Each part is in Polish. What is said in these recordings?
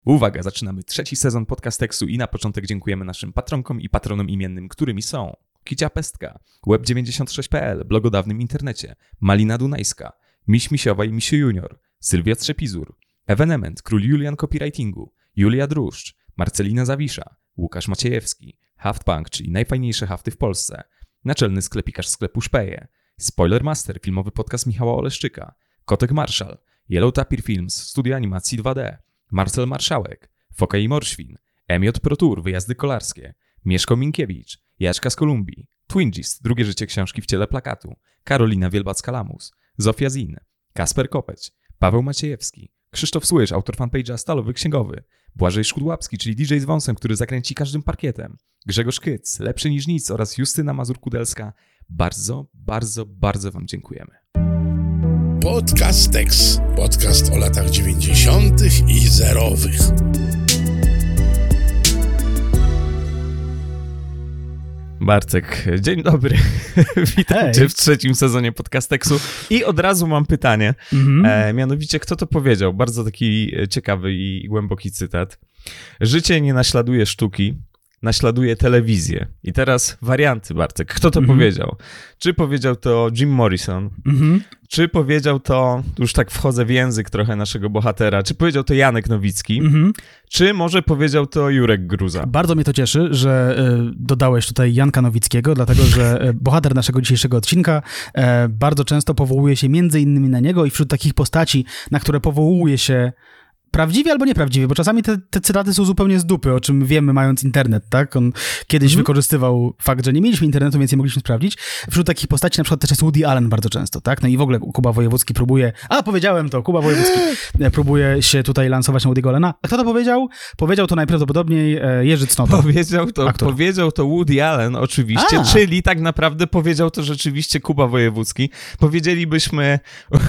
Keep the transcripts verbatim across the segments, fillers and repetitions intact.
Uwaga, zaczynamy trzeci sezon Podcasteksu i na początek dziękujemy naszym patronkom i patronom imiennym, którymi są Kicia Pestka, web dziewięćdziesiąt sześć kropka p l, blog o dawnym internecie, Malina Dunajska, Miś Misiowa i Misiu Junior, Sylwia Trzepizur, Evenement, Król Julian Copywritingu, Julia Druszcz, Marcelina Zawisza, Łukasz Maciejewski, Haftpunk, czyli najfajniejsze hafty w Polsce, naczelny sklepikarz sklepu Szpeje, Spoilermaster, filmowy podcast Michała Oleszczyka, Kotek Marszal, Yellow Tapir Films, studio animacji dwa D, Marcel Marszałek, Foka i Morświn, M J Pro Tour, wyjazdy kolarskie, Mieszko Minkiewicz, Jaczka z Kolumbii, Twingis, drugie życie książki w ciele plakatu, Karolina Wielbacka-Lamus, Zofia Zin, Kasper Kopeć, Paweł Maciejewski, Krzysztof Słysz, autor fanpage'a Stalowy Księgowy, Błażej Szkudłapski, czyli D J z wąsem, który zakręci każdym parkietem, Grzegorz Kyc, Lepszy niż nic oraz Justyna Mazur-Kudelska. Bardzo, bardzo, bardzo wam dziękujemy. Podcasteks. Podcast o latach dziewięćdziesiątych i zerowych. Bartek, dzień dobry. Witajcie Hej. w trzecim sezonie Podcasteksu. I od razu mam pytanie. Mhm. E, mianowicie, kto to powiedział? Bardzo taki ciekawy i głęboki cytat. Życie nie naśladuje sztuki, naśladuje telewizję. I teraz warianty, Bartek. Kto to Mhm. powiedział? Czy powiedział to Jim Morrison? Mhm. Czy powiedział to, już tak wchodzę w język trochę naszego bohatera, czy powiedział to Janek Nowicki? Mhm. Czy może powiedział to Jurek Gruza? Bardzo mnie to cieszy, że y, dodałeś tutaj Janka Nowickiego, dlatego że y, bohater naszego dzisiejszego odcinka y, bardzo często powołuje się między innymi na niego i wśród takich postaci, na które powołuje się prawdziwie albo nieprawdziwie, bo czasami te, te cytaty są zupełnie z dupy, o czym wiemy mając internet, tak? On kiedyś Mhm. wykorzystywał fakt, że nie mieliśmy internetu, więc nie mogliśmy sprawdzić. Wśród takich postaci na przykład też jest Woody Allen bardzo często, tak? No i w ogóle Kuba Wojewódzki próbuje, a powiedziałem to, Kuba Wojewódzki próbuje się tutaj lansować na Woody'ego Allena. A kto to powiedział? Powiedział to najprawdopodobniej e, Jerzy Cnota. Powiedział to, Aktor. powiedział to Woody Allen oczywiście, A. czyli tak naprawdę powiedział to rzeczywiście Kuba Wojewódzki. Powiedzielibyśmy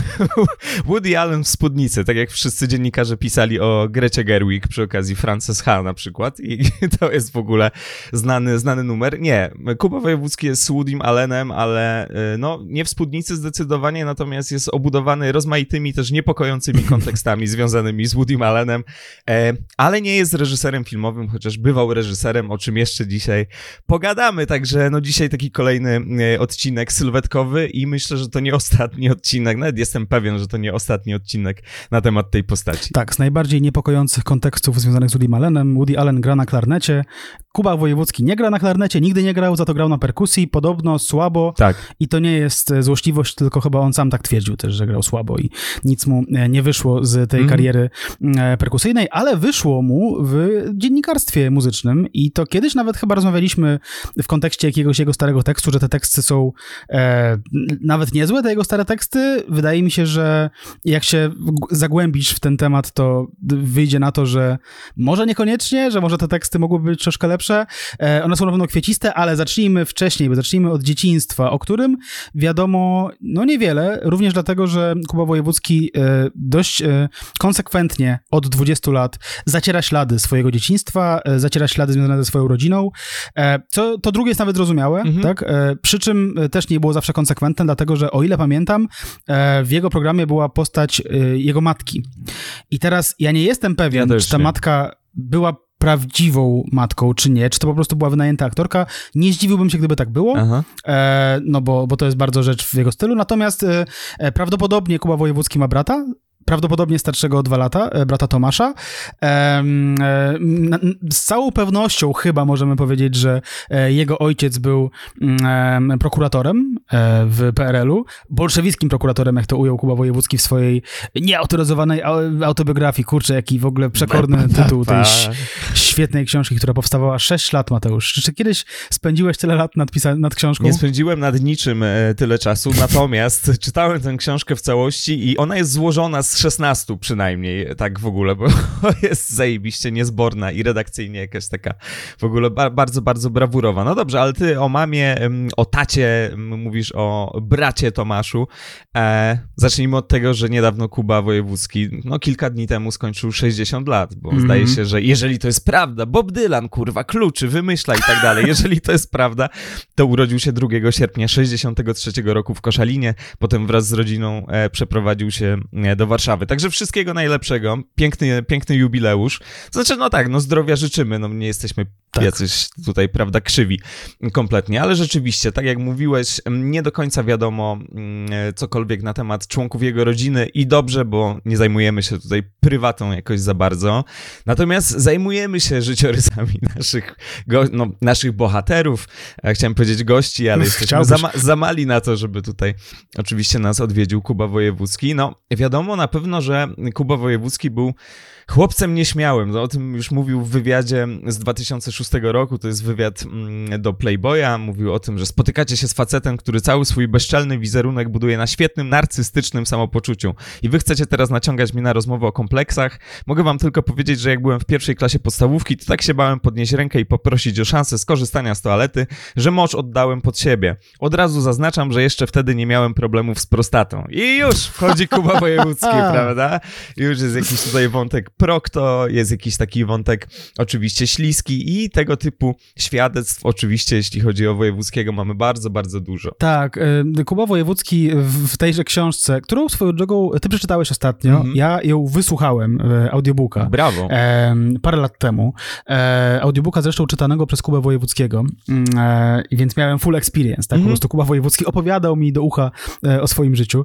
Woody Allen w spódnicy, tak jak wszyscy dziennikarze pisali o Grecie Gerwig przy okazji Frances Ha na przykład i to jest w ogóle znany, znany numer. Nie, Kuba Wojewódzki jest z Woodym Allenem, ale no nie w spódnicy zdecydowanie, natomiast jest obudowany rozmaitymi też niepokojącymi kontekstami związanymi z Woodym Allenem, e, ale nie jest reżyserem filmowym, chociaż bywał reżyserem, o czym jeszcze dzisiaj pogadamy, także no dzisiaj taki kolejny e, odcinek sylwetkowy i myślę, że to nie ostatni odcinek, nawet jestem pewien, że to nie ostatni odcinek na temat tej postaci. Tak, z najbardziej niepokojących kontekstów związanych z Woodym Allenem. Woody Allen gra na klarnecie, Kuba Wojewódzki nie gra na klarnecie, nigdy nie grał, za to grał na perkusji, podobno słabo. Tak. I to nie jest złośliwość, tylko chyba on sam tak twierdził też, że grał słabo i nic mu nie wyszło z tej Mhm. kariery perkusyjnej, ale wyszło mu w dziennikarstwie muzycznym i to kiedyś nawet chyba rozmawialiśmy w kontekście jakiegoś jego starego tekstu, że te teksty są e, nawet niezłe, te jego stare teksty. Wydaje mi się, że jak się g- zagłębisz w ten temat, to wyjdzie na to, że może niekoniecznie, że może te teksty mogłyby być troszkę lepsze. E, one są na pewno kwieciste, ale zacznijmy wcześniej, bo zacznijmy od dzieciństwa, o którym wiadomo no niewiele, również dlatego, że Kuba Wojewódzki e, dość e, konsekwentnie od dwudziestu lat zaciera ślady swojego dzieciństwa, e, zaciera ślady związane ze swoją rodziną, e, co to drugie jest nawet zrozumiałe, Mhm. tak? E, przy czym e, też nie było zawsze konsekwentne, dlatego, że o ile pamiętam, e, w jego programie była postać e, jego matki. I teraz ja nie jestem pewien, Ja też czy ta nie. matka była prawdziwą matką, czy nie, czy to po prostu była wynajęta aktorka. Nie zdziwiłbym się, gdyby tak było, Aha. e, no bo, bo to jest bardzo rzecz w jego stylu. Natomiast e, e, prawdopodobnie Kuba Wojewódzki ma brata, prawdopodobnie starszego o dwa lata, e, brata Tomasza. E, e, na, z całą pewnością chyba możemy powiedzieć, że e, jego ojciec był e, prokuratorem e, w P R L-u, bolszewickim prokuratorem, jak to ujął Kuba Wojewódzki w swojej nieautoryzowanej au- autobiografii. Kurczę, jaki w ogóle przekorny tytuł tej ś- świetnej książki, która powstawała sześć lat, Mateusz. Czy, czy kiedyś spędziłeś tyle lat nad, pisa- nad książką? Nie spędziłem nad niczym e, tyle czasu, natomiast czytałem tę książkę w całości i ona jest złożona z szesnastu przynajmniej, tak w ogóle, bo jest zajebiście niezborna i redakcyjnie jakaś taka w ogóle ba- bardzo, bardzo brawurowa. No dobrze, ale ty o mamie, em, o tacie, m, mówisz o bracie Tomaszu. E, zacznijmy od tego, że niedawno Kuba Wojewódzki, no kilka dni temu skończył sześćdziesiąt lat, bo Mhm. zdaje się, że jeżeli to jest prawda, Bob Dylan, kurwa, kluczy, wymyśla i tak dalej, jeżeli to jest prawda, to urodził się drugiego sierpnia sześćdziesiątego trzeciego roku w Koszalinie, potem wraz z rodziną e, przeprowadził się e, do Warszawy, Warszawy. Także wszystkiego najlepszego. Piękny, piękny jubileusz. Znaczy, no tak, no zdrowia życzymy, no nie jesteśmy tak. jacyś tutaj, prawda, krzywi kompletnie, ale rzeczywiście, tak jak mówiłeś, nie do końca wiadomo cokolwiek na temat członków jego rodziny i dobrze, bo nie zajmujemy się tutaj prywatą jakoś za bardzo. Natomiast zajmujemy się życiorysami naszych, go, no, naszych bohaterów. Chciałem powiedzieć gości, ale jesteśmy za, ma, za mali na to, żeby tutaj oczywiście nas odwiedził Kuba Wojewódzki. No, wiadomo na pewno, że Kuba Wojewódzki był chłopcem nieśmiałym. O tym już mówił w wywiadzie z dwa tysiące szóstego roku. To jest wywiad do Playboya. Mówił o tym, że spotykacie się z facetem, który cały swój bezczelny wizerunek buduje na świetnym, narcystycznym samopoczuciu. I wy chcecie teraz naciągać mi na rozmowę o kompleksach. Mogę wam tylko powiedzieć, że jak byłem w pierwszej klasie podstawówki, to tak się bałem podnieść rękę i poprosić o szansę skorzystania z toalety, że mocz oddałem pod siebie. Od razu zaznaczam, że jeszcze wtedy nie miałem problemów z prostatą. I już wchodzi Kuba Wojewódzki, prawda? Już jest jakiś tutaj wątek prokto, jest jakiś taki wątek oczywiście śliski i tego typu świadectw oczywiście, jeśli chodzi o Wojewódzkiego, mamy bardzo, bardzo dużo. Tak, Kuba Wojewódzki w tejże książce, którą swoją drogą ty przeczytałeś ostatnio, mm-hmm. ja ją wysłuchałem, audiobooka. Brawo. E, parę lat temu. E, audiobooka zresztą czytanego przez Kubę Wojewódzkiego, e, więc miałem full experience, tak? Mm-hmm. Po prostu Kuba Wojewódzki opowiadał mi do ucha e, o swoim życiu.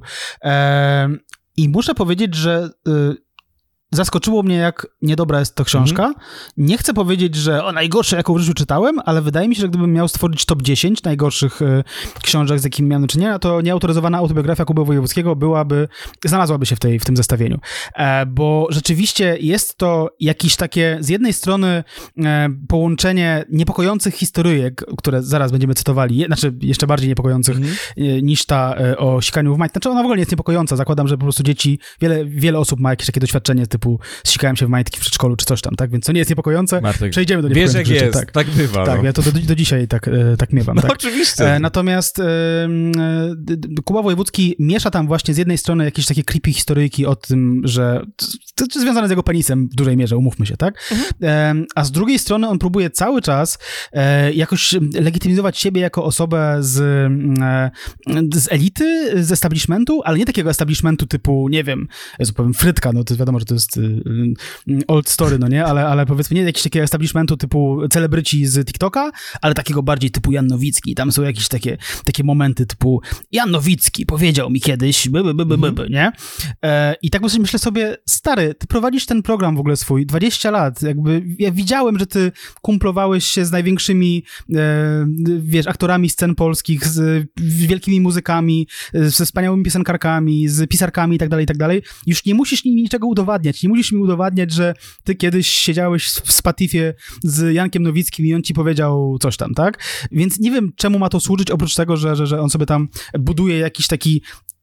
E, I muszę powiedzieć, że e, zaskoczyło mnie, jak niedobra jest to książka. Mm-hmm. Nie chcę powiedzieć, że o najgorsze, jaką w życiu czytałem, ale wydaje mi się, że gdybym miał stworzyć top dziesięć najgorszych y, książek, z jakimi miałem do czynienia, to nieautoryzowana autobiografia Kuby Wojewódzkiego byłaby, znalazłaby się w, tej, w tym zestawieniu. E, bo rzeczywiście jest to jakieś takie, z jednej strony e, połączenie niepokojących historyjek, które zaraz będziemy cytowali, je, znaczy jeszcze bardziej niepokojących mm-hmm. niż ta e, o sikaniu w majtkach. Znaczy ona w ogóle nie jest niepokojąca. Zakładam, że po prostu dzieci, wiele, wiele osób ma jakieś takie doświadczenie typu zsikałem się w majtki w przedszkolu czy coś tam, tak? Więc to nie jest niepokojące. Martek, przejdziemy do niepokojących rzeczy. Wiesz jak jest, tak, tak bywa. Tak, no. ja to do, do dzisiaj tak, tak miewam. No tak. oczywiście. E, natomiast e, Kuba Wojewódzki miesza tam właśnie z jednej strony jakieś takie creepy historyjki o tym, że to, to związane z jego penisem w dużej mierze, umówmy się, tak? Mhm. E, a z drugiej strony on próbuje cały czas e, jakoś legitymizować siebie jako osobę z, e, z elity, z establishmentu, ale nie takiego establishmentu typu, nie wiem, ja powiem frytka, no to wiadomo, że to jest old story, no nie, ale, ale powiedzmy nie jakiegoś takiego establishmentu typu celebryci z TikToka, ale takiego bardziej typu Jan Nowicki. Tam są jakieś takie, takie momenty typu Jan Nowicki powiedział mi kiedyś, by, by, by, by, by, by, nie? E, I tak myślę sobie, stary, ty prowadzisz ten program w ogóle swój, dwadzieścia lat, jakby ja widziałem, że ty kumplowałeś się z największymi, e, wiesz, aktorami scen polskich, z wielkimi muzykami, ze wspaniałymi piosenkarkami, z pisarkami i tak dalej, i tak dalej. Już nie musisz mi niczego udowadniać, nie musisz mi udowadniać, że ty kiedyś siedziałeś w Spatifie z Jankiem Nowickim i on ci powiedział coś tam, tak? Więc nie wiem, czemu ma to służyć, oprócz tego, że, że, że on sobie tam buduje jakiś taki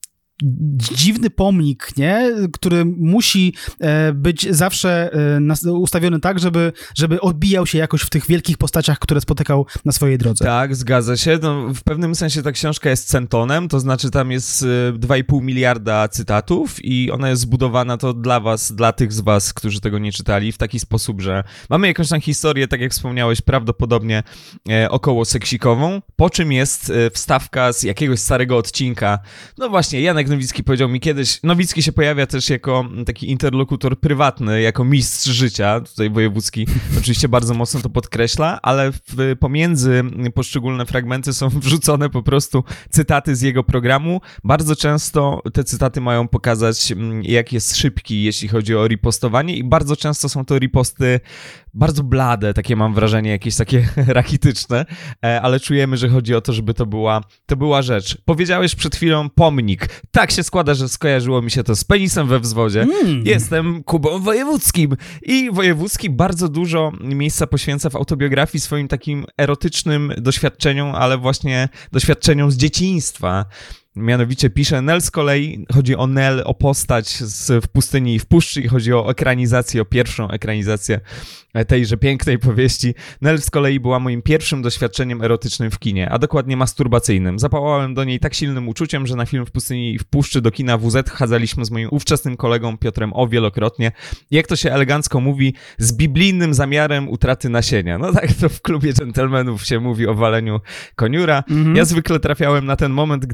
dziwny pomnik, nie? Który musi e, być zawsze e, nas, ustawiony tak, żeby, żeby odbijał się jakoś w tych wielkich postaciach, które spotykał na swojej drodze. Tak, zgadza się. No, w pewnym sensie ta książka jest centonem, to znaczy tam jest e, dwa i pół miliarda cytatów i ona jest zbudowana to dla was, dla tych z was, którzy tego nie czytali, w taki sposób, że mamy jakąś tam historię, tak jak wspomniałeś, prawdopodobnie e, około seksikową, po czym jest e, wstawka z jakiegoś starego odcinka. No właśnie, Janek Nowicki powiedział mi kiedyś, Nowicki się pojawia też jako taki interlokutor prywatny, jako mistrz życia, tutaj Wojewódzki oczywiście bardzo mocno to podkreśla, ale w, pomiędzy poszczególne fragmenty są wrzucone po prostu cytaty z jego programu. Bardzo często te cytaty mają pokazać, jak jest szybki, jeśli chodzi o ripostowanie i bardzo często są to riposty bardzo blade, takie mam wrażenie, jakieś takie rachityczne, ale czujemy, że chodzi o to, żeby to była, to była rzecz. Powiedziałeś przed chwilą pomnik. Tak się składa, że skojarzyło mi się to z penisem we wzwodzie. Mm. Jestem Kubą Wojewódzkim i Wojewódzki bardzo dużo miejsca poświęca w autobiografii swoim takim erotycznym doświadczeniom, ale właśnie doświadczeniom z dzieciństwa. Mianowicie pisze, Nel z kolei, chodzi o Nel, o postać z, w pustyni i w puszczy i chodzi o ekranizację, o pierwszą ekranizację tejże pięknej powieści. Nel z kolei była moim pierwszym doświadczeniem erotycznym w kinie, a dokładnie masturbacyjnym. Zapałałem do niej tak silnym uczuciem, że na film w pustyni i w puszczy do kina W Z chadzaliśmy z moim ówczesnym kolegą Piotrem O wielokrotnie. Jak to się elegancko mówi, z biblijnym zamiarem utraty nasienia. No tak to w klubie dżentelmenów się mówi o waleniu koniura. Mm-hmm. Ja zwykle trafiałem na ten moment, gdy mała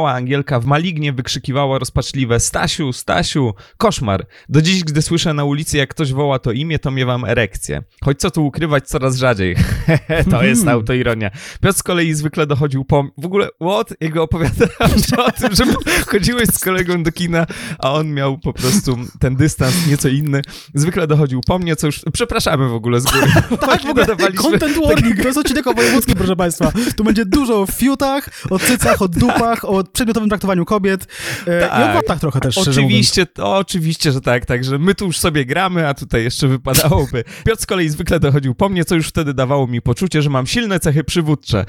mała Angielka w Malignie wykrzykiwała rozpaczliwe Stasiu, Stasiu, koszmar. Do dziś, gdy słyszę na ulicy, jak ktoś woła to imię, to miewam erekcję. Choć co tu ukrywać, coraz rzadziej. To jest autoironia. Piotr z kolei zwykle dochodził po... W ogóle, what? Jego opowiadał o tym, że chodziłeś z kolegą do kina, a on miał po prostu ten dystans nieco inny. Zwykle dochodził po mnie, co już... Przepraszamy w ogóle z góry. Tak, w ogóle content warning, to jest odcinek o wojewódzkim, proszę państwa. Tu będzie dużo o fiutach, o cycach, o dupach, o przedmiotowym traktowaniu kobiet e, tak. i o waptach trochę też, Oczywiście, to, oczywiście, że tak, także my tu już sobie gramy, a tutaj jeszcze wypadałoby. Piotr z kolei zwykle dochodził po mnie, co już wtedy dawało mi poczucie, że mam silne cechy przywódcze.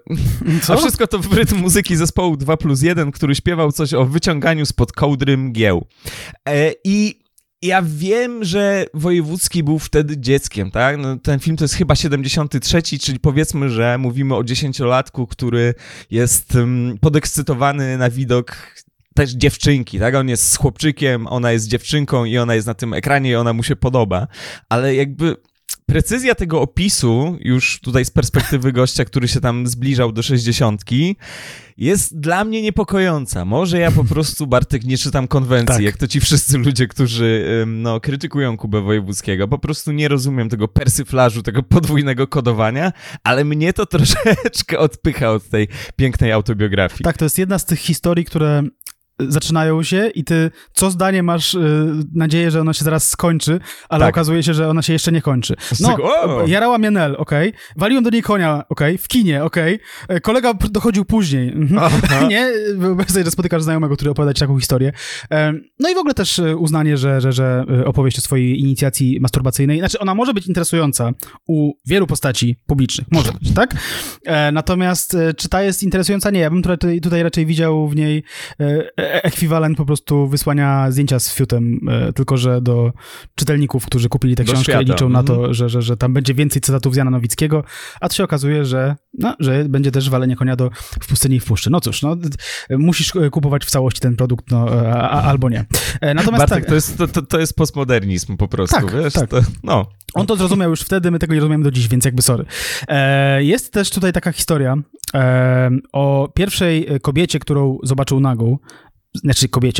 Co? A wszystko to w rytm muzyki zespołu dwa plus jeden, który śpiewał coś o wyciąganiu spod kołdry mgieł. E, I ja wiem, że Wojewódzki był wtedy dzieckiem, tak? No, ten film to jest chyba siedemdziesiąty trzeci, czyli powiedzmy, że mówimy o dziesięciolatku, który jest um, podekscytowany na widok też dziewczynki, tak? On jest z chłopczykiem, ona jest dziewczynką i ona jest na tym ekranie i ona mu się podoba, ale jakby... Precyzja tego opisu, już tutaj z perspektywy gościa, który się tam zbliżał do sześćdziesiątki, jest dla mnie niepokojąca. Może ja po prostu, Bartek, nie czytam konwencji, tak. jak to ci wszyscy ludzie, którzy no, krytykują Kubę Wojewódzkiego. Po prostu nie rozumiem tego persyflażu, tego podwójnego kodowania, ale mnie to troszeczkę odpycha od tej pięknej autobiografii. Tak, to jest jedna z tych historii, które... zaczynają się i ty co zdanie masz y, nadzieję, że ona się zaraz skończy, ale tak. okazuje się, że ona się jeszcze nie kończy. No, tego, jarała mnie Nel, okej, okay. Waliłem do niej konia, okej, okay. w kinie, okej, okay. Kolega dochodził później, mhm. nie? Wyobraź sobie, że spotykasz znajomego, który opowiada ci taką historię. No i w ogóle też uznanie, że, że, że opowieść o swojej inicjacji masturbacyjnej, znaczy ona może być interesująca u wielu postaci publicznych, może być, tak? Natomiast czy ta jest interesująca? Nie, ja bym tutaj, tutaj raczej widział w niej ekwiwalent po prostu wysłania zdjęcia z fiutem, e, tylko że do czytelników, którzy kupili tę książkę świata. I liczą mm-hmm. na to, że, że, że tam będzie więcej cytatów z Jana Nowickiego, a to się okazuje, że, no, że będzie też walenie konia do, w pustyni i w puszczy. No cóż, no, musisz kupować w całości ten produkt, no, a, a, albo nie. E, natomiast Bartek, tak, to, jest, to, to jest postmodernizm po prostu, tak, wiesz? Tak. To, no. On to zrozumiał już wtedy, my tego nie rozumiemy do dziś, więc jakby sorry. E, jest też tutaj taka historia e, o pierwszej kobiecie, którą zobaczył nagą, znaczy kobiecie,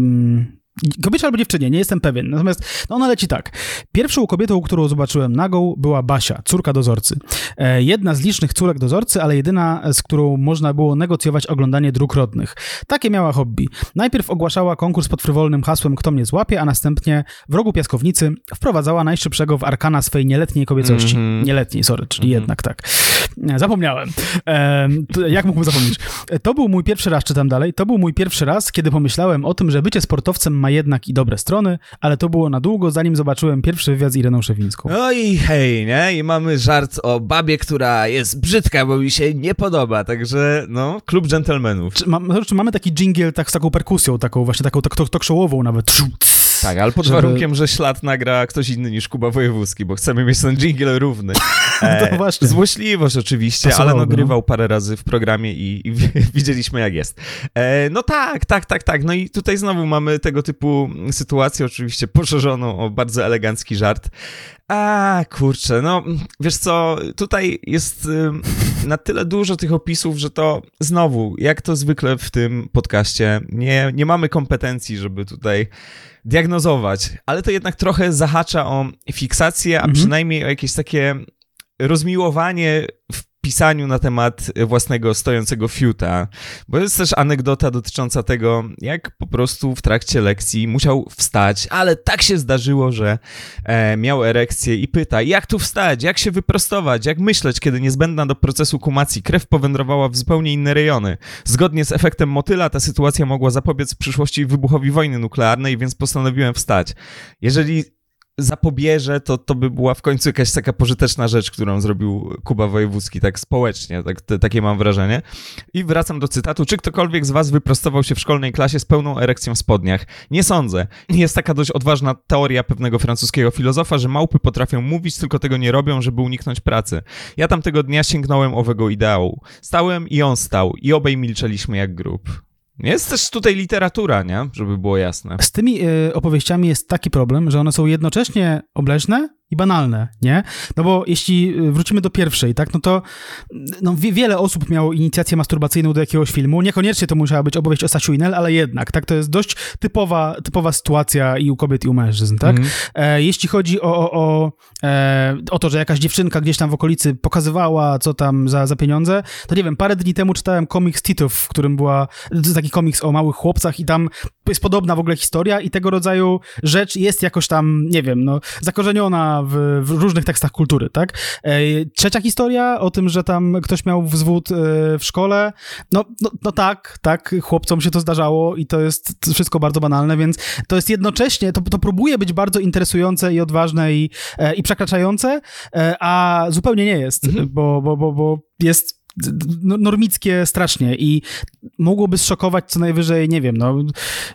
mm, kobiecie albo dziewczynie, nie jestem pewien, natomiast no ona leci tak. Pierwszą kobietą, którą zobaczyłem nagą, była Basia, córka dozorcy. E, jedna z licznych córek dozorcy, ale jedyna, z którą można było negocjować oglądanie dróg rodnych. Takie miała hobby. Najpierw ogłaszała konkurs pod frywolnym hasłem Kto mnie złapie, a następnie w rogu piaskownicy wprowadzała najszybszego w arkana swej nieletniej kobiecości. Mm-hmm. Nieletniej, sorry, czyli mm-hmm. jednak tak. Zapomniałem. E, to, jak mógłbym zapomnieć? To był mój pierwszy raz, czytam dalej, to był mój pierwszy raz, kiedy pomyślałem o tym, że bycie sportowcem ma jednak i dobre strony, ale to było na długo, zanim zobaczyłem pierwszy wywiad z Ireną Szewińską. No i hej, nie? I mamy żart o babie, która jest brzydka, bo mi się nie podoba, także no, klub dżentelmenów. Czy, ma, czy mamy taki dżingiel tak, z taką perkusją, taką właśnie taką tak, talk showową nawet? Tak, ale pod żeby... warunkiem, że ślad nagra ktoś inny niż Kuba Wojewódzki, bo chcemy mieć ten dżingiel równy. E, to właśnie. Złośliwość oczywiście, Pasowało, ale no grywał no. parę razy w programie i, i widzieliśmy jak jest. E, no tak, tak, tak, tak. No i tutaj znowu mamy tego typu sytuację, oczywiście poszerzoną o bardzo elegancki żart. A, kurczę, no wiesz co, tutaj jest y, na tyle dużo tych opisów, że to znowu, jak to zwykle w tym podcaście, nie, nie mamy kompetencji, żeby tutaj diagnozować, ale to jednak trochę zahacza o fiksację, a mhm. przynajmniej o jakieś takie rozmiłowanie w pisaniu na temat własnego stojącego fiuta, bo jest też anegdota dotycząca tego, jak po prostu w trakcie lekcji musiał wstać, ale tak się zdarzyło, że e, miał erekcję i pyta, jak tu wstać, jak się wyprostować, jak myśleć, kiedy niezbędna do procesu kumacji krew powędrowała w zupełnie inne rejony. Zgodnie z efektem motyla ta sytuacja mogła zapobiec w przyszłości wybuchowi wojny nuklearnej, więc postanowiłem wstać. Jeżeli zapobierze, to to by była w końcu jakaś taka pożyteczna rzecz, którą zrobił Kuba Wojewódzki, tak społecznie, tak, te, takie mam wrażenie. I wracam do cytatu. Czy ktokolwiek z was wyprostował się w szkolnej klasie z pełną erekcją w spodniach? Nie sądzę. Jest taka dość odważna teoria pewnego francuskiego filozofa, że małpy potrafią mówić, tylko tego nie robią, żeby uniknąć pracy. Ja tamtego dnia sięgnąłem owego ideału. Stałem i on stał i obaj milczeliśmy jak grób. Jest też tutaj literatura, nie? Żeby było jasne. Z tymi y, opowieściami jest taki problem, że one są jednocześnie obleśne i banalne, nie? No bo jeśli wrócimy do pierwszej, tak, no to no, wie, wiele osób miało inicjację masturbacyjną do jakiegoś filmu, niekoniecznie to musiała być opowieść o Stasiu Inel, ale jednak, tak, to jest dość typowa, typowa sytuacja i u kobiet, i u mężczyzn, tak? Mm. E, jeśli chodzi o, o, o, e, o to, że jakaś dziewczynka gdzieś tam w okolicy pokazywała, co tam za, za pieniądze, to nie wiem, parę dni temu czytałem komiks Titów, w którym była, to jest taki komiks o małych chłopcach i tam jest podobna w ogóle historia i tego rodzaju rzecz jest jakoś tam, nie wiem, no, zakorzeniona w, w różnych tekstach kultury, tak? E, trzecia historia o tym, że tam ktoś miał wzwód e, w szkole, no, no, no tak, tak, chłopcom się to zdarzało i to jest wszystko bardzo banalne, więc to jest jednocześnie, to, to próbuje być bardzo interesujące i odważne i, e, i przekraczające, e, a zupełnie nie jest, mhm. bo, bo, bo, bo jest normickie strasznie i mogłoby zszokować co najwyżej, nie wiem, no,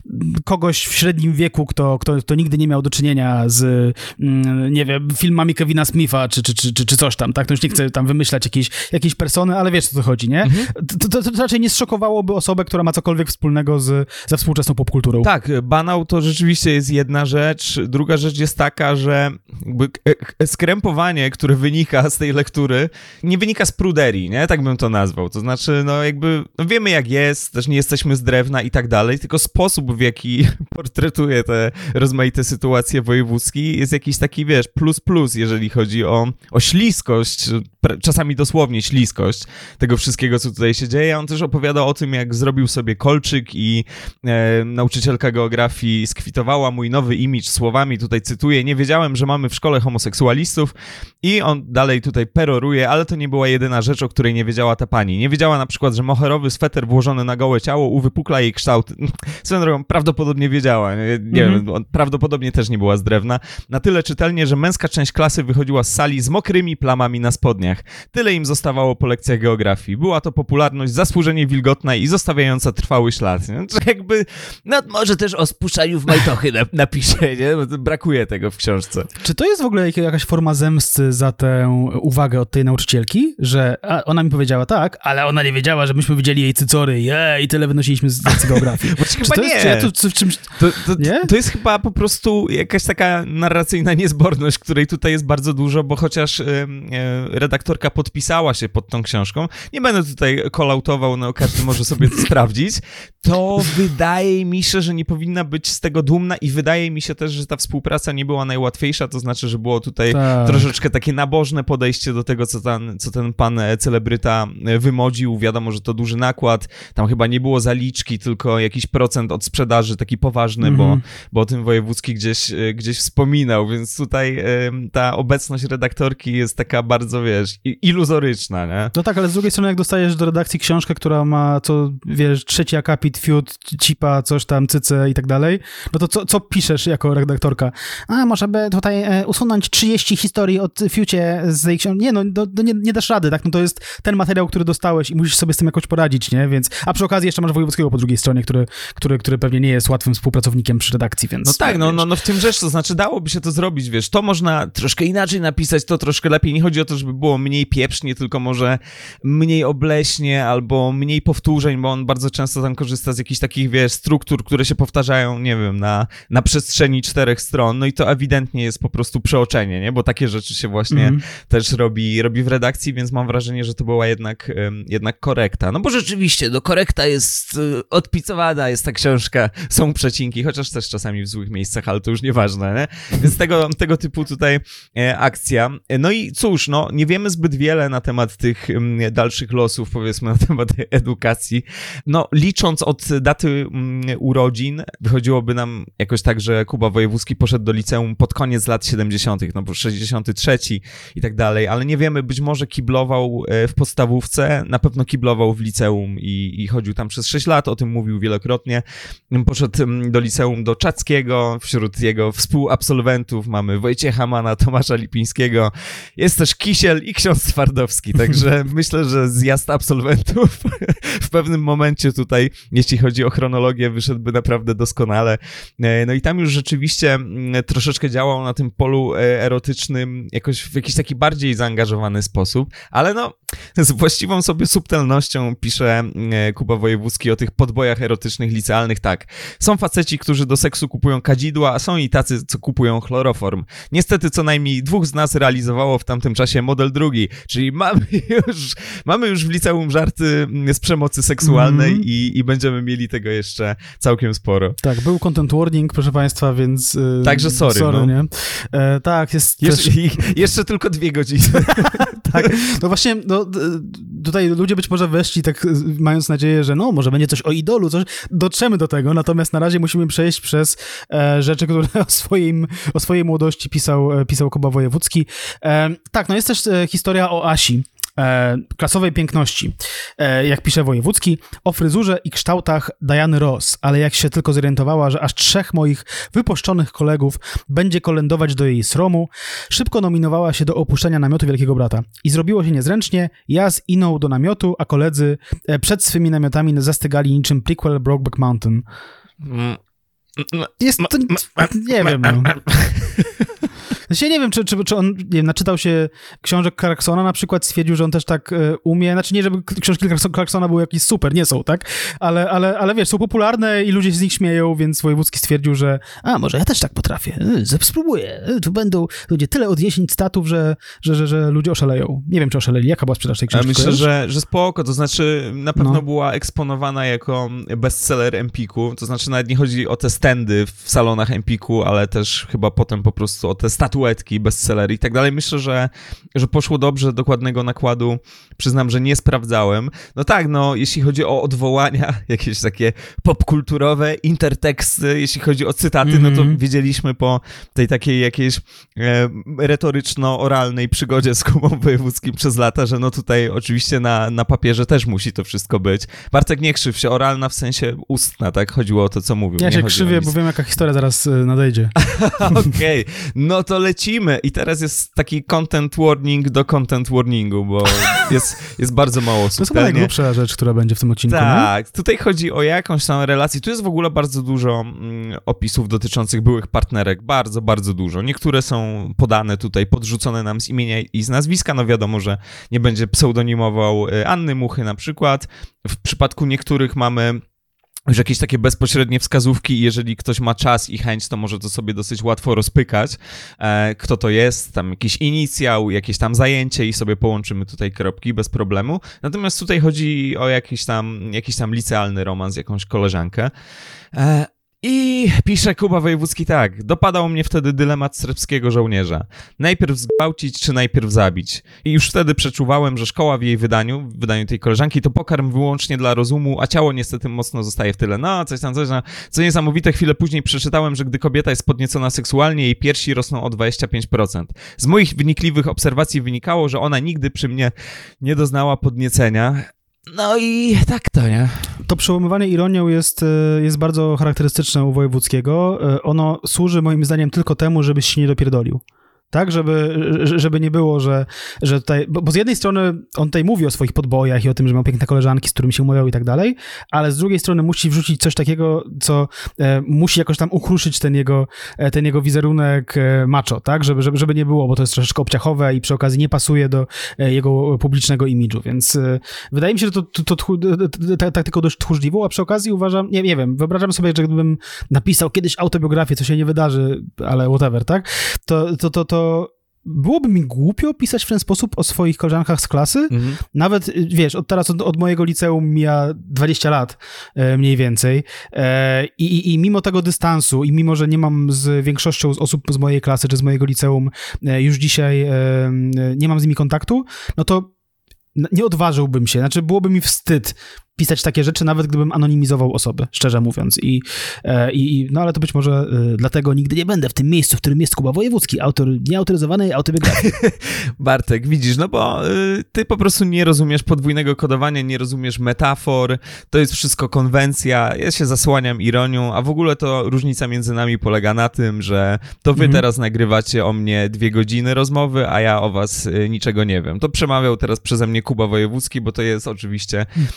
kogoś w średnim wieku, kto, kto, kto nigdy nie miał do czynienia z, nie wiem, filmami Kevina Smitha, czy, czy, czy, czy coś tam, tak? No już nie chcę tam wymyślać jakiejś, jakiejś persony, ale wiesz, o co chodzi, nie? Mhm. To, to, to raczej nie zszokowałoby osobę, która ma cokolwiek wspólnego z, ze współczesną popkulturą. Tak, banał to rzeczywiście jest jedna rzecz. Druga rzecz jest taka, że jakby skrępowanie, które wynika z tej lektury, nie wynika z pruderii, nie? Tak bym to nazwał. To znaczy, no jakby, no wiemy jak jest, też nie jesteśmy z drewna i tak dalej, tylko sposób, w jaki portretuje te rozmaite sytuacje wojewódzkie jest jakiś taki, wiesz, plus plus, jeżeli chodzi o, o śliskość, czasami dosłownie śliskość tego wszystkiego, co tutaj się dzieje. On też opowiada o tym, jak zrobił sobie kolczyk i e, nauczycielka geografii skwitowała mój nowy imidż słowami, tutaj cytuję, nie wiedziałem, że mamy w szkole homoseksualistów i on dalej tutaj peroruje, ale to nie była jedyna rzecz, o której nie wiedziała ta pani. Nie wiedziała na przykład, że moherowy sweter włożony na gołe ciało uwypukla jej kształt. Swoją drogą, prawdopodobnie wiedziała. Nie, nie mm-hmm. wiem, prawdopodobnie też nie była z drewna. Na tyle czytelnie, że męska część klasy wychodziła z sali z mokrymi plamami na spodniach. Tyle im zostawało po lekcjach geografii. Była to popularność zasłużenie wilgotna i zostawiająca trwały ślad. Nie? Czy jakby, no może też o spuszczaniu w majtochy napisze, nie? Bo brakuje tego w książce. Czy to jest w ogóle jakaś forma zemsty za tę uwagę od tej nauczycielki, że ona mi powiedziała tak, ale ona nie wiedziała, że myśmy widzieli jej cycory je, i tyle wynosiliśmy z lekcji geografii. Czy chyba to nie. Jest, czy ja tu, czy w czymś... to, to, nie? To jest chyba po prostu jakaś taka narracyjna niezborność, której tutaj jest bardzo dużo, bo chociaż yy, yy, redaktorka podpisała się pod tą książką, nie będę tutaj kolautował, no każdy może sobie to sprawdzić, to wydaje mi się, że nie powinna być z tego dumna i wydaje mi się też, że ta współpraca nie była najłatwiejsza, to znaczy, że było tutaj tak. troszeczkę takie nabożne podejście do tego, co ten, co ten pan celebryta wymodził. Wiadomo, że to duży nakład, tam chyba nie było zaliczki, tylko jakiś procent od sprzedaży, taki poważny, mm-hmm. bo, bo o tym Wojewódzki gdzieś, gdzieś wspominał, więc tutaj y, ta obecność redaktorki jest taka bardzo, wiesz, iluzoryczna, nie? No tak, ale z drugiej strony, jak dostajesz do redakcji książkę, która ma, co, wiesz, trzeci akapit, fiut, cipa, coś tam, cyce i tak dalej, no to co, co piszesz jako redaktorka? A, może by tutaj e, usunąć trzydzieści historii od fiucie z tej książki? Nie, no, do, do, nie, nie dasz rady, tak? No to jest ten materiał, który dostałeś i musisz sobie z tym jakoś poradzić, nie? Więc, a przy okazji jeszcze masz Wojewódzkiego po drugiej stronie, który, który, który pewnie nie jest łatwym współpracownikiem przy redakcji, więc... No tak, no, no, no w tym rzecz, to znaczy dałoby się to zrobić, wiesz, to można troszkę inaczej napisać, to troszkę lepiej. Nie chodzi o to, żeby było mniej pieprznie, tylko może mniej obleśnie albo mniej powtórzeń, bo on bardzo często tam korzysta z jakichś takich, wiesz, struktur, które się powtarzają, nie wiem, na, na przestrzeni czterech stron, no i to ewidentnie jest po prostu przeoczenie, nie? Bo takie rzeczy się właśnie mm. też robi, robi w redakcji, więc mam wrażenie, że to była jednak, jednak korekta. No bo rzeczywiście, no korekta jest odpicowana, jest ta książka, są przecinki, chociaż też czasami w złych miejscach, ale to już nieważne, nie? Więc tego, tego typu tutaj e, akcja. No i cóż, no nie wiemy zbyt wiele na temat tych m, dalszych losów, powiedzmy, na temat edukacji. No licząc od daty m, urodzin, wychodziłoby nam jakoś tak, że Kuba Wojewódzki poszedł do liceum pod koniec lat siedemdziesiątych, no bo sześćdziesiąty trzeci i tak dalej, ale nie wiemy, być może kiblował w podstawówce, na pewno kiblował w liceum i, i chodził tam przez sześć lat, o tym mówił wielokrotnie. Poszedł do liceum do Czackiego, wśród jego współabsolwentów mamy Wojciecha Mana, Tomasza Lipińskiego, jest też Kisiel i ksiądz Twardowski, także myślę, że zjazd absolwentów w pewnym momencie tutaj, jeśli chodzi o chronologię, wyszedłby naprawdę doskonale. No i tam już rzeczywiście troszeczkę działał na tym polu erotycznym jakoś w jakiś taki bardziej zaangażowany sposób, ale no Z właściwą sobie subtelnością pisze Kuba Wojewódzki o tych podbojach erotycznych licealnych tak. Są faceci, którzy do seksu kupują kadzidła, a są i tacy, co kupują chloroform. Niestety co najmniej dwóch z nas realizowało w tamtym czasie model drugi, czyli mamy już, mamy już w liceum żarty z przemocy seksualnej mm. i, i będziemy mieli tego jeszcze całkiem sporo. Tak, był content warning, proszę państwa, więc... Yy, Także sorry, sorry no. nie? E, tak, jest... Jesz- też... Jeszcze tylko dwie godziny. Tak, no właśnie, no, tutaj ludzie być może weszli tak mając nadzieję, że no, może będzie coś o idolu, coś, dotrzemy do tego, natomiast na razie musimy przejść przez e, rzeczy, które o, swoim, o swojej młodości pisał, pisał Kuba Wojewódzki. E, tak, no jest też e, historia o Asi, E, klasowej piękności. E, jak pisze Wojewódzki, o fryzurze i kształtach Diany Ross, ale jak się tylko zorientowała, że aż trzech moich wypuszczonych kolegów będzie kolędować do jej sromu, szybko nominowała się do opuszczenia namiotu Wielkiego Brata. I zrobiło się niezręcznie, ja z Iną do namiotu, a koledzy e, przed swymi namiotami zastygali niczym prequel Brokeback Mountain. Jest to... Nie wiem, no. Ja nie wiem, czy, czy, czy on nie wiem, naczytał się książek Clarksona na przykład, stwierdził, że on też tak y, umie, znaczy nie, żeby książki Clarksona były jakieś super, nie są, tak? Ale, ale, ale wiesz, są popularne i ludzie się z nich śmieją, więc Wojewódzki stwierdził, że a, może ja też tak potrafię, y, spróbuję, y, tu będą ludzie tyle odniesień statów, że, że, że, że ludzie oszaleją. Nie wiem, czy oszaleli, jaka była sprzedaż tej książki? Ja myślę, że, że spoko, to znaczy na pewno no. była eksponowana jako bestseller Empiku, to znaczy nawet nie chodzi o te standy w salonach Empiku, ale też chyba potem po prostu o te statuetki, bestsellery i tak dalej. Myślę, że, że poszło dobrze, dokładnego nakładu przyznam, że nie sprawdzałem. No tak, no jeśli chodzi o odwołania, jakieś takie popkulturowe, interteksty, jeśli chodzi o cytaty, mm-hmm. no to wiedzieliśmy po tej takiej jakiejś e, retoryczno-oralnej przygodzie z Kubą Wojewódzkim przez lata, że no tutaj oczywiście na, na papierze też musi to wszystko być. Bartek, nie krzyw się, oralna w sensie ustna, tak? Chodziło o to, co mówił. Ja nie się krzywię, bo wiem, jaka historia zaraz nadejdzie. Okej, okay. No to lecimy. I teraz jest taki content warning do content warningu, bo jest, jest bardzo mało subtelnie. To jest chyba najgrubsza rzecz, która będzie w tym odcinku, Tak, nie? Tutaj chodzi o jakąś tam relację. Tu jest w ogóle bardzo dużo mm, opisów dotyczących byłych partnerek. Bardzo, bardzo dużo. Niektóre są podane tutaj, podrzucone nam z imienia i z nazwiska. No wiadomo, że nie będzie pseudonimował Anny Muchy na przykład. W przypadku niektórych mamy już jakieś takie bezpośrednie wskazówki i jeżeli ktoś ma czas i chęć, to może to sobie dosyć łatwo rozpykać, e, kto to jest, tam jakiś inicjał, jakieś tam zajęcie i sobie połączymy tutaj kropki bez problemu. Natomiast tutaj chodzi o jakiś tam, jakiś tam licealny romans, jakąś koleżankę. E, I pisze Kuba Wojewódzki tak. Dopadał mnie wtedy dylemat serbskiego żołnierza. Najpierw zgwałcić, czy najpierw zabić? I już wtedy przeczuwałem, że szkoła w jej wydaniu, w wydaniu tej koleżanki, to pokarm wyłącznie dla rozumu, a ciało niestety mocno zostaje w tyle. No, coś tam, coś tam. Co niesamowite, chwilę później przeczytałem, że gdy kobieta jest podniecona seksualnie, jej piersi rosną o dwadzieścia pięć procent. Z moich wnikliwych obserwacji wynikało, że ona nigdy przy mnie nie doznała podniecenia. No i tak to, nie? To przełamywanie ironią jest, jest bardzo charakterystyczne u Wojewódzkiego. Ono służy moim zdaniem tylko temu, żebyś się nie dopierdolił. Tak, żeby, żeby nie było, że, że tutaj, bo, bo z jednej strony on tutaj mówi o swoich podbojach i o tym, że ma piękne koleżanki, z którymi się umawiał i tak dalej, ale z drugiej strony musi wrzucić coś takiego, co e, musi jakoś tam ukruszyć ten jego, e, ten jego wizerunek e, macho, tak, żeby, żeby, żeby nie było, bo to jest troszeczkę obciachowe i przy okazji nie pasuje do e, jego publicznego imidżu, więc e, wydaje mi się, że to, to, to, to ta, ta, tylko dość tchórzliwą, a przy okazji uważam, nie, nie wiem, wyobrażam sobie, że gdybym napisał kiedyś autobiografię, co się nie wydarzy, ale whatever, tak, to, to, to, to to byłoby mi głupio pisać w ten sposób o swoich koleżankach z klasy. Mhm. Nawet, wiesz, od teraz od, od mojego liceum mija dwadzieścia lat e, mniej więcej e, i, i mimo tego dystansu i mimo, że nie mam z większością z osób z mojej klasy czy z mojego liceum e, już dzisiaj e, nie mam z nimi kontaktu, no to nie odważyłbym się, znaczy byłoby mi wstyd pisać takie rzeczy, nawet gdybym anonimizował osoby, szczerze mówiąc. I, e, i, no ale to być może e, dlatego nigdy nie będę w tym miejscu, w którym jest Kuba Wojewódzki, autor nieautoryzowanej autobiografii. Bartek, widzisz, no bo y, ty po prostu nie rozumiesz podwójnego kodowania, nie rozumiesz metafor, to jest wszystko konwencja, ja się zasłaniam ironią, a w ogóle to różnica między nami polega na tym, że to wy mhm. teraz nagrywacie o mnie dwie godziny rozmowy, a ja o was y, niczego nie wiem. To przemawiał teraz przeze mnie Kuba Wojewódzki, bo to jest oczywiście... Channeling.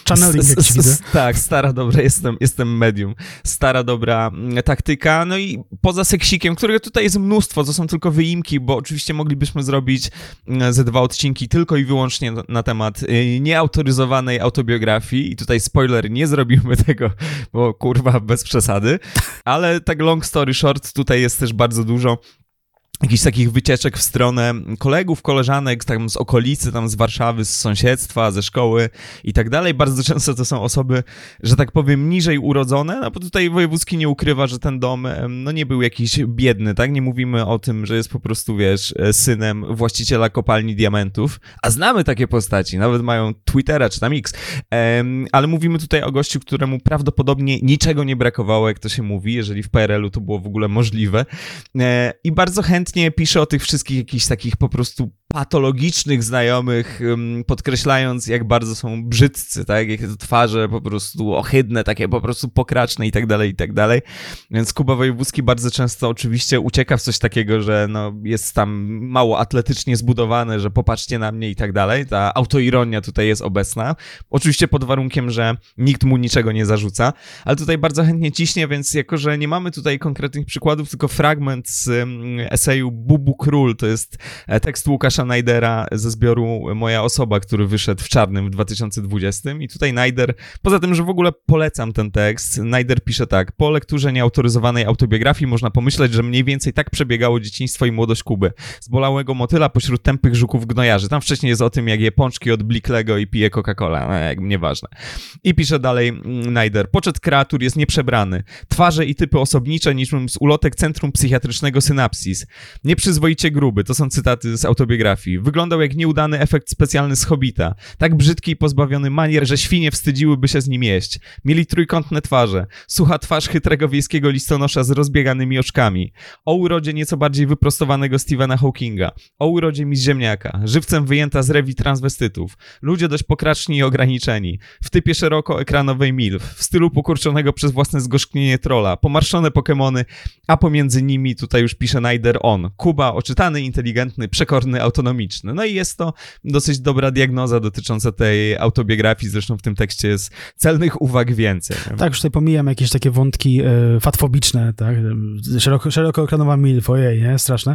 jak ci widzę. Tak, stara dobra, jestem, jestem medium. Stara dobra taktyka, no i poza seksikiem, którego tutaj jest mnóstwo, to są tylko wyimki, bo oczywiście moglibyśmy zrobić ze dwa odcinki tylko i wyłącznie na temat nieautoryzowanej autobiografii i tutaj spoiler, nie zrobimy tego, bo kurwa bez przesady, ale tak long story short, tutaj jest też bardzo dużo jakichś takich wycieczek w stronę kolegów, koleżanek tam z okolicy, tam z Warszawy, z sąsiedztwa, ze szkoły i tak dalej. Bardzo często to są osoby, że tak powiem, niżej urodzone, no bo tutaj Wojewódzki nie ukrywa, że ten dom no nie był jakiś biedny, tak? Nie mówimy o tym, że jest po prostu, wiesz, synem właściciela kopalni diamentów, a znamy takie postaci, nawet mają Twittera czy tam X, um, ale mówimy tutaj o gościu, któremu prawdopodobnie niczego nie brakowało, jak to się mówi, jeżeli w P R L u to było w ogóle możliwe e, i bardzo chętnie pisze o tych wszystkich jakichś takich po prostu patologicznych znajomych, podkreślając, jak bardzo są brzydcy, tak? Jakie to twarze po prostu ohydne, takie po prostu pokraczne i tak dalej, i tak dalej. Więc Kuba Wojewódzki bardzo często oczywiście ucieka w coś takiego, że no jest tam mało atletycznie zbudowane, że popatrzcie na mnie i tak dalej. Ta autoironia tutaj jest obecna. Oczywiście pod warunkiem, że nikt mu niczego nie zarzuca, ale tutaj bardzo chętnie ciśnie, więc jako, że nie mamy tutaj konkretnych przykładów, tylko fragment z eseju Bubu Król, to jest tekst Łukasza Najdera ze zbioru Moja osoba, który wyszedł w czarnym w dwa tysiące dwudziestym i tutaj Najder, poza tym, że w ogóle polecam ten tekst, Najder pisze tak: po lekturze nieautoryzowanej autobiografii można pomyśleć, że mniej więcej tak przebiegało dzieciństwo i młodość Kuby. Zbolałego motyla pośród tępych żuków gnojarzy. Tam wcześniej jest o tym, jak je pączki od Bliklego i pije Coca-Cola, no jak nieważne. I pisze dalej Najder: poczet kreatur jest nieprzebrany. Twarze i typy osobnicze niczym z ulotek Centrum Psychiatrycznego Synapsis. Nieprzyzwoicie gruby, to są cytaty z autobiografii. Wyglądał jak nieudany efekt specjalny z Hobbita. Tak brzydki i pozbawiony manier, że świnie wstydziłyby się z nim jeść. Mieli trójkątne twarze. Sucha twarz chytrego wiejskiego listonosza z rozbieganymi oczkami. O urodzie nieco bardziej wyprostowanego Stephena Hawkinga. O urodzie Miss Ziemniaka. Żywcem wyjęta z rewi transwestytów. Ludzie dość pokraczni i ograniczeni. W typie szerokoekranowej milf. W stylu pokurczonego przez własne zgorzknienie trolla. Pomarszczone Pokemony, a pomiędzy nimi, tutaj już pisze Najder, on. Kuba, oczytany, inteligentny, przekorny, autonomiczny. No i jest to dosyć dobra diagnoza dotycząca tej autobiografii, zresztą w tym tekście jest celnych uwag więcej. Tak, już tutaj pomijam jakieś takie wątki e, fatfobiczne, tak, szeroko, szeroko ekranowa milf, ojej, nie, straszne.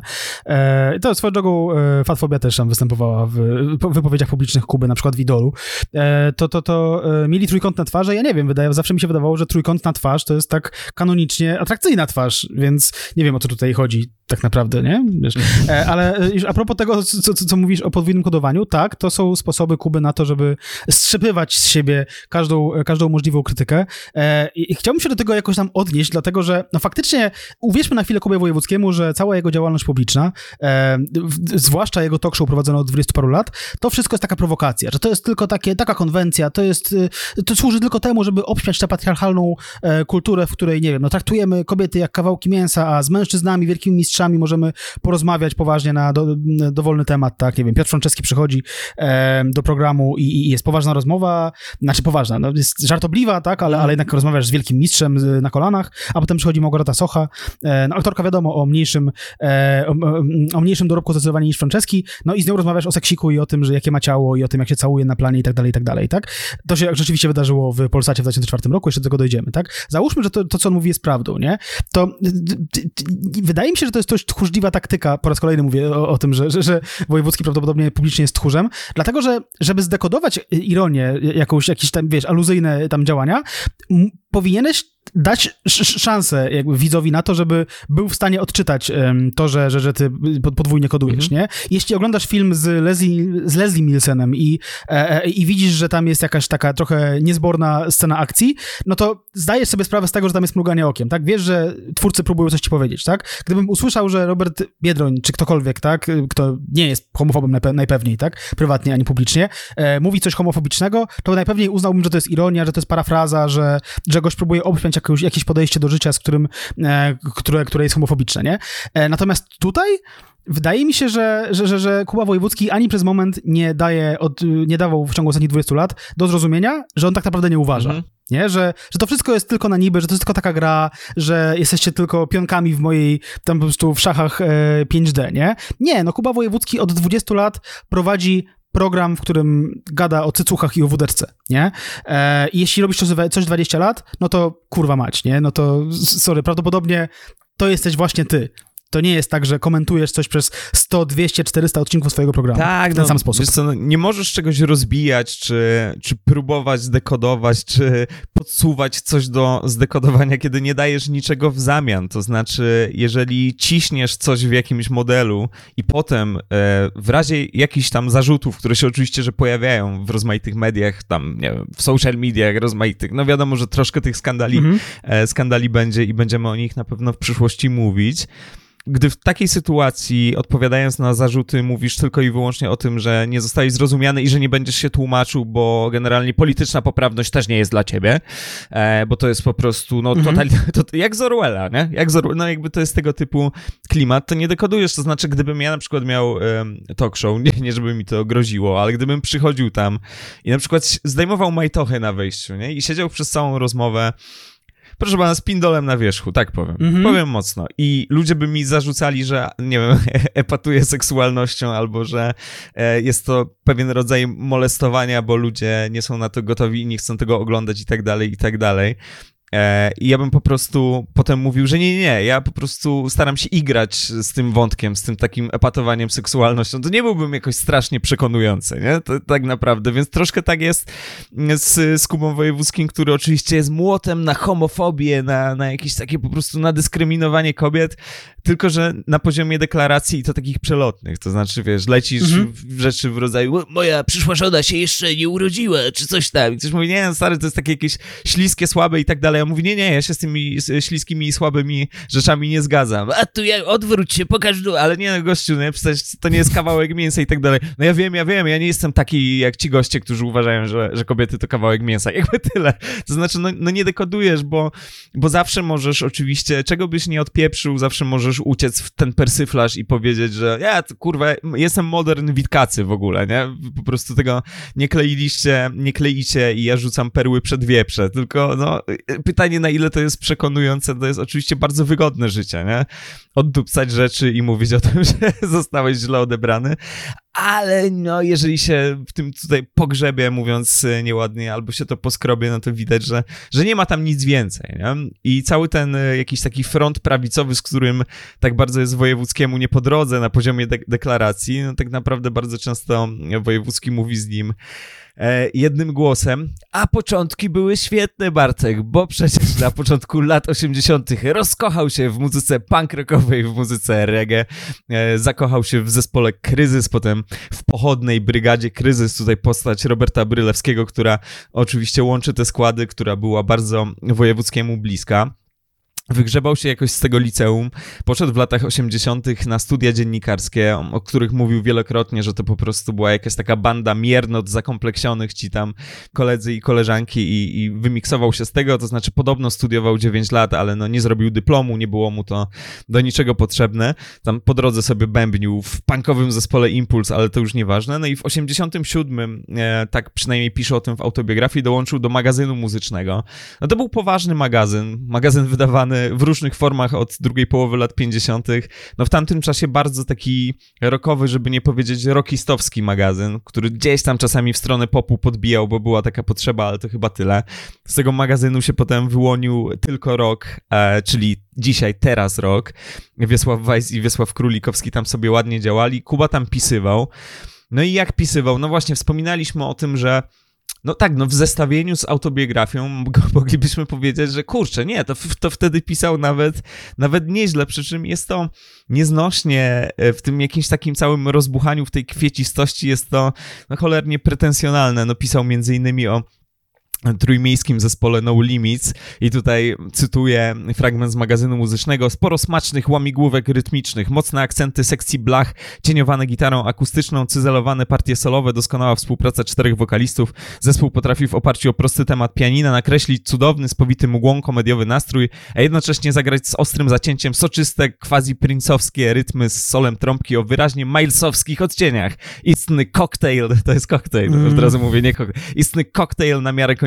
E, to swoją drogą e, fatfobia też tam występowała w wypowiedziach publicznych Kuby, na przykład w Idolu. E, to, to, to e, mieli trójkątne twarze, ja nie wiem, wydaje, zawsze mi się wydawało, że trójkątna twarz to jest tak kanonicznie atrakcyjna twarz, więc nie wiem, o co tutaj chodzi tak naprawdę, nie? Wiesz, e, ale już a propos tego, co, co, co mówisz o podwójnym kodowaniu, tak, to są sposoby Kuby na to, żeby strzepywać z siebie każdą, każdą możliwą krytykę. E, I chciałbym się do tego jakoś tam odnieść, dlatego że no faktycznie uwierzmy na chwilę Kubie Wojewódzkiemu, że cała jego działalność publiczna, e, w, zwłaszcza jego talk show prowadzone od dwudziestu paru lat, to wszystko jest taka prowokacja, że to jest tylko takie, taka konwencja, to jest, to służy tylko temu, żeby obśmiać tę patriarchalną e, kulturę, w której, nie wiem, no traktujemy kobiety jak kawałki mięsa, a z mężczyznami, wielkimi mistrzami możemy porozmawiać poważnie na do, dowolny temat, tak, nie wiem, Piotr Franceski przychodzi e, do programu i, i jest poważna rozmowa, znaczy poważna, no jest żartobliwa, tak, ale, ale jednak rozmawiasz z wielkim mistrzem z, na kolanach, a potem przychodzi Małgorzata Socha, e, no aktorka wiadomo o mniejszym e, o, o mniejszym dorobku zdecydowanie niż Franceski, no i z nią rozmawiasz o seksiku i o tym, że jakie ma ciało i o tym, jak się całuje na planie i tak dalej, i tak dalej, tak? To się rzeczywiście wydarzyło w Polsacie w dwa tysiące czwartym roku, jeszcze do tego dojdziemy, tak? Załóżmy, że to, to co on mówi jest prawdą, nie? To d, d, d, wydaje mi się, że to jest dość tchórzliwa taktyka, po raz kolejny mówię o, o tym, że, że, że Wojewódzki prawdopodobnie publicznie jest tchórzem, dlatego, że żeby zdekodować ironię, jakąś, jakieś tam, wiesz, aluzyjne tam działania, m- powinieneś dać sz- szansę jakby widzowi na to, żeby był w stanie odczytać um, to, że, że, że ty podwójnie kodujesz, mhm. nie? Jeśli oglądasz film z Leslie, z Leslie Nielsenem i, e, i widzisz, że tam jest jakaś taka trochę niezborna scena akcji, no to zdajesz sobie sprawę z tego, że tam jest mruganie okiem, tak? Wiesz, że twórcy próbują coś ci powiedzieć, tak? Gdybym usłyszał, że Robert Biedroń, czy ktokolwiek, tak? Kto nie jest homofobem najpe- najpewniej, tak? Prywatnie ani publicznie, e, mówi coś homofobicznego, to najpewniej uznałbym, że to jest ironia, że to jest parafraza, że, że gość próbuje obśmiać jakieś, jakieś podejście do życia, z którym, e, które, które jest homofobiczne, nie? E, natomiast tutaj wydaje mi się, że, że, że, że Kuba Wojewódzki ani przez moment nie daje, od, nie dawał w ciągu ostatnich dwudziestu lat do zrozumienia, że on tak naprawdę nie uważa. Mhm. Nie? Że, że to wszystko jest tylko na niby, że to jest tylko taka gra, że jesteście tylko pionkami w mojej, tam po prostu w szachach e, pięć D, nie? Nie, no Kuba Wojewódzki od dwudziestu lat prowadzi program, w którym gada o cycuchach i o wódeczce, nie? E, I jeśli robisz coś, coś dwadzieścia lat, no to kurwa mać, nie? No to, sorry, prawdopodobnie to jesteś właśnie ty. To nie jest tak, że komentujesz coś przez sto, dwieście, czterysta odcinków swojego programu. Tak, w ten no, sam sposób. Wiesz co, no, nie możesz czegoś rozbijać, czy, czy próbować zdekodować, czy podsuwać coś do zdekodowania, kiedy nie dajesz niczego w zamian. To znaczy, jeżeli ciśniesz coś w jakimś modelu i potem e, w razie jakichś tam zarzutów, które się oczywiście, że pojawiają w rozmaitych mediach, tam, nie wiem, w social mediach rozmaitych, no wiadomo, że troszkę tych skandali, mhm. e, skandali będzie i będziemy o nich na pewno w przyszłości mówić. Gdy w takiej sytuacji, odpowiadając na zarzuty, mówisz tylko i wyłącznie o tym, że nie zostałeś zrozumiany i że nie będziesz się tłumaczył, bo generalnie polityczna poprawność też nie jest dla ciebie, e, bo to jest po prostu, no, mhm. totalnie, to, jak z Orwella, nie? Jak z Orwella, no jakby to jest tego typu klimat, to nie dekodujesz, to znaczy, gdybym ja na przykład miał um, talk show, nie, nie żeby mi to groziło, ale gdybym przychodził tam i na przykład zdejmował majtochę na wejściu, nie? I siedział przez całą rozmowę, proszę pana, z pindolem na wierzchu, tak powiem. Mm-hmm. Powiem mocno. I ludzie by mi zarzucali, że, nie wiem, epatuję seksualnością albo że e, jest to pewien rodzaj molestowania, bo ludzie nie są na to gotowi i nie chcą tego oglądać i tak dalej, i tak dalej. I ja bym po prostu potem mówił, że nie, nie, nie, ja po prostu staram się igrać z tym wątkiem, z tym takim epatowaniem seksualnością. To nie byłbym jakoś strasznie przekonujący, nie? To, tak naprawdę, więc troszkę tak jest z, z Kubą Wojewódzkim, który oczywiście jest młotem na homofobię, na, na jakieś takie po prostu na dyskryminowanie kobiet, tylko że na poziomie deklaracji i to takich przelotnych, to znaczy, wiesz, lecisz mhm. w rzeczy w rodzaju moja przyszła żona się jeszcze nie urodziła, czy coś tam. I ktoś mówi, nie, stary, to jest takie jakieś śliskie, słabe i tak dalej. Ja mówię, nie, nie, ja się z tymi śliskimi i słabymi rzeczami nie zgadzam. A tu ja, odwróć się, pokaż dół, ale nie, gościu, nie, przecież to nie jest kawałek mięsa i tak dalej. No ja wiem, ja wiem, ja nie jestem taki jak ci goście, którzy uważają, że, że kobiety to kawałek mięsa. Jakby tyle. To znaczy, no, no nie dekodujesz, bo, bo zawsze możesz oczywiście, czego byś nie odpieprzył, zawsze możesz uciec w ten persyflaż i powiedzieć, że ja, to, kurwa, jestem modern Witkacy w ogóle, nie? Po prostu tego nie kleiliście, nie kleicie i ja rzucam perły przed wieprze, tylko no, pytanie, na ile to jest przekonujące, to jest oczywiście bardzo wygodne życie, nie? Oddupcać rzeczy i mówić o tym, że zostałeś źle odebrany, ale no, jeżeli się w tym tutaj pogrzebie, mówiąc nieładnie, albo się to poskrobie, no to widać, że, że nie ma tam nic więcej, nie? I cały ten jakiś taki front prawicowy, z którym tak bardzo jest Wojewódzkiemu nie po drodze na poziomie de- deklaracji, no tak naprawdę bardzo często Wojewódzki mówi z nim E, jednym głosem, a początki były świetne, Bartek, bo przecież na początku lat osiemdziesiątych rozkochał się w muzyce punk rockowej, w muzyce reggae, e, zakochał się w zespole Kryzys, potem w pochodnej brygadzie Kryzys, tutaj postać Roberta Brylewskiego, która oczywiście łączy te składy, która była bardzo Wojewódzkiemu bliska. Wygrzebał się jakoś z tego liceum, poszedł w latach osiemdziesiątych na studia dziennikarskie, o których mówił wielokrotnie, że to po prostu była jakaś taka banda miernot zakompleksionych ci tam koledzy i koleżanki i, i wymiksował się z tego, to znaczy podobno studiował dziewięć lat, ale no nie zrobił dyplomu, nie było mu to do niczego potrzebne. Tam po drodze sobie bębnił w punkowym zespole Impuls, ale to już nieważne. No i w osiemdziesiątym siódmym, e, tak przynajmniej pisze o tym w autobiografii, dołączył do magazynu muzycznego. No to był poważny magazyn, magazyn wydawany w różnych formach od drugiej połowy lat pięćdziesiątych. No w tamtym czasie bardzo taki rockowy, żeby nie powiedzieć rockistowski magazyn, który gdzieś tam czasami w stronę popu podbijał, bo była taka potrzeba, ale to chyba tyle. Z tego magazynu się potem wyłonił tylko rock, e, czyli dzisiaj, teraz rock. Wiesław Weiss i Wiesław Królikowski tam sobie ładnie działali. Kuba tam pisywał. No i jak pisywał? No właśnie wspominaliśmy o tym, że no tak, no w zestawieniu z autobiografią moglibyśmy powiedzieć, że kurczę, nie, to, to wtedy pisał nawet, nawet nieźle, przy czym jest to nieznośnie w tym jakimś takim całym rozbuchaniu, w tej kwiecistości jest to no, cholernie pretensjonalne. No pisał między innymi o trójmiejskim zespole No Limits i tutaj cytuję fragment z magazynu muzycznego. Sporo smacznych łamigłówek rytmicznych, mocne akcenty sekcji blach, cieniowane gitarą akustyczną, cyzelowane partie solowe, doskonała współpraca czterech wokalistów. Zespół potrafi w oparciu o prosty temat pianina nakreślić cudowny, spowity mgłą komediowy nastrój, a jednocześnie zagrać z ostrym zacięciem soczyste, quasi-princowskie rytmy z solem trąbki o wyraźnie milesowskich odcieniach. Istny koktajl, to jest koktajl, mm. od razu mówię, nie koktajl. Istny koktajl na miarę końca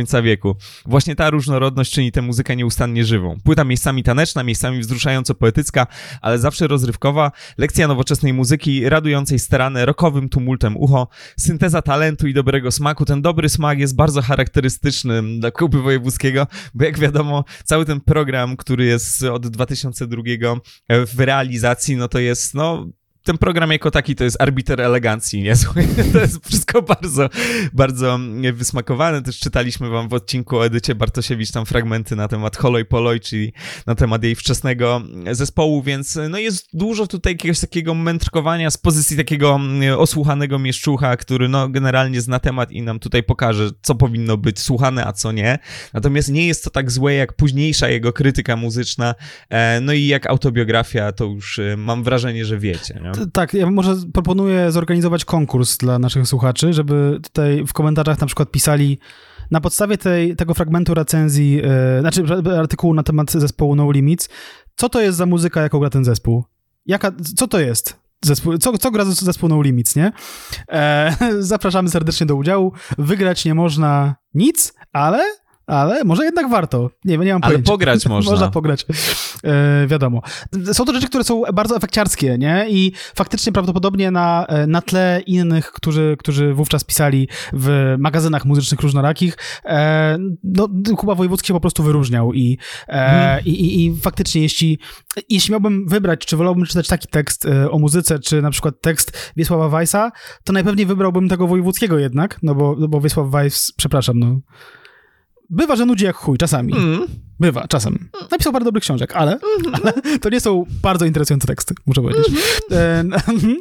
końca wieku. Właśnie ta różnorodność czyni tę muzykę nieustannie żywą. Płyta miejscami taneczna, miejscami wzruszająco poetycka, ale zawsze rozrywkowa, lekcja nowoczesnej muzyki, radującej starane rockowym tumultem ucho, synteza talentu i dobrego smaku. Ten dobry smak jest bardzo charakterystyczny dla Kuby Wojewódzkiego, bo jak wiadomo, cały ten program, który jest od dwa tysiące drugiego w realizacji, no to jest, no... Ten program jako taki to jest arbiter elegancji, nie? To jest wszystko bardzo, bardzo wysmakowane. Też czytaliśmy wam w odcinku o Edycie Bartosiewicz tam fragmenty na temat Holoj Poloj, czyli na temat jej wczesnego zespołu, więc no jest dużo tutaj jakiegoś takiego mędrkowania z pozycji takiego osłuchanego mieszczucha, który no generalnie zna temat i nam tutaj pokaże, co powinno być słuchane, a co nie. Natomiast nie jest to tak złe jak późniejsza jego krytyka muzyczna, no i jak autobiografia, to już mam wrażenie, że wiecie, nie? Tak, ja może proponuję zorganizować konkurs dla naszych słuchaczy, żeby tutaj w komentarzach na przykład pisali na podstawie tej, tego fragmentu recenzji, yy, znaczy artykułu na temat zespołu No Limits, co to jest za muzyka, jaką gra ten zespół? Jaka, co to jest? Zespół, co, co gra zespół No Limits, nie? E, zapraszamy serdecznie do udziału. Wygrać nie można nic, ale... Ale może jednak warto. Nie, nie mam Ale pojęcia. pograć można. Można pograć. E, wiadomo. Są to rzeczy, które są bardzo efekciarskie, nie? I faktycznie prawdopodobnie na, na tle innych, którzy, którzy wówczas pisali w magazynach muzycznych różnorakich, e, no, Kuba Wojewódzki się po prostu wyróżniał i, e, hmm. i, i, i faktycznie jeśli, jeśli miałbym wybrać, czy wolałbym czytać taki tekst e, o muzyce, czy na przykład tekst Wiesława Weissa, to najpewniej wybrałbym tego Wojewódzkiego jednak, no bo, no bo Wiesław Weiss, przepraszam, no bywa, że nudzi jak chuj, czasami. Mm. Bywa, czasem. Napisał parę dobrych książek, ale, mm. ale to nie są bardzo interesujące teksty, muszę powiedzieć. Mm.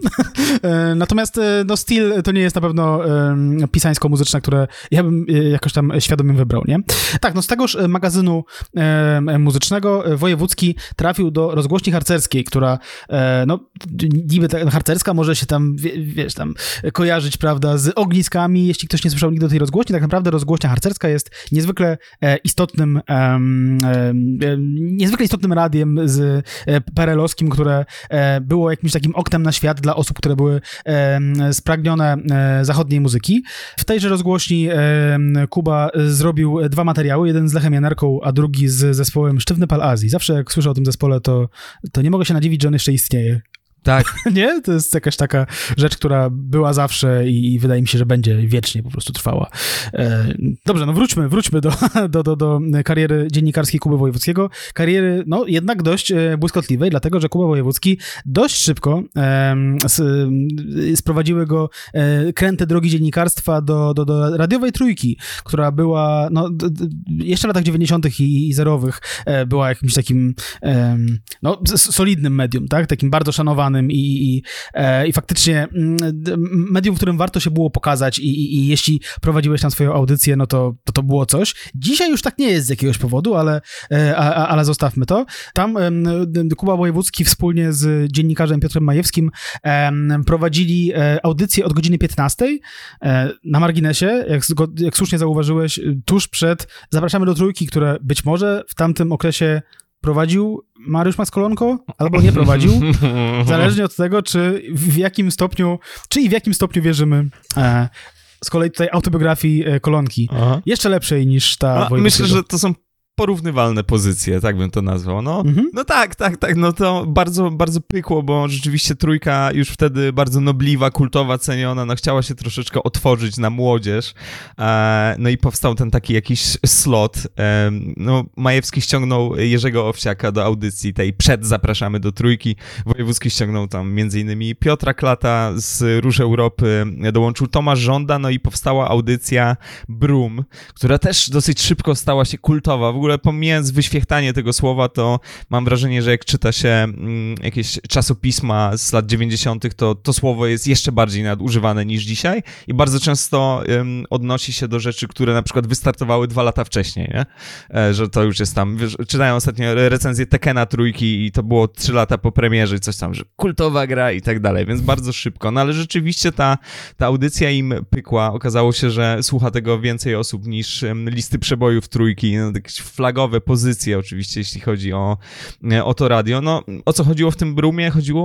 E, natomiast no Steel to nie jest na pewno e, pisańsko-muzyczne, które ja bym jakoś tam świadomie wybrał, nie? Tak, no z tegoż magazynu e, muzycznego Wojewódzki trafił do rozgłośni harcerskiej, która e, no niby ta harcerska może się tam, wie, wiesz, tam kojarzyć, prawda, z ogniskami, jeśli ktoś nie słyszał nigdy o tej rozgłośni, tak naprawdę rozgłośnia harcerska jest niezwykle e, istotnym e, niezwykle istotnym radiem z perelowskim, które było jakimś takim oknem na świat dla osób, które były spragnione zachodniej muzyki. W tejże rozgłośni Kuba zrobił dwa materiały, jeden z Lechem Janerką, a drugi z zespołem Sztywny Pal Azji. Zawsze jak słyszę o tym zespole, to, to nie mogę się nadziwić, że on jeszcze istnieje. Tak. Nie? To jest jakaś taka rzecz, która była zawsze i, i wydaje mi się, że będzie wiecznie po prostu trwała. E, dobrze, no wróćmy, wróćmy do, do, do, do kariery dziennikarskiej Kuby Wojewódzkiego. Kariery, no jednak dość e, błyskotliwej, dlatego, że Kuba Wojewódzki dość szybko e, s, sprowadziły go e, kręte drogi dziennikarstwa do, do, do radiowej trójki, która była, no d, d, jeszcze w latach dziewięćdziesiątych i, i zerowych e, była jakimś takim e, no, solidnym medium, tak? Takim bardzo szanowanym I, i, i faktycznie medium, w którym warto się było pokazać i, i, i jeśli prowadziłeś tam swoją audycję, no to, to to było coś. Dzisiaj już tak nie jest z jakiegoś powodu, ale, a, ale zostawmy to. Tam Kuba Wojewódzki wspólnie z dziennikarzem Piotrem Majewskim prowadzili audycję od godziny piętnastej na marginesie, jak, jak słusznie zauważyłeś, tuż przed Zapraszamy do Trójki, które być może w tamtym okresie prowadził Mariusz Maskolonko, albo nie prowadził, zależnie od tego, czy w jakim stopniu, czy i w jakim stopniu wierzymy e, z kolei tutaj autobiografii e, Kolonki. Aha. Jeszcze lepszej niż ta A, myślę, że to są porównywalne pozycje, tak bym to nazwał. No, mhm. no tak, tak, tak, no to bardzo, bardzo pykło, bo rzeczywiście trójka już wtedy bardzo nobliwa, kultowa, ceniona, no chciała się troszeczkę otworzyć na młodzież, e, no i powstał ten taki jakiś slot. E, no Majewski ściągnął Jerzego Owsiaka do audycji tej przed Zapraszamy do Trójki, Wojewódzki ściągnął tam między innymi Piotra Klata z Róż Europy, dołączył Tomasz Żąda, no i powstała audycja Brum, która też dosyć szybko stała się kultowa. W ogóle pomijając wyświechtanie tego słowa, to mam wrażenie, że jak czyta się mm, jakieś czasopisma z lat dziewięćdziesiątych, to to słowo jest jeszcze bardziej nadużywane niż dzisiaj i bardzo często ym, odnosi się do rzeczy, które na przykład wystartowały dwa lata wcześniej, nie? E, że to już jest tam, wiesz, czytają ostatnio recenzję Tekena trójki i to było trzy lata po premierze i coś tam, że kultowa gra i tak dalej, więc bardzo szybko. No ale rzeczywiście ta, ta audycja im pykła. Okazało się, że słucha tego więcej osób niż ym, listy przebojów trójki, no, jakieś flagowe pozycje oczywiście, jeśli chodzi o, o to radio. No, o co chodziło w tym Brumie? Chodziło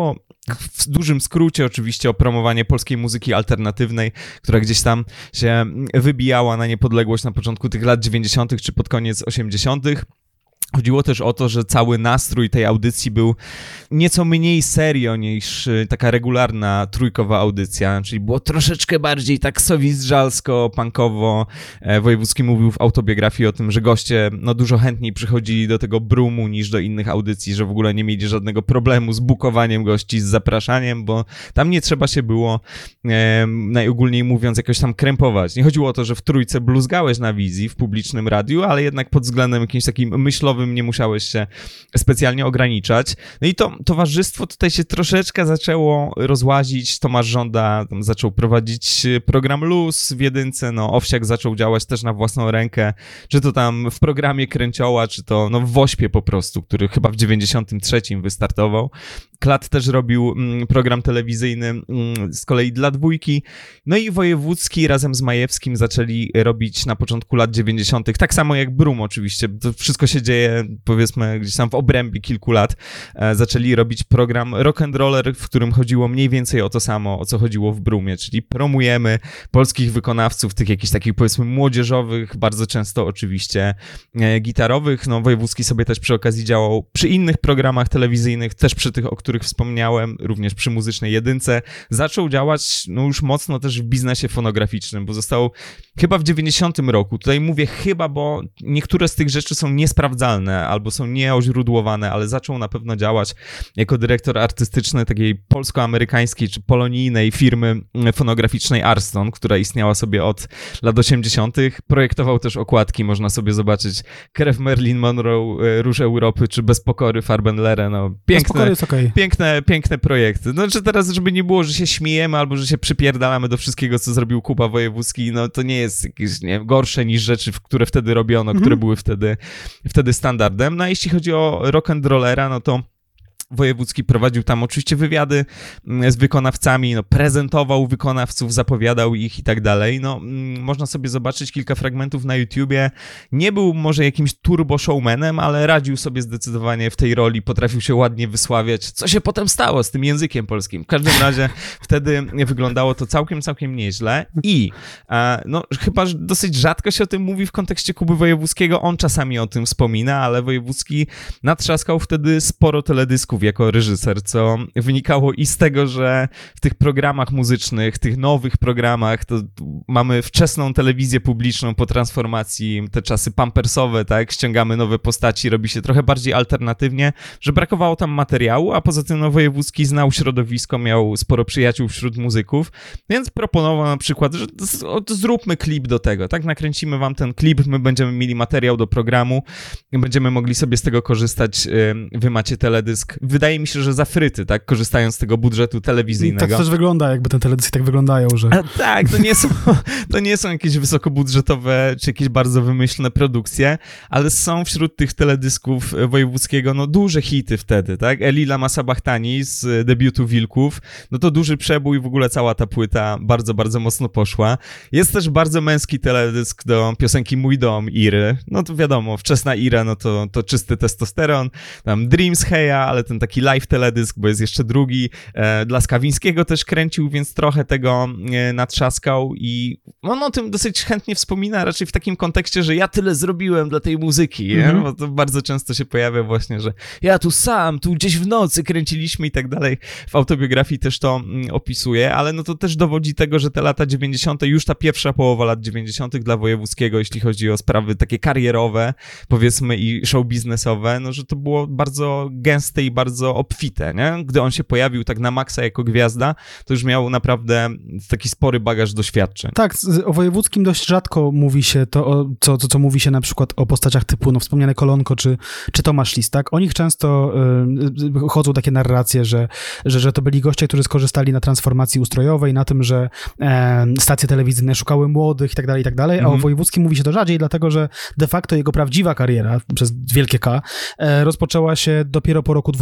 w dużym skrócie oczywiście o promowanie polskiej muzyki alternatywnej, która gdzieś tam się wybijała na niepodległość na początku tych lat dziewięćdziesiątych czy pod koniec osiemdziesiątych. Chodziło też o to, że cały nastrój tej audycji był nieco mniej serio niż taka regularna trójkowa audycja, czyli było troszeczkę bardziej tak sowizdżalsko, punkowo. Wojewódzki mówił w autobiografii o tym, że goście no, dużo chętniej przychodzili do tego Brumu niż do innych audycji, że w ogóle nie mieli żadnego problemu z bukowaniem gości, z zapraszaniem, bo tam nie trzeba się było, e, najogólniej mówiąc, jakoś tam krępować. Nie chodziło o to, że w trójce bluzgałeś na wizji, w publicznym radiu, ale jednak pod względem jakimś takim myślowym nie musiałeś się specjalnie ograniczać. No i to towarzystwo tutaj się troszeczkę zaczęło rozłazić. Tomasz Żąda tam zaczął prowadzić program Luz w jedynce, no Owsiak zaczął działać też na własną rękę, czy to tam w programie Kręcioła, czy to no w Wośpie po prostu, który chyba w dziewięćdziesiątym trzecim wystartował. Klat też robił mm, program telewizyjny mm, z kolei dla Dwójki. No i Wojewódzki razem z Majewskim zaczęli robić na początku lat dziewięćdziesiątych, tak samo jak Brum oczywiście. To wszystko się dzieje powiedzmy gdzieś tam w obrębie kilku lat. E, zaczęli robić program Rock'n'Roller, w którym chodziło mniej więcej o to samo, o co chodziło w Brumie, czyli promujemy polskich wykonawców, tych jakichś takich powiedzmy młodzieżowych, bardzo często oczywiście e, gitarowych. No Wojewódzki sobie też przy okazji działał przy innych programach telewizyjnych, też przy tych, o których wspomniałem, również przy Muzycznej Jedynce. Zaczął działać no już mocno też w biznesie fonograficznym, bo został chyba w dziewięćdziesiątym roku. Tutaj mówię chyba, bo niektóre z tych rzeczy są niesprawdzalne albo są nieoźródłowane, ale zaczął na pewno działać jako dyrektor artystyczny takiej polsko-amerykańskiej czy polonijnej firmy fonograficznej Arston, która istniała sobie od lat osiemdziesiątych. Projektował też okładki, można sobie zobaczyć Krew Marilyn Monroe, Róż Europy czy Bez pokory Farbenlere. No, piękne, jest okay. piękne, piękne projekty. Znaczy teraz, żeby nie było, że się śmiejemy albo że się przypierdalamy do wszystkiego, co zrobił Kuba Wojewódzki, no to nie jest jakieś nie, gorsze niż rzeczy, które wtedy robiono, mm-hmm. które były wtedy, wtedy standardem. No a jeśli chodzi o Rock'n'Rollera, no to Wojewódzki prowadził tam oczywiście wywiady z wykonawcami, no, prezentował wykonawców, zapowiadał ich i tak dalej. No, można sobie zobaczyć kilka fragmentów na YouTubie. Nie był może jakimś turbo showmanem, ale radził sobie zdecydowanie w tej roli, potrafił się ładnie wysławiać. Co się potem stało z tym językiem polskim? W każdym razie wtedy wyglądało to całkiem, całkiem nieźle i no, chyba dosyć rzadko się o tym mówi w kontekście Kuby Wojewódzkiego. On czasami o tym wspomina, ale Wojewódzki natrzaskał wtedy sporo teledysków jako reżyser, co wynikało i z tego, że w tych programach muzycznych, tych nowych programach, to mamy wczesną telewizję publiczną po transformacji, te czasy pampersowe, tak, ściągamy nowe postaci, robi się trochę bardziej alternatywnie, że brakowało tam materiału, a poza tym no, Wojewódzki znał środowisko, miał sporo przyjaciół wśród muzyków, więc proponował na przykład, że zróbmy klip do tego, tak, nakręcimy wam ten klip, my będziemy mieli materiał do programu, będziemy mogli sobie z tego korzystać, wy macie teledysk. Wydaje mi się, że za fryty, tak, korzystając z tego budżetu telewizyjnego. Tak też wygląda, jakby te teledyski tak wyglądają, że... A, tak, to nie, są, to nie są jakieś wysokobudżetowe, czy jakieś bardzo wymyślne produkcje, ale są wśród tych teledysków Wojewódzkiego, no, duże hity wtedy, tak, Elila Masabachtani z debiutu Wilków, no to duży przebój, w ogóle cała ta płyta bardzo, bardzo mocno poszła. Jest też bardzo męski teledysk do piosenki Mój dom Iry, no to wiadomo, wczesna Ira, no to, to czysty testosteron, tam Dreams Heja, ale ten taki live teledysk, bo jest jeszcze drugi, e, dla Skawińskiego też kręcił, więc trochę tego e, natrzaskał i on o tym dosyć chętnie wspomina, raczej w takim kontekście, że ja tyle zrobiłem dla tej muzyki, mm-hmm. bo to bardzo często się pojawia właśnie, że ja tu sam, tu gdzieś w nocy kręciliśmy i tak dalej. W autobiografii też to mm, opisuje, ale no to też dowodzi tego, że te lata dziewięćdziesiąte, już ta pierwsza połowa lat dziewięćdziesiątych dla Wojewódzkiego, jeśli chodzi o sprawy takie karierowe, powiedzmy i show biznesowe, no że to było bardzo gęste i bardzo obfite, nie? Gdy on się pojawił tak na maksa jako gwiazda, to już miał naprawdę taki spory bagaż doświadczeń. Tak, o Wojewódzkim dość rzadko mówi się to, o, co, co, co mówi się na przykład o postaciach typu, no wspomniane Kolonko czy, czy Tomasz Lis, tak? O nich często y, chodzą takie narracje, że, że, że to byli goście, którzy skorzystali na transformacji ustrojowej, na tym, że e, stacje telewizyjne szukały młodych i tak dalej, i tak dalej, a mm-hmm. o Wojewódzkim mówi się to rzadziej, dlatego, że de facto jego prawdziwa kariera, przez wielkie K, e, rozpoczęła się dopiero po roku dwutysięcznym.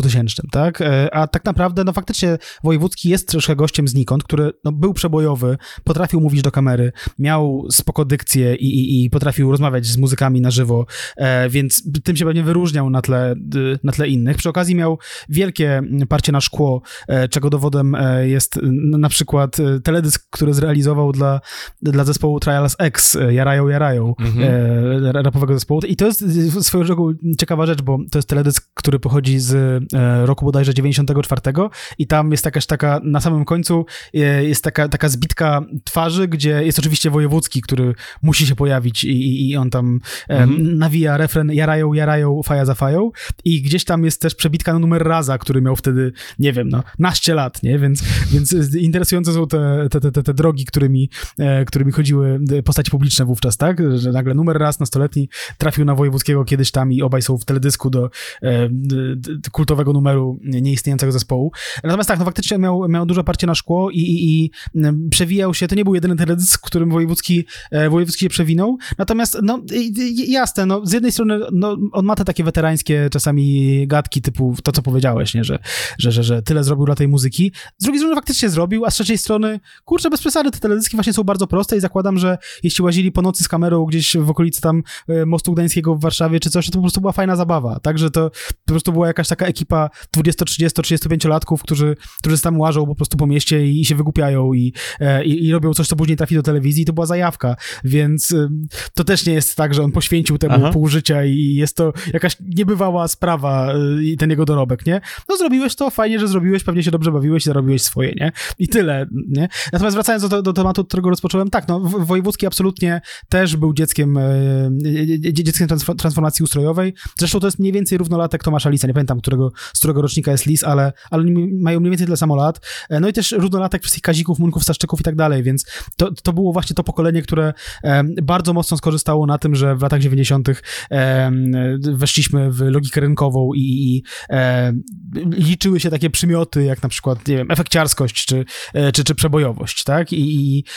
dwutysięcznym, tak? A tak naprawdę, no faktycznie Wojewódzki jest troszkę gościem znikąd, który no, był przebojowy, potrafił mówić do kamery, miał spoko dykcję i, i, i potrafił rozmawiać z muzykami na żywo, e, więc tym się pewnie wyróżniał na tle, na tle innych. Przy okazji miał wielkie parcie na szkło, e, czego dowodem e, jest na przykład teledysk, który zrealizował dla, dla zespołu Trials X, Jarają, Jarają, mhm. e, rapowego zespołu. I to jest swoją drogą ciekawa rzecz, bo to jest teledysk, który pochodzi z e, roku bodajże dziewięćdziesiątego czwartego i tam jest jakaś taka, na samym końcu e, jest taka, taka zbitka twarzy, gdzie jest oczywiście Wojewódzki, który musi się pojawić i, i, i on tam e, mhm. nawija refren Jarają, Jarają, faja za fają i gdzieś tam jest też przebitka na numer Raza, który miał wtedy, nie wiem, no, naście lat, nie? Więc, więc interesujące są te, te, te, te drogi, którymi, e, którymi chodziły postaci publiczne wówczas, tak? Że nagle numer Raz, nastoletni, trafił na Wojewódzkiego kiedyś tam i obaj są w teledysku do e, d, kultowego numeru nieistniejącego zespołu. Natomiast tak, no faktycznie miał, miał duże parcie na szkło i, i, i przewijał się, to nie był jedyny teledysk, w którym Wojewódzki, e, Wojewódzki się przewinął, natomiast no jasne, no z jednej strony no, on ma te takie weterańskie czasami gadki typu to, co powiedziałeś, nie? Że, że, że, że tyle zrobił dla tej muzyki. Z drugiej strony faktycznie zrobił, a z trzeciej strony, kurczę, bez przesady, te teledyski właśnie są bardzo proste i zakładam, że jeśli łazili po nocy z kamerą gdzieś w okolicy tam Mostu Gdańskiego w Warszawie czy coś, to po prostu była fajna zabawa. Także to po prostu była jakaś taka ekipa dwudziesto, trzydziesto, trzydziestopięciolatków, którzy, którzy tam łażą po prostu po mieście i, i się wygłupiają i, i, i robią coś, co później trafi do telewizji i to była zajawka. Więc to też nie jest tak, że on poświęcił temu Aha. pół życia i jest to jakaś niebywała sprawa i ten jego dorobek, nie? No zrobiłeś to, fajnie, że zrobiłeś, pewnie się dobrze bawiłeś i zarobiłeś swoje, nie? I tyle, nie? Natomiast wracając do, do tematu, od którego rozpocząłem, tak, no Wojewódzki absolutnie też był dzieckiem dzieckiem transformacji ustrojowej. Zresztą to jest mniej więcej równolatek Tomasza Lisa. Nie pamiętam, którego, z którego rocznika jest Lis, ale, ale oni mają mniej więcej tyle samo lat. No i też równolatek wszystkich Kazików, Munków, Staszczyków i tak dalej, więc to, to było właśnie to pokolenie, które bardzo mocno skorzystało na tym, że w latach dziewięćdziesiątych weszliśmy w logikę rynkową i, i liczyły się takie przymioty, jak na przykład, nie wiem, efekciarskość czy, czy, czy przebojowość, tak? I, i,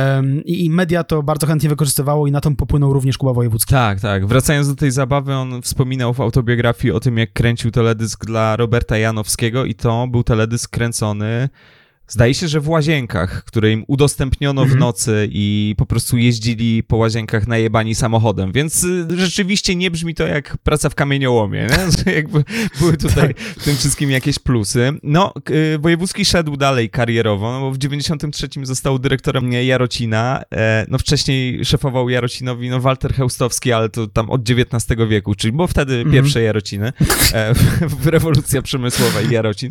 i media to bardzo chętnie wykorzystywało i na to popłynął również Kuba Wojewódzki. Tak, tak. Wracając do tej zabawy, on wspominał w autobiografii o tym, jak kręcił teledysk dla Roberta Janowskiego i to był teledysk kręcony, zdaje się, że w łazienkach, które im udostępniono w nocy i po prostu jeździli po łazienkach najebani samochodem, więc rzeczywiście nie brzmi to jak praca w kamieniołomie, nie? Jakby były tutaj w tym wszystkim jakieś plusy. No, Wojewódzki szedł dalej karierowo, no bo w dziewięćdziesiątym trzecim został dyrektorem Jarocina, no wcześniej szefował Jarocinowi, no Walter Chełstowski, ale to tam od dziewiętnastego wieku, czyli było wtedy mm. pierwsze Jarociny, rewolucja przemysłowa i Jarocin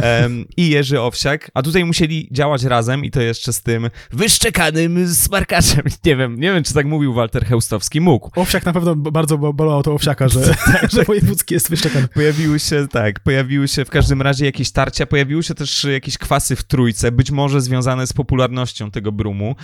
i Jerzy Owsiak, a tutaj musieli działać razem i to jeszcze z tym wyszczekanym smarkaczem. Nie wiem, nie wiem, czy tak mówił Walter Chełstowski. Mógł. Owsiak na pewno bardzo bolało to Owsiaka, że, tak, że Wojewódzki jest wyszczekany. Pojawiły się, tak, pojawiły się w każdym razie jakieś tarcia, pojawiły się też jakieś kwasy w trójce, być może związane z popularnością tego brumu.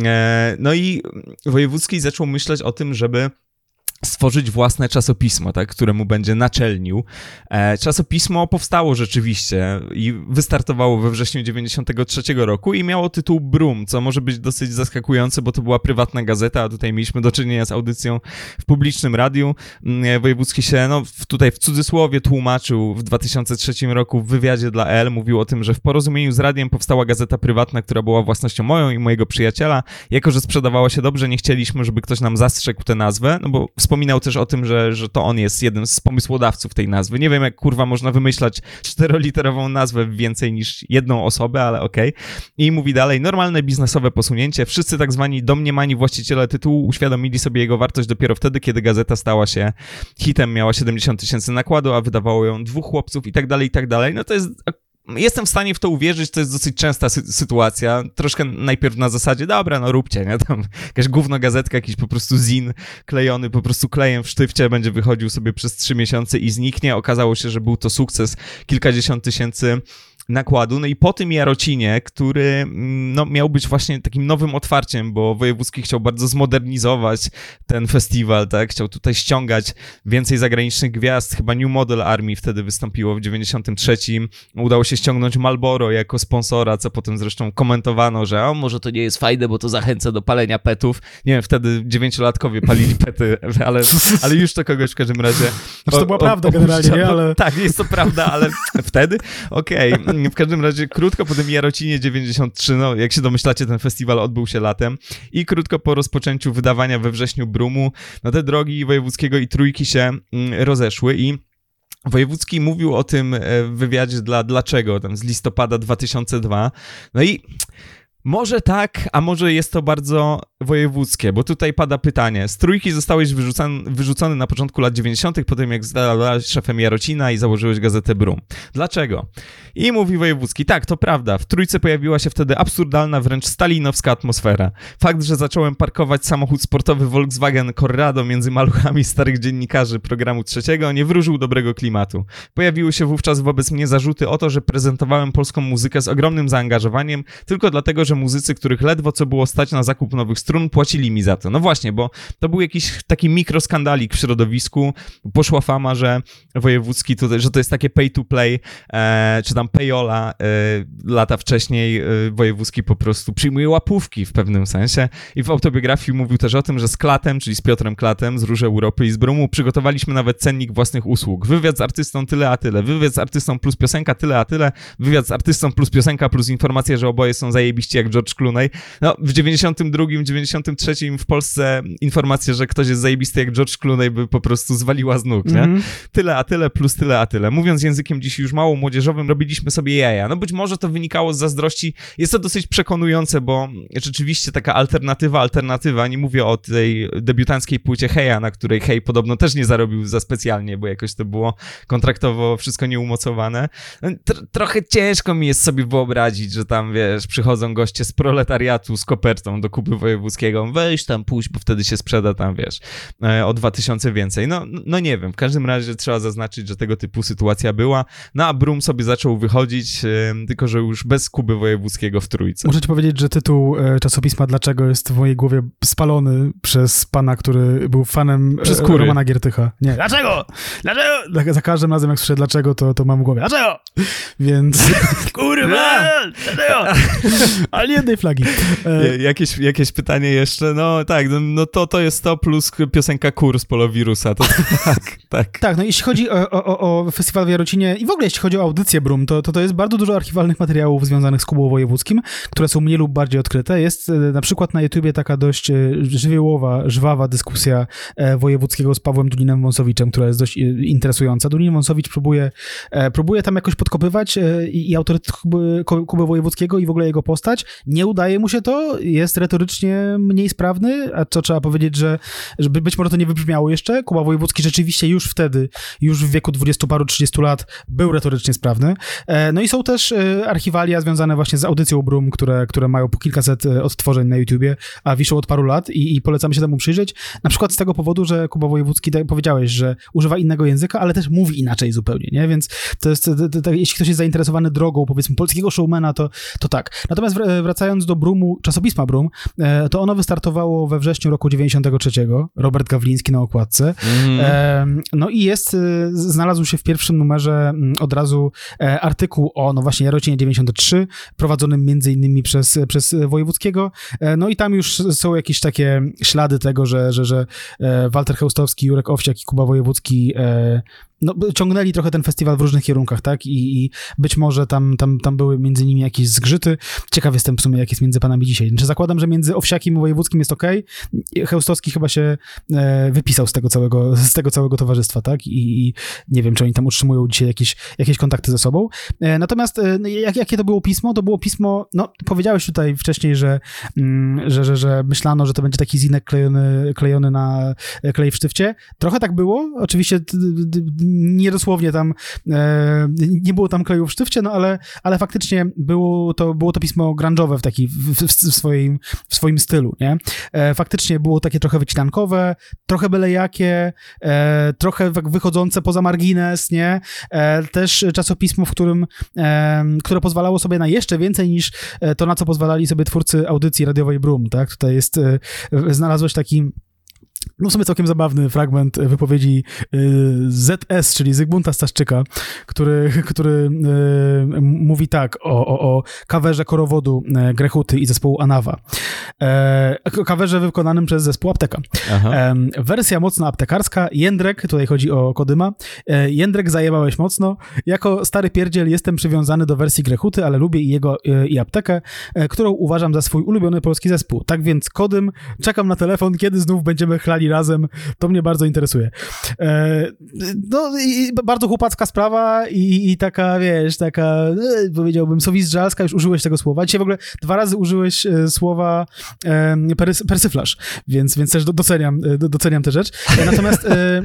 No i Wojewódzki zaczął myśleć o tym, żeby stworzyć własne czasopismo, tak, któremu będzie naczelnił. E, czasopismo powstało rzeczywiście i wystartowało we wrześniu dziewięćdziesiątego trzeciego roku i miało tytuł Brum, co może być dosyć zaskakujące, bo to była prywatna gazeta, a tutaj mieliśmy do czynienia z audycją w publicznym radiu. E, Wojewódzki się, no, tutaj w cudzysłowie tłumaczył w dwa tysiące trzecim roku w wywiadzie dla E L, mówił o tym, że w porozumieniu z radiem powstała gazeta prywatna, która była własnością moją i mojego przyjaciela. Jako że sprzedawała się dobrze, nie chcieliśmy, żeby ktoś nam zastrzegł tę nazwę, no bo wspominał też o tym, że, że to on jest jednym z pomysłodawców tej nazwy. Nie wiem, jak kurwa można wymyślać czteroliterową nazwę w więcej niż jedną osobę, ale okej. Okay. I mówi dalej, normalne biznesowe posunięcie. Wszyscy tak zwani domniemani właściciele tytułu uświadomili sobie jego wartość dopiero wtedy, kiedy gazeta stała się hitem, miała siedemdziesiąt tysięcy nakładu, a wydawało ją dwóch chłopców i tak dalej, i tak dalej. No to jest... Jestem w stanie w to uwierzyć, to jest dosyć częsta sy- sytuacja. Troszkę najpierw na zasadzie, dobra, no róbcie, nie? Tam jakaś gówno gazetka, jakiś po prostu zin klejony po prostu klejem w sztywcie, będzie wychodził sobie przez trzy miesiące i zniknie. Okazało się, że był to sukces, kilkadziesiąt tysięcy nakładu. No i po tym Jarocinie, który no, miał być właśnie takim nowym otwarciem, bo Wojewódzki chciał bardzo zmodernizować ten festiwal, tak? Chciał tutaj ściągać więcej zagranicznych gwiazd. Chyba New Model Army wtedy wystąpiło w dziewięćdziesiątym trzecim. Udało się ściągnąć Marlboro jako sponsora, co potem zresztą komentowano, że o, może to nie jest fajne, bo to zachęca do palenia petów. Nie wiem, wtedy dziewięciolatkowie palili pety, ale, ale już to kogoś w każdym razie... Znaczy to była o, prawda o, generalnie, nie? Ale... Tak, jest to prawda, ale wtedy? Okej. Okay. W każdym razie krótko po tym Jarocinie dziewięćdziesiątym trzecim, no jak się domyślacie, ten festiwal odbył się latem i krótko po rozpoczęciu wydawania we wrześniu Brumu, no te drogi Wojewódzkiego i Trójki się rozeszły i Wojewódzki mówił o tym w wywiadzie dla Dlaczego, tam z listopada dwa tysiące drugiego. No i może tak, a może jest to bardzo wojewódzkie, bo tutaj pada pytanie. Z Trójki zostałeś wyrzucony, wyrzucony na początku lat dziewięćdziesiątych, potem jak zostałeś szefem Jarocina i założyłeś gazetę Brum. Dlaczego? I mówi Wojewódzki, tak, to prawda, w Trójce pojawiła się wtedy absurdalna, wręcz stalinowska atmosfera. Fakt, że zacząłem parkować samochód sportowy Volkswagen Corrado między maluchami starych dziennikarzy programu Trzeciego nie wróżył dobrego klimatu. Pojawiły się wówczas wobec mnie zarzuty o to, że prezentowałem polską muzykę z ogromnym zaangażowaniem, tylko dlatego, że muzycy, których ledwo co było stać na zakup nowych strun, płacili mi za to. No właśnie, bo to był jakiś taki mikroskandalik w środowisku. Poszła fama, że Wojewódzki tutaj, że to jest takie pay to play, e, czy tam payola. E, lata wcześniej e, Wojewódzki po prostu przyjmuje łapówki w pewnym sensie i w autobiografii mówił też o tym, że z Klatem, czyli z Piotrem Klatem, z Róż Europy i z Brumu przygotowaliśmy nawet cennik własnych usług. Wywiad z artystą tyle a tyle, wywiad z artystą plus piosenka tyle a tyle, wywiad z artystą plus piosenka plus informacja, że oboje są zajebiści jak George Clooney. No, w dziewięćdziesiątym drugim, dziewięćdziesiątym trzecim w Polsce informacja, że ktoś jest zajebisty jak George Clooney by po prostu zwaliła z nóg, nie? Mm-hmm. Tyle a tyle plus tyle a tyle. Mówiąc językiem dziś już mało młodzieżowym, robiliśmy sobie jaja. No być może to wynikało z zazdrości. Jest to dosyć przekonujące, bo rzeczywiście taka alternatywa, alternatywa, nie mówię o tej debiutanckiej płycie Heja, na której Hej podobno też nie zarobił za specjalnie, bo jakoś to było kontraktowo wszystko nieumocowane. Tr- trochę ciężko mi jest sobie wyobrazić, że tam, wiesz, przychodzą goście z proletariatu z kopertą do Kuby Wojewódzkiego, weź tam pójść, bo wtedy się sprzeda tam, wiesz, o dwa tysiące więcej. No, no nie wiem, w każdym razie trzeba zaznaczyć, że tego typu sytuacja była, no a Brum sobie zaczął wychodzić, tylko że już bez Kuby Wojewódzkiego w Trójce. Muszę ci powiedzieć, że tytuł czasopisma Dlaczego jest w mojej głowie spalony przez pana, który był fanem przez Romana Giertycha. Nie, dlaczego? Dlaczego? Za każdym razem, jak słyszę dlaczego, to, to mam w głowie. Dlaczego? Więc... Kurwa! Dlaczego? Ale nie jednej flagi. E... Jakieś, jakieś pytanie jeszcze? No tak, no to, to jest to plus piosenka Kur z Polowirusa. To tak, tak. Tak, no jeśli chodzi o, o, o festiwal w Jarocinie i w ogóle jeśli chodzi o audycję Brum, to, to to jest bardzo dużo archiwalnych materiałów związanych z Kubą Wojewódzkim, które są mniej lub bardziej odkryte. Jest na przykład na YouTubie taka dość żywiołowa, żwawa dyskusja Wojewódzkiego z Pawłem Dulinem-Wąsowiczem, która jest dość interesująca. Dulin-Wąsowicz próbuje, próbuje tam jakoś podkopywać i, i autorytet Kuby, Kuby Wojewódzkiego i w ogóle jego postać. Nie udaje mu się to, jest retorycznie mniej sprawny, a co trzeba powiedzieć, że, że być może to nie wybrzmiało jeszcze. Kuba Wojewódzki rzeczywiście już wtedy, już w wieku dwudziestu paru, trzydziestu lat był retorycznie sprawny. No i są też archiwalia związane właśnie z audycją Brum, które, które mają po kilkaset odtworzeń na YouTubie, a wiszą od paru lat i, i polecamy się temu przyjrzeć. Na przykład z tego powodu, że Kuba Wojewódzki, tak powiedziałeś, że używa innego języka, ale też mówi inaczej zupełnie, nie? Więc to jest, to, to, to, jeśli ktoś jest zainteresowany drogą, powiedzmy, polskiego showmana, to, to tak. Natomiast wracając do Brumu, czasopisma Brum, to ono wystartowało we wrześniu roku dziewięćdziesiątego trzeciego. Robert Gawliński na okładce. Mm. No i jest, znalazł się w pierwszym numerze od razu artykuł o, no właśnie, Jarocinie dziewięćdziesiątym trzecim, prowadzonym między innymi przez, przez Wojewódzkiego. No i tam już są jakieś takie ślady tego, że, że, że Walter Chełstowski, Jurek Owsiak i Kuba Wojewódzki no, ciągnęli trochę ten festiwal w różnych kierunkach, tak? I, i być może tam, tam, tam były między nimi jakieś zgrzyty. Ciekaw jestem w sumie, jak jest między panami dzisiaj. Znaczy, zakładam, że między Owsiakiem i Wojewódzkim jest okej. Okay. Chełstowski chyba się e, wypisał z tego całego, z tego całego towarzystwa, tak? I, i nie wiem, czy oni tam utrzymują dzisiaj jakieś, jakieś kontakty ze sobą. E, natomiast e, jak, jakie to było pismo? To było pismo, no, powiedziałeś tutaj wcześniej, że, mm, że, że, że myślano, że to będzie taki zinek klejony, klejony na klej w sztywcie. Trochę tak było. Oczywiście d, d, niedosłownie tam, e, nie było tam kleju w sztywcie, no ale, ale faktycznie było to, było to pismo grunge'owe w, taki, w, w, w, swoim, w swoim stylu, nie? E, faktycznie było takie trochę wycinankowe, trochę bylejakie, e, trochę wychodzące poza margines, nie? E, też czasopismo, w którym, e, które pozwalało sobie na jeszcze więcej niż to, na co pozwalali sobie twórcy audycji radiowej Brum, tak? Tutaj jest, e, znalazłeś taki no w sumie całkiem zabawny fragment wypowiedzi Z S, czyli Zygmunta Staszczyka, który, który y, mówi tak o, o, o coverze Korowodu Grechuty i zespołu Anawa. E, coverze wykonanym przez zespół Apteka. E, wersja mocno aptekarska. Jędrek, tutaj chodzi o Kodyma. E, Jędrek, zajebałeś mocno. Jako stary pierdziel jestem przywiązany do wersji Grechuty, ale lubię i jego e, i Aptekę, e, którą uważam za swój ulubiony polski zespół. Tak więc Kodym, czekam na telefon, kiedy znów będziemy chlali razem, to mnie bardzo interesuje. E, no i bardzo chłopacka sprawa i, i taka, wiesz, taka, e, powiedziałbym, sowizdżalska, już użyłeś tego słowa. Dzisiaj w ogóle dwa razy użyłeś e, słowa e, persy, persyflaż, więc, więc też doceniam, do, doceniam tę rzecz. E, natomiast e,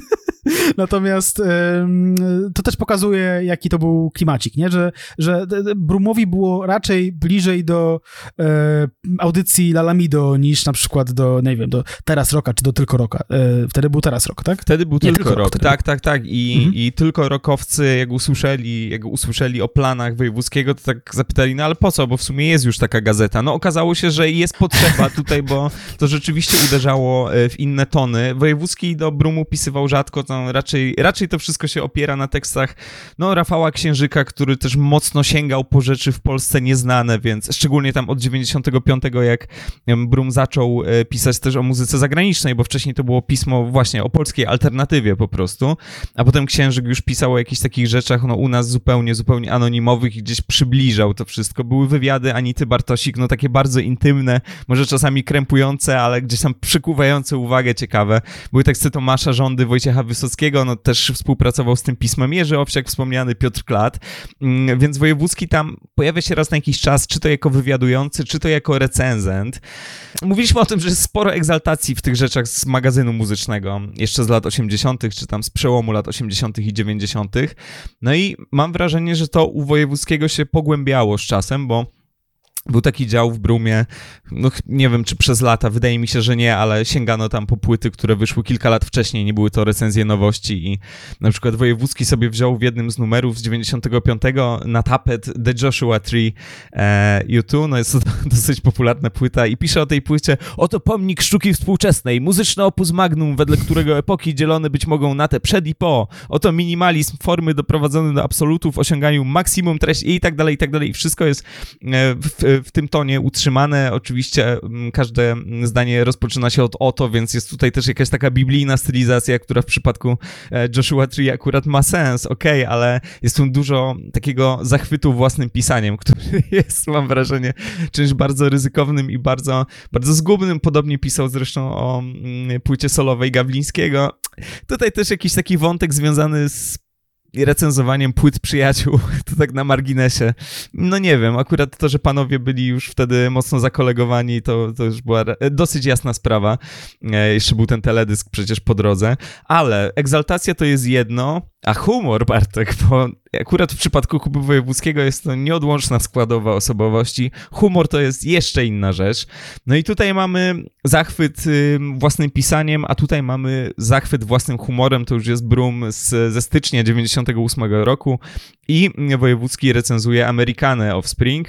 natomiast e, to też pokazuje, jaki to był klimacik, nie? Że, że Brumowi było raczej bliżej do e, audycji Lalamido niż na przykład do, nie wiem, do Teraz Rocka, czy do Tylko Rocka. E, wtedy był Teraz Rock, tak? Wtedy był Nie, Tylko, tylko Rock, rock tak, tak, tak. I, mhm. i tylko rockowcy, jak usłyszeli, jak usłyszeli o planach Wojewódzkiego, to tak zapytali, no ale po co, bo w sumie jest już taka gazeta. No okazało się, że jest potrzeba tutaj, bo to rzeczywiście uderzało w inne tony. Wojewódzki do Brumu pisywał rzadko, to raczej, raczej to wszystko się opiera na tekstach no Rafała Księżyka, który też mocno sięgał po rzeczy w Polsce nieznane, więc szczególnie tam od dziewięćdziesiątego piątego, jak Brum zaczął pisać też o muzyce zagranicznej, bo wcześniej to było pismo właśnie o polskiej alternatywie po prostu, a potem Księżyk już pisał o jakichś takich rzeczach, no u nas zupełnie, zupełnie anonimowych i gdzieś przybliżał to wszystko. Były wywiady Anity Bartosik, no takie bardzo intymne, może czasami krępujące, ale gdzieś tam przykuwające uwagę, ciekawe. Były teksty Tomasza Żądy, Wojciecha Wysockiego, no też współpracował z tym pismem Jerzy Owsiak, wspomniany Piotr Klat, więc Wojewódzki tam pojawia się raz na jakiś czas, czy to jako wywiadujący, czy to jako recenzent. Mówiliśmy o tym, że jest sporo egzaltacji w tych rzeczach z magazynu muzycznego, jeszcze z lat osiemdziesiątych, czy tam z przełomu lat osiemdziesiątych i dziewięćdziesiątych. No i mam wrażenie, że to u Wojewódzkiego się pogłębiało z czasem, bo był taki dział w Brumie, no nie wiem czy przez lata, wydaje mi się, że nie, ale sięgano tam po płyty, które wyszły kilka lat wcześniej, nie były to recenzje nowości i na przykład Wojewódzki sobie wziął w jednym z numerów z dziewięćdziesiątego piątego na tapet The Joshua Tree e, U dwa, no jest to dosyć popularna płyta i pisze o tej płycie: oto pomnik sztuki współczesnej, muzyczny opus magnum, wedle którego epoki dzielone być mogą na te przed i po, oto minimalizm formy doprowadzony do absolutu w osiąganiu maksimum treści i tak dalej, i tak dalej, i wszystko jest e, w w tym tonie utrzymane. Oczywiście każde zdanie rozpoczyna się od oto, więc jest tutaj też jakaś taka biblijna stylizacja, która w przypadku Joshua Tree akurat ma sens, okej, okay, ale jest tu dużo takiego zachwytu własnym pisaniem, który jest, mam wrażenie, czymś bardzo ryzykownym i bardzo, bardzo zgubnym. Podobnie pisał zresztą o płycie solowej Gawlińskiego. Tutaj też jakiś taki wątek związany z i recenzowaniem płyt przyjaciół, to tak na marginesie. No nie wiem, akurat to, że panowie byli już wtedy mocno zakolegowani, to, to już była dosyć jasna sprawa. E, jeszcze był ten teledysk przecież po drodze, ale egzaltacja to jest jedno, a humor, Bartek, bo akurat w przypadku Kuby Wojewódzkiego jest to nieodłączna składowa osobowości. Humor to jest jeszcze inna rzecz. No i tutaj mamy zachwyt y, własnym pisaniem, a tutaj mamy zachwyt własnym humorem. To już jest Brum z, ze stycznia dziewięćdziesiątego ósmego roku i Wojewódzki recenzuje Amerykanę Offspring.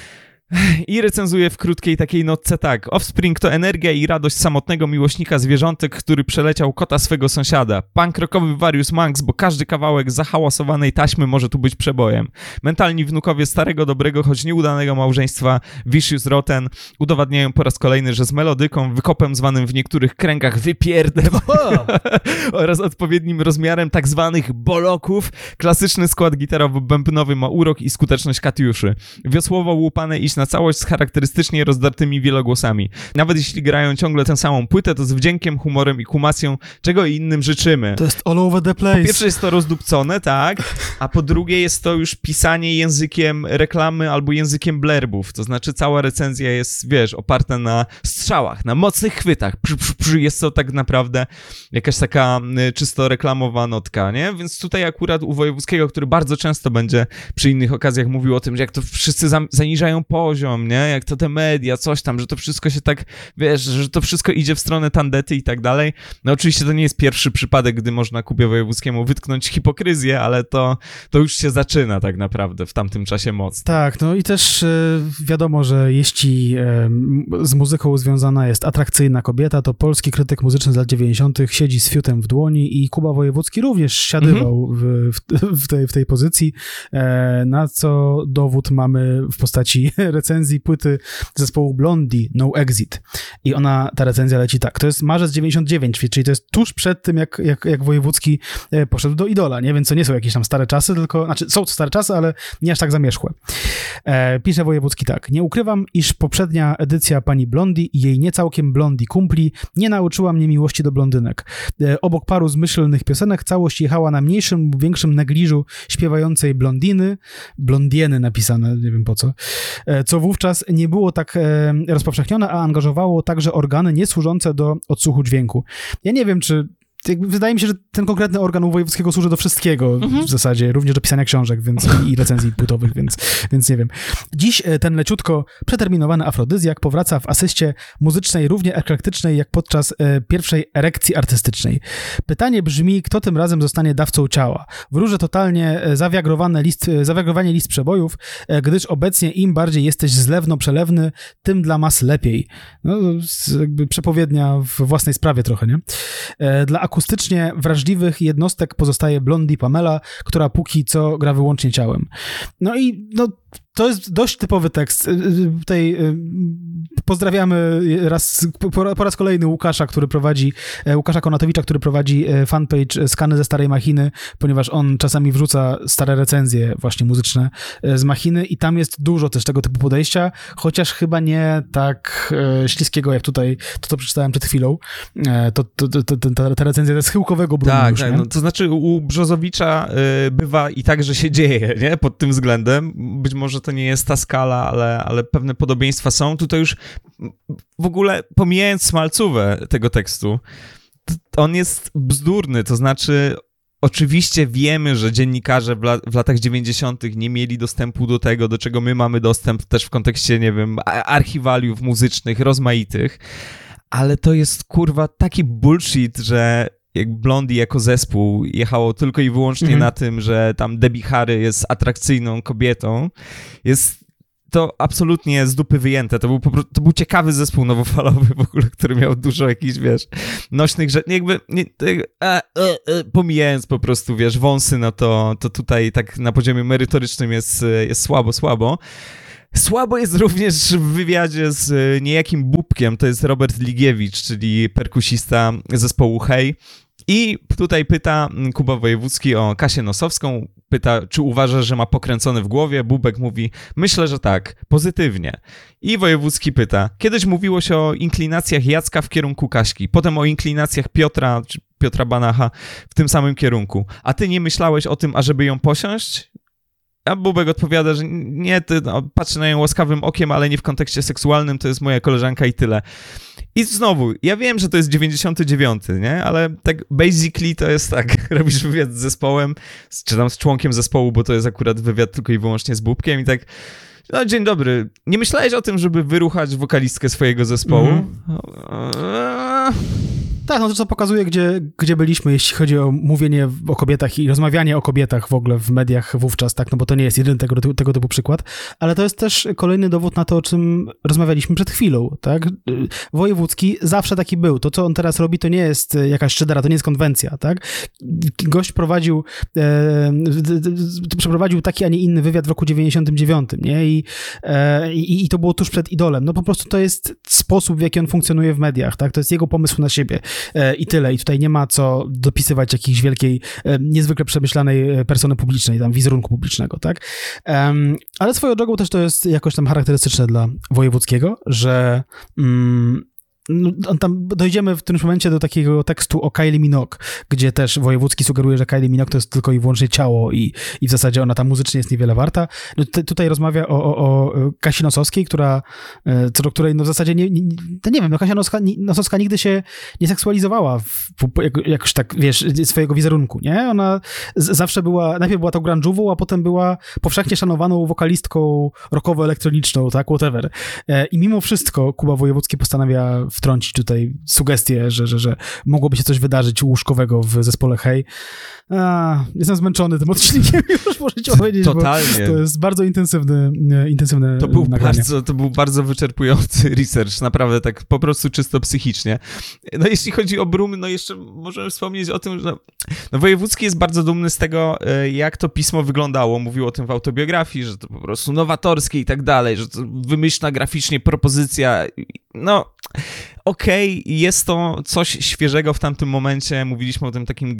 I recenzuje w krótkiej takiej notce tak: Offspring to energia i radość samotnego miłośnika zwierzątek, który przeleciał kota swego sąsiada. Punk rockowy Various Monks, bo każdy kawałek zahałasowanej taśmy może tu być przebojem. Mentalni wnukowie starego, dobrego, choć nieudanego małżeństwa Vicious Rotten udowadniają po raz kolejny, że z melodyką, wykopem zwanym w niektórych kręgach wypierdem oraz odpowiednim rozmiarem tak zwanych boloków, klasyczny skład gitarowo-bębnowy ma urok i skuteczność Katiuszy. Wiosłowo łupane i całość na całość z charakterystycznie rozdartymi wielogłosami. Nawet jeśli grają ciągle tę samą płytę, to z wdziękiem, humorem i kumacją, czego innym życzymy. To jest all over the place. Po pierwsze jest to rozdupcone, tak, a po drugie jest to już pisanie językiem reklamy albo językiem blerbów, to znaczy cała recenzja jest, wiesz, oparta na strzałach, na mocnych chwytach, przy, przy, przy, jest to tak naprawdę jakaś taka y, czysto reklamowa notka, nie? Więc tutaj akurat u Wojewódzkiego, który bardzo często będzie przy innych okazjach mówił o tym, że jak to wszyscy za, zaniżają poziom, nie? Jak to te media, coś tam, że to wszystko się tak, wiesz, że to wszystko idzie w stronę tandety i tak dalej. No oczywiście to nie jest pierwszy przypadek, gdy można Kubie Wojewódzkiemu wytknąć hipokryzję, ale to, to już się zaczyna tak naprawdę w tamtym czasie mocno. Tak, no i też e, wiadomo, że jeśli e, z muzyką związana jest atrakcyjna kobieta, to polski krytyk muzyczny z lat dziewięćdziesiątych siedzi z fiutem w dłoni i Kuba Wojewódzki również siadywał mm-hmm. w, w, w, tej, w tej pozycji, e, na co dowód mamy w postaci recenzji płyty zespołu Blondie, No Exit. I ona, ta recenzja leci tak, to jest marzec dziewięćdziesiąty dziewiąty, czyli to jest tuż przed tym, jak, jak, jak Wojewódzki poszedł do Idola, nie? Więc to nie są jakieś tam stare czasy, tylko, znaczy są to stare czasy, ale nie aż tak zamierzchłe. E, pisze Wojewódzki tak. Nie ukrywam, iż poprzednia edycja pani Blondie i jej nie całkiem Blondie kumpli nie nauczyła mnie miłości do blondynek. E, obok paru zmyślnych piosenek całość jechała na mniejszym lub większym negliżu śpiewającej blondiny, blondieny napisane, nie wiem po co, e, co wówczas nie było tak e, rozpowszechnione, a angażowało także organy niesłużące do odsłuchu dźwięku. Ja nie wiem, czy wydaje mi się, że ten konkretny organ u Wojewódzkiego służy do wszystkiego mhm. w zasadzie, również do pisania książek więc, i recenzji płytowych, więc, więc nie wiem. Dziś ten leciutko przeterminowany afrodyzjak powraca w asyście muzycznej równie eklektycznej jak podczas e, pierwszej erekcji artystycznej. Pytanie brzmi, kto tym razem zostanie dawcą ciała? Wróży totalnie zawiagrowany list, zawiagrowanie list przebojów, e, gdyż obecnie im bardziej jesteś zlewno-przelewny, tym dla mas lepiej. No, jakby przepowiednia w własnej sprawie trochę, nie? E, dla akustycznie wrażliwych jednostek pozostaje Blondie Pamela, która póki co gra wyłącznie ciałem. No i no, to jest dość typowy tekst. Tutaj pozdrawiamy raz, po raz kolejny Łukasza, który prowadzi, Łukasza Konatowicza, który prowadzi fanpage Skany ze Starej Machiny, ponieważ on czasami wrzuca stare recenzje właśnie muzyczne z Machiny i tam jest dużo też tego typu podejścia, chociaż chyba nie tak śliskiego jak tutaj, to co przeczytałem przed chwilą. To, to, to, to, ta, ta recenzja jest chyłkowego brunu tak, już, tak, nie? No, to znaczy u Brzozowicza y, bywa i tak, że się dzieje, nie? Pod tym względem. Być może to nie jest ta skala, ale, ale pewne podobieństwa są. Tutaj już w ogóle pomijając smalcówę tego tekstu, on jest bzdurny, to znaczy oczywiście wiemy, że dziennikarze w, la- w latach dziewięćdziesiątych nie mieli dostępu do tego, do czego my mamy dostęp też w kontekście, nie wiem, archiwaliów muzycznych, rozmaitych, ale to jest, kurwa, taki bullshit, że jak Blondie jako zespół jechało tylko i wyłącznie mhm. na tym, że tam Debbie Harry jest atrakcyjną kobietą, jest to absolutnie z dupy wyjęte. To był, po prostu, to był ciekawy zespół nowofalowy w ogóle, który miał dużo jakichś, wiesz, nośnych rzeczy. Jakby, nie, a, a, a, pomijając po prostu, wiesz, wąsy, no to, to tutaj tak na poziomie merytorycznym jest, jest słabo, słabo. Słabo jest również w wywiadzie z niejakim Bubkiem, to jest Robert Ligiewicz, czyli perkusista zespołu Hej. I tutaj pyta Kuba Wojewódzki o Kasię Nosowską, pyta, czy uważa, że ma pokręcone w głowie. Bubek mówi, myślę, że tak, pozytywnie. I Wojewódzki pyta, kiedyś mówiło się o inklinacjach Jacka w kierunku Kaśki, potem o inklinacjach Piotra, czy Piotra Banacha w tym samym kierunku. A ty nie myślałeś o tym, ażeby ją posiąść? A Bubek odpowiada, że nie, ty, no, patrzę na nią łaskawym okiem, ale nie w kontekście seksualnym, to jest moja koleżanka i tyle. I znowu, ja wiem, że to jest dziewięćdziesiąty dziewiąty, nie? Ale tak basically to jest tak, robisz wywiad z zespołem, czy tam z członkiem zespołu, bo to jest akurat wywiad tylko i wyłącznie z Bubkiem i tak, no dzień dobry, nie myślałeś o tym, żeby wyruchać wokalistkę swojego zespołu? Mm-hmm. Tak, no to co pokazuje, gdzie, gdzie byliśmy, jeśli chodzi o mówienie o kobietach i rozmawianie o kobietach w ogóle w mediach wówczas, tak, no bo to nie jest jedyny tego, tego typu przykład, ale to jest też kolejny dowód na to, o czym rozmawialiśmy przed chwilą, tak. Wojewódzki zawsze taki był. To, co on teraz robi, to nie jest jakaś szydera, to nie jest konwencja, tak. Gość prowadził, e, przeprowadził taki, a nie inny wywiad w roku dziewięćdziesiątym dziewiątym, nie, I, e, i, i to było tuż przed Idolem. No po prostu to jest sposób, w jaki on funkcjonuje w mediach, tak, to jest jego pomysł na siebie. e, i tyle. I tutaj nie ma co dopisywać jakiejś wielkiej, e, niezwykle przemyślanej persony publicznej, tam wizerunku publicznego, tak? Um, ale swoją drogą też to jest jakoś tam charakterystyczne dla Wojewódzkiego, że mm, no, tam dojdziemy w którymś momencie do takiego tekstu o Kylie Minogue, gdzie też Wojewódzki sugeruje, że Kylie Minogue to jest tylko i wyłącznie ciało i, i w zasadzie ona tam muzycznie jest niewiele warta. No, t- tutaj rozmawia o, o, o Kasi Nosowskiej, która, co do której no w zasadzie nie, nie, nie wiem, no Kasia Noska, Nosowska nigdy się nie seksualizowała w, jak, jakoś tak, wiesz, swojego wizerunku, nie? Ona z, zawsze była, najpierw była tą grunge'ową, a potem była powszechnie szanowaną wokalistką rockowo-elektroniczną, tak, whatever. I mimo wszystko Kuba Wojewódzki postanawia wtrącić tutaj sugestię, że, że, że mogłoby się coś wydarzyć łóżkowego w zespole Hej. A, jestem zmęczony tym odcinkiem, już możecie powiedzieć, Totalnie. Bo to jest bardzo intensywny, intensywne to był nagranie. bardzo, To był bardzo wyczerpujący research, naprawdę tak po prostu czysto psychicznie. No jeśli chodzi o Brum, no jeszcze możemy wspomnieć o tym, że no, no Wojewódzki jest bardzo dumny z tego, jak to pismo wyglądało. Mówił o tym w autobiografii, że to po prostu nowatorskie i tak dalej, że to wymyślna graficznie propozycja. No, okej, okay, jest to coś świeżego w tamtym momencie. Mówiliśmy o tym takim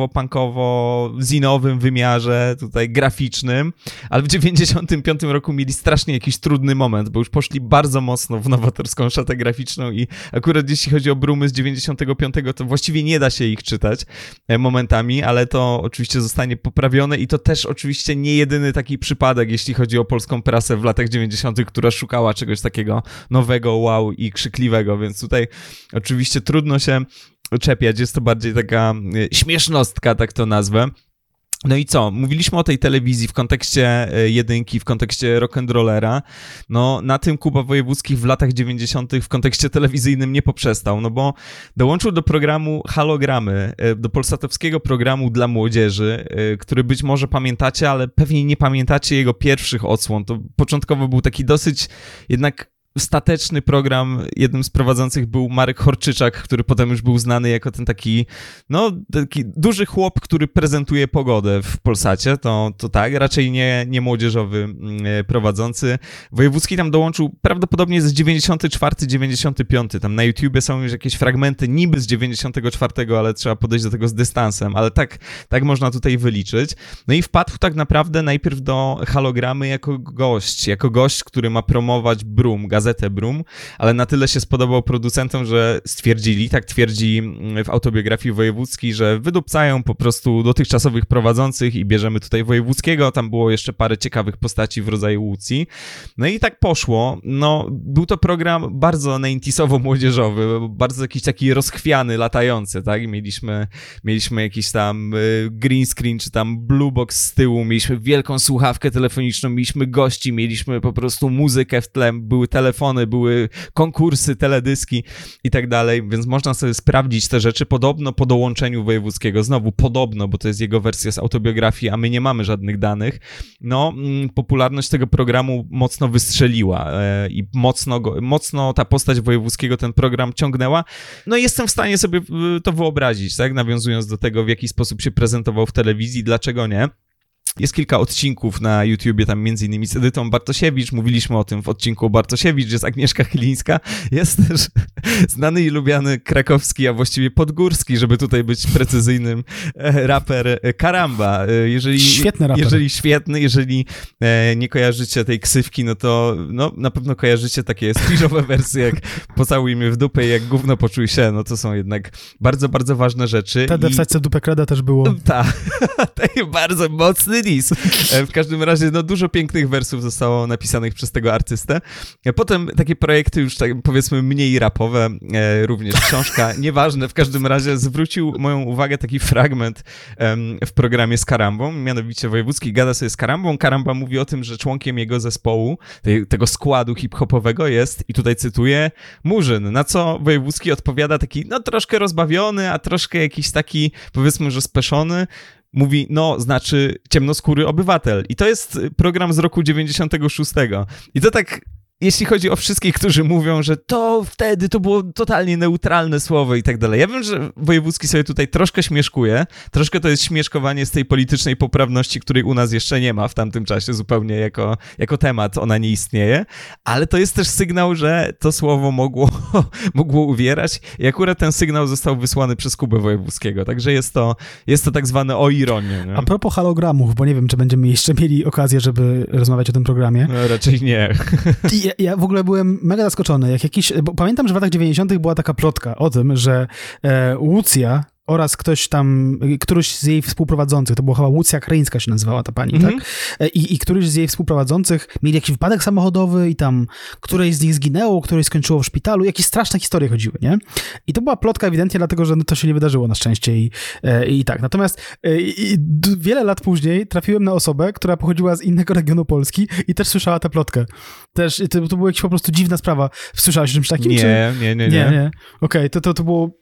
grunge'owo-punkowo-zinowym wymiarze, tutaj graficznym, ale w dziewięćdziesiątym piątym roku mieli strasznie jakiś trudny moment, bo już poszli bardzo mocno w nowatorską szatę graficzną i akurat jeśli chodzi o Brumy z dziewięćdziesiątego piątego, to właściwie nie da się ich czytać momentami, ale to oczywiście zostanie poprawione i to też oczywiście nie jedyny taki przypadek, jeśli chodzi o polską prasę w latach dziewięćdziesiątych, która szukała czegoś takiego nowego, wow i krzykliwego, więc tutaj oczywiście trudno się czepiać, jest to bardziej taka śmiesznostka, tak to nazwę. No i co? Mówiliśmy o tej telewizji w kontekście jedynki, w kontekście rock'n'rollera. No na tym Kuba Wojewódzki w latach dziewięćdziesiątych w kontekście telewizyjnym nie poprzestał, no bo dołączył do programu Halogramy, do polsatowskiego programu dla młodzieży, który być może pamiętacie, ale pewnie nie pamiętacie jego pierwszych odsłon. To początkowo był taki dosyć jednak stateczny program. Jednym z prowadzących był Marek Horczyczak, który potem już był znany jako ten taki, no, taki duży chłop, który prezentuje pogodę w Polsacie. To, to tak, raczej nie, nie młodzieżowy prowadzący. Wojewódzki tam dołączył prawdopodobnie z dziewięćdziesiąty czwarty dziewięćdziesiąty piąty. Tam na YouTubie są już jakieś fragmenty niby z dziewięćdziesiątego czwartego, ale trzeba podejść do tego z dystansem, ale tak, tak można tutaj wyliczyć. No i wpadł tak naprawdę najpierw do Halogramy jako gość, jako gość, który ma promować Brum, gazetę Brum, ale na tyle się spodobał producentom, że stwierdzili, tak twierdzi w autobiografii Wojewódzki, że wydupcają po prostu dotychczasowych prowadzących i bierzemy tutaj Wojewódzkiego, tam było jeszcze parę ciekawych postaci w rodzaju Łucji. No i tak poszło. No, był to program bardzo ninetysowo-młodzieżowy, bardzo jakiś taki rozchwiany, latający, tak? Mieliśmy, mieliśmy jakiś tam green screen, czy tam blue box z tyłu, mieliśmy wielką słuchawkę telefoniczną, mieliśmy gości, mieliśmy po prostu muzykę w tle, były telefony, były konkursy, teledyski i tak dalej, więc można sobie sprawdzić te rzeczy. Podobno po dołączeniu Wojewódzkiego, znowu podobno, bo to jest jego wersja z autobiografii, a my nie mamy żadnych danych, no popularność tego programu mocno wystrzeliła e, i mocno, go, mocno ta postać Wojewódzkiego ten program ciągnęła. No i jestem w stanie sobie to wyobrazić, tak, nawiązując do tego, w jaki sposób się prezentował w telewizji, dlaczego nie. Jest kilka odcinków na YouTubie, tam między innymi z Edytą Bartosiewicz, mówiliśmy o tym w odcinku o Bartosiewicz, jest Agnieszka Chylińska, jest też znany i lubiany krakowski, a właściwie podgórski, żeby tutaj być precyzyjnym, raper Karamba. Jeżeli, świetny raper. Jeżeli świetny, jeżeli nie kojarzycie tej ksywki, no to no, na pewno kojarzycie takie spliżowe wersje jak Pocałuj mnie w dupę i jak gówno poczuj się, no to są jednak bardzo, bardzo ważne rzeczy. Wtedy i... wsadźce w dupę kreda też było. Tak, taki bardzo mocny lis. W każdym razie, no dużo pięknych wersów zostało napisanych przez tego artystę. Potem takie projekty już tak powiedzmy mniej rapowe, e, również książka, nieważne, w każdym razie zwrócił moją uwagę taki fragment em, w programie z Karambą, mianowicie Wojewódzki gada sobie z Karambą. Karamba mówi o tym, że członkiem jego zespołu, tej, tego składu hip-hopowego jest, i tutaj cytuję, Murzyn, na co Wojewódzki odpowiada taki, no troszkę rozbawiony, a troszkę jakiś taki, powiedzmy, że speszony. Mówi, no, znaczy ciemnoskóry obywatel. I to jest program z roku dziewięćdziesiątego szóstego. I to tak jeśli chodzi o wszystkich, którzy mówią, że to wtedy to było totalnie neutralne słowo i tak dalej. Ja wiem, że Wojewódzki sobie tutaj troszkę śmieszkuje, troszkę to jest śmieszkowanie z tej politycznej poprawności, której u nas jeszcze nie ma w tamtym czasie zupełnie jako, jako temat, ona nie istnieje, ale to jest też sygnał, że to słowo mogło, mogło uwierać i akurat ten sygnał został wysłany przez Kubę Wojewódzkiego, także jest to, jest to tak zwane o ironię. Nie? A propos halogramów, bo nie wiem, czy będziemy jeszcze mieli okazję, żeby rozmawiać o tym programie. No, raczej nie. Ja, ja w ogóle byłem mega zaskoczony, jak jakiś, bo pamiętam, że w latach dziewięćdziesiątych była taka plotka o tym, że e, Łucja oraz ktoś tam, któryś z jej współprowadzących, to była chyba Łucja Kryńska się nazywała ta pani, mm-hmm. tak? I, I któryś z jej współprowadzących mieli jakiś wypadek samochodowy i tam któreś z nich zginęło, któreś skończyło w szpitalu, jakieś straszne historie chodziły, nie? I to była plotka ewidentnie dlatego, że no, to się nie wydarzyło na szczęście i, e, i tak. Natomiast e, i, wiele lat później trafiłem na osobę, która pochodziła z innego regionu Polski i też słyszała tę plotkę. Też, to, to była jakaś po prostu dziwna sprawa. Słyszałeś o czymś takim? Nie, czy... nie, nie, nie. nie, nie. Okej, okay, to, to, to było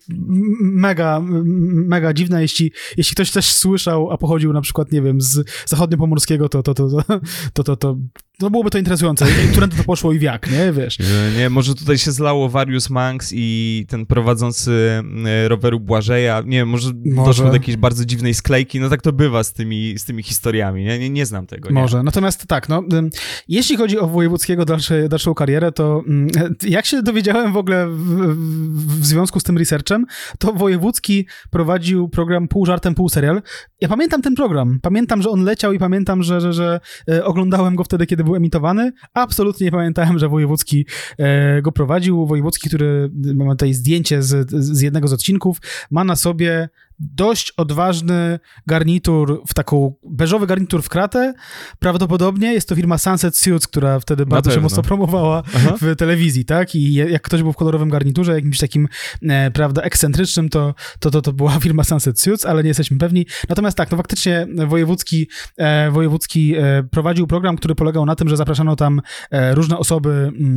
mega mega dziwne, jeśli, jeśli ktoś też słyszał, a pochodził na przykład, nie wiem, z zachodniopomorskiego, to to, to, to, to, to, to, to byłoby to interesujące. Którędy to poszło i w jak, nie? Wiesz. Nie, może tutaj się zlało Warius Manx i ten prowadzący roweru Błażeja, nie wiem, może, może doszło do jakiejś bardzo dziwnej sklejki, no tak to bywa z tymi, z tymi historiami, nie, nie, nie znam tego. Nie? Może, natomiast tak, no, jeśli chodzi o Wojewódzkiego dalsze, dalszą karierę, to jak się dowiedziałem w ogóle w, w, w związku z tym researchem, to Wojewódzki prowadził program pół żartem, pół serial. Ja pamiętam ten program, pamiętam, że on leciał i pamiętam, że, że, że oglądałem go wtedy, kiedy był emitowany. Absolutnie nie pamiętałem, że Wojewódzki e, go prowadził. Wojewódzki, który, mamy tutaj zdjęcie z, z jednego z odcinków, ma na sobie dość odważny garnitur, w taką beżowy garnitur w kratę. Prawdopodobnie jest to firma Sunset Suits, która wtedy bardzo się mocno promowała Aha. w telewizji, tak? I jak ktoś był w kolorowym garniturze, jakimś takim, e, prawda, ekscentrycznym, to, to, to, to była firma Sunset Suits, ale nie jesteśmy pewni. Natomiast tak, no faktycznie Wojewódzki, e, Wojewódzki e, prowadził program, który polegał na tym, że zapraszano tam e, różne osoby,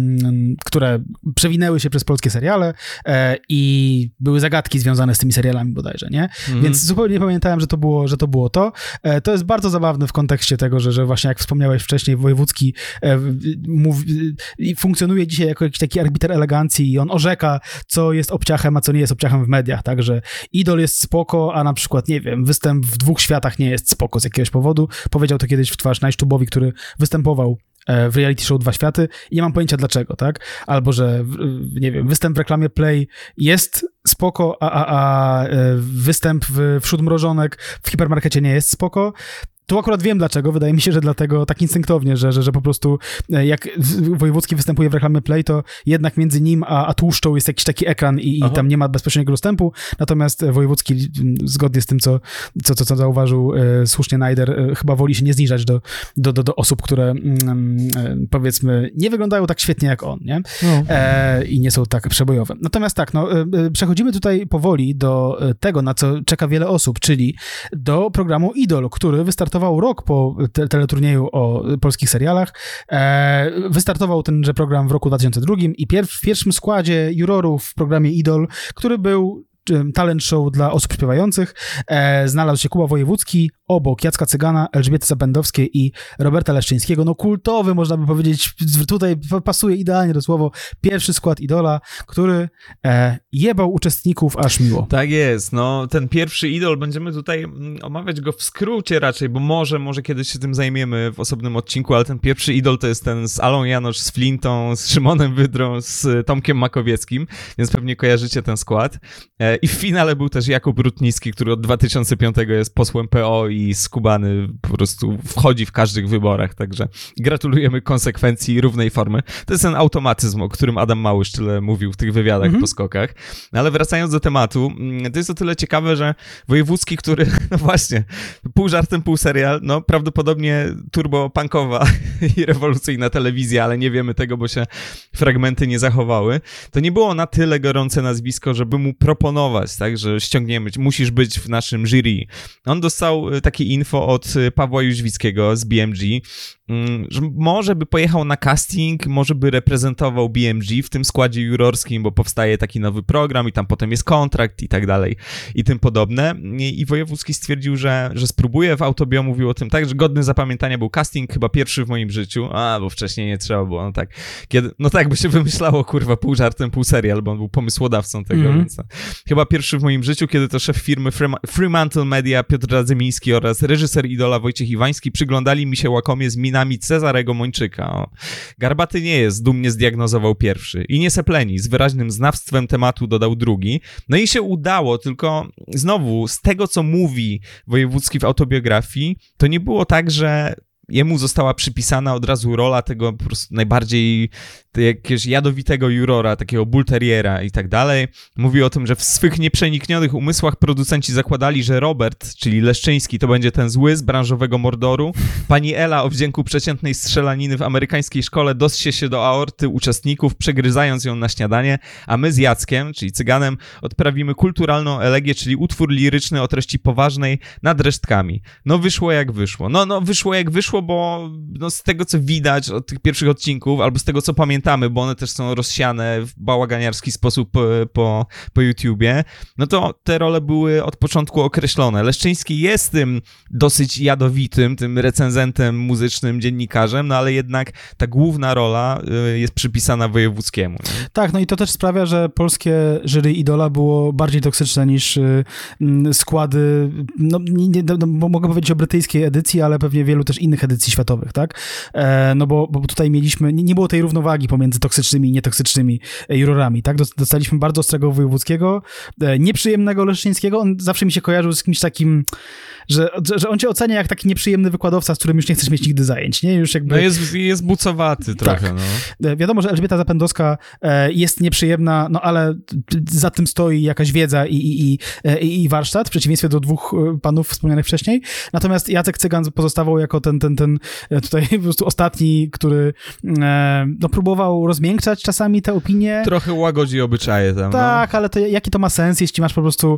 m, które przewinęły się przez polskie seriale e, i były zagadki związane z tymi serialami bodajże, nie? Mm. Więc zupełnie nie pamiętałem, że to było, że to było to. E, to jest bardzo zabawne w kontekście tego, że, że właśnie jak wspomniałeś wcześniej, Wojewódzki e, mów, e, funkcjonuje dzisiaj jako jakiś taki arbiter elegancji i on orzeka, co jest obciachem, a co nie jest obciachem w mediach, tak, że Idol jest spoko, a na przykład, nie wiem, występ w dwóch światach nie jest spoko z jakiegoś powodu. Powiedział to kiedyś w twarz Najsztubowi, który występował w reality show Dwa Światy i nie mam pojęcia dlaczego, tak? Albo, że, nie wiem, występ w reklamie Play jest spoko, a, a, a występ w, wśród mrożonek w hipermarkecie nie jest spoko. Tu akurat wiem dlaczego, wydaje mi się, że dlatego tak instynktownie, że, że, że po prostu jak Wojewódzki występuje w reklamie Play, to jednak między nim a, a tłuszczą jest jakiś taki ekran i, i tam nie ma bezpośredniego dostępu, natomiast Wojewódzki zgodnie z tym, co, co, co, co zauważył e, słusznie Najder, e, chyba woli się nie zniżać do, do, do, do osób, które mm, e, powiedzmy nie wyglądają tak świetnie jak on, nie? No. E, i nie są tak przebojowe. Natomiast tak, no, e, przechodzimy tutaj powoli do tego, na co czeka wiele osób, czyli do programu Idol, który wystartował rok po te- teleturnieju o polskich serialach. E, wystartował tenże program w roku dwa tysiące drugim i pier- w pierwszym składzie jurorów w programie Idol, który był talent show dla osób śpiewających, e, znalazł się Kuba Wojewódzki, obok Jacka Cygana, Elżbiety Zapędowskiej i Roberta Leszczyńskiego. No kultowy, można by powiedzieć, tutaj pasuje idealnie do słowa, pierwszy skład Idola, który e, jebał uczestników aż miło. Tak jest, no ten pierwszy Idol, będziemy tutaj omawiać go w skrócie raczej, bo może, może kiedyś się tym zajmiemy w osobnym odcinku, ale ten pierwszy Idol to jest ten z Alą Janosz, z Flintą, z Szymonem Wydrą, z Tomkiem Makowieckim, więc pewnie kojarzycie ten skład. E, I w finale był też Jakub Rutnicki, który od dwa tysiące piątego jest posłem P O i skubany po prostu wchodzi w każdych wyborach, także gratulujemy konsekwencji równej formy. To jest ten automatyzm, o którym Adam Małysz tyle mówił w tych wywiadach mm-hmm. po skokach. No ale wracając do tematu, to jest o tyle ciekawe, że Wojewódzki, który, no właśnie, pół żartem, pół serial, no prawdopodobnie turbo-punkowa i rewolucyjna telewizja, ale nie wiemy tego, bo się fragmenty nie zachowały, to nie było na tyle gorące nazwisko, żeby mu proponować, tak, że ściągniemy, musisz być w naszym jury. On dostał taki takie info od Pawła Jóźwickiego z B M G, że może by pojechał na casting, może by reprezentował B M G w tym składzie jurorskim, bo powstaje taki nowy program i tam potem jest kontrakt i tak dalej i tym podobne. I Wojewódzki stwierdził, że, że spróbuje. W Autobio mówił o tym tak, że godny zapamiętania był casting, chyba pierwszy w moim życiu, a bo wcześniej nie trzeba było, no tak. Kiedy, no tak, by się wymyślało, kurwa, pół żartem, pół serial, bo on był pomysłodawcą tego, mm-hmm. więc no. Chyba pierwszy w moim życiu, kiedy to szef firmy Fremantle Media Piotr Radzymiński oraz reżyser Idola Wojciech Iwański przyglądali mi się łakomie z minami Cezarego Mończyka. O. Garbaty nie jest, dumnie zdiagnozował pierwszy. I nie sepleni, z wyraźnym znawstwem tematu dodał drugi. No i się udało, tylko znowu, z tego co mówi Wojewódzki w autobiografii, to nie było tak, że jemu została przypisana od razu rola tego po prostu najbardziej jakiegoś jadowitego jurora, takiego bulteriera i tak dalej. Mówi o tym, że w swych nieprzeniknionych umysłach producenci zakładali, że Robert, czyli Leszczyński, to będzie ten zły z branżowego mordoru. Pani Ela o wdzięku przeciętnej strzelaniny w amerykańskiej szkole dosie się do aorty uczestników, przegryzając ją na śniadanie, a my z Jackiem, czyli Cyganem, odprawimy kulturalną elegię, czyli utwór liryczny o treści poważnej nad resztkami. No wyszło jak wyszło. No, no wyszło jak wyszło, bo no, z tego, co widać od tych pierwszych odcinków, albo z tego, co pamiętamy, bo one też są rozsiane w bałaganiarski sposób po, po, po YouTubie, no to te role były od początku określone. Leszczyński jest tym dosyć jadowitym, tym recenzentem muzycznym, dziennikarzem, no ale jednak ta główna rola jest przypisana Wojewódzkiemu. Nie? Tak, no i to też sprawia, że polskie jury Idola było bardziej toksyczne niż y, y, składy, no, nie, no mogę powiedzieć o brytyjskiej edycji, ale pewnie wielu też innych edycji światowych, tak? E, no bo, bo tutaj mieliśmy, nie, nie było tej równowagi pomiędzy toksycznymi i nietoksycznymi jurorami, tak? Dostaliśmy bardzo ostrego Wojewódzkiego, e, nieprzyjemnego Leszczyńskiego, on zawsze mi się kojarzył z kimś takim, że, że on cię ocenia jak taki nieprzyjemny wykładowca, z którym już nie chcesz mieć nigdy zajęć, nie? Już jakby... No jest, jest bucowaty trochę, tak. no. E, wiadomo, że Elżbieta Zapędowska e, jest nieprzyjemna, no ale za tym stoi jakaś wiedza i, i, i, i warsztat, w przeciwieństwie do dwóch panów wspomnianych wcześniej. Natomiast Jacek Cygan pozostawał jako ten, ten, ten tutaj po prostu ostatni, który e, no, próbował rozmiękczać czasami te opinie. Trochę łagodzi obyczaje tam. Tak, no. ale to jaki to ma sens, jeśli masz po prostu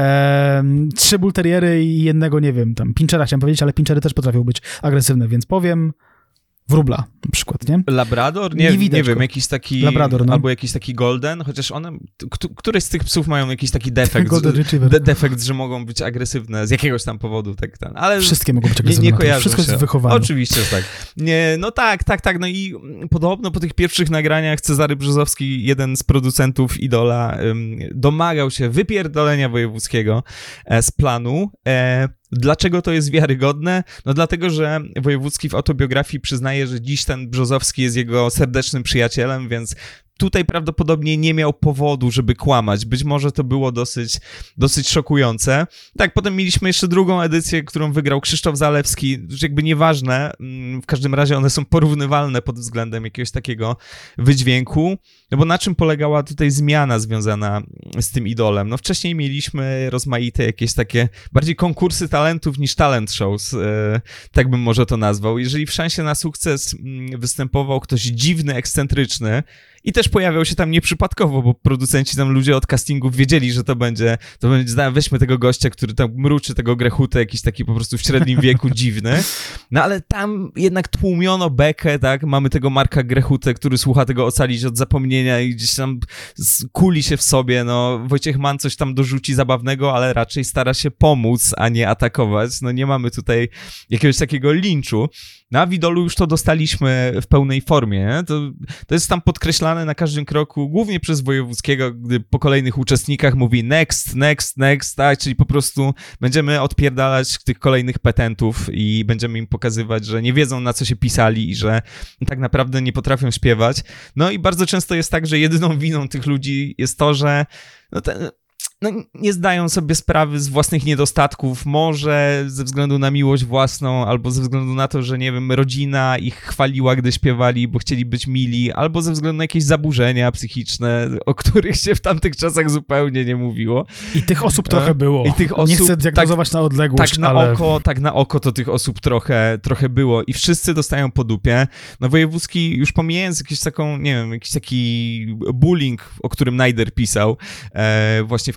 e, trzy bulteriery i jednego, nie wiem, tam pinchera chciałem powiedzieć, ale pinchery też potrafią być agresywne, więc powiem wróbla na przykład, nie? Labrador? Nie, nie, nie wiem, jakiś taki... Labrador, no. Albo jakiś taki golden, chociaż one... K- któreś z tych psów mają jakiś taki defekt, golden retriever. De- defekt, że mogą być agresywne z jakiegoś tam powodu, tak ten. Ale wszystkie mogą być agresywne. Nie, nie kojarzą Wszystko się. jest wychowane. Oczywiście, tak. Nie, no tak, tak, tak. No i podobno po tych pierwszych nagraniach Cezary Brzozowski, jeden z producentów Idola, um, domagał się wypierdolenia Wojewódzkiego e, z planu. E, Dlaczego to jest wiarygodne? No dlatego, że Wojewódzki w autobiografii przyznaje, że dziś ten Brzozowski jest jego serdecznym przyjacielem, więc tutaj prawdopodobnie nie miał powodu, żeby kłamać. Być może to było dosyć, dosyć szokujące. Tak, potem mieliśmy jeszcze drugą edycję, którą wygrał Krzysztof Zalewski. Już jakby nieważne, w każdym razie one są porównywalne pod względem jakiegoś takiego wydźwięku. No bo na czym polegała tutaj zmiana związana z tym idolem? No wcześniej mieliśmy rozmaite jakieś takie bardziej konkursy talentów niż talent shows, e, tak bym może to nazwał. Jeżeli w szansie na sukces występował ktoś dziwny, ekscentryczny, i też pojawiał się tam nieprzypadkowo, bo producenci tam, ludzie od castingów wiedzieli, że to będzie, to będzie, weźmy tego gościa, który tam mruczy, tego Grechutę, jakiś taki po prostu w średnim wieku dziwny. No ale tam jednak tłumiono bekę, tak? Mamy tego Marka Grechutę, który słucha tego Ocalić od zapomnienia i gdzieś tam kuli się w sobie, no Wojciech Mann coś tam dorzuci zabawnego, ale raczej stara się pomóc, a nie atakować. No nie mamy tutaj jakiegoś takiego linczu. Na Widolu już to dostaliśmy w pełnej formie, nie? To, to jest tam podkreślane na każdym kroku, głównie przez Wojewódzkiego, gdy po kolejnych uczestnikach mówi next, next, next, tak, czyli po prostu będziemy odpierdalać tych kolejnych petentów i będziemy im pokazywać, że nie wiedzą, na co się pisali i że tak naprawdę nie potrafią śpiewać. No i bardzo często jest tak, że jedyną winą tych ludzi jest to, że no ten... no, nie zdają sobie sprawy z własnych niedostatków, może ze względu na miłość własną, albo ze względu na to, że nie wiem, rodzina ich chwaliła, gdy śpiewali, bo chcieli być mili, albo ze względu na jakieś zaburzenia psychiczne, o których się w tamtych czasach zupełnie nie mówiło. I tych osób trochę było. I tych osób, nie chcę diagnozować tak, na odległość, tak na ale... oko, tak na oko to tych osób trochę, trochę było i wszyscy dostają po dupie. No Wojewódzki, już pomijając jakiś taką, nie wiem, jakiś taki bullying, o którym Najder pisał, e, właśnie w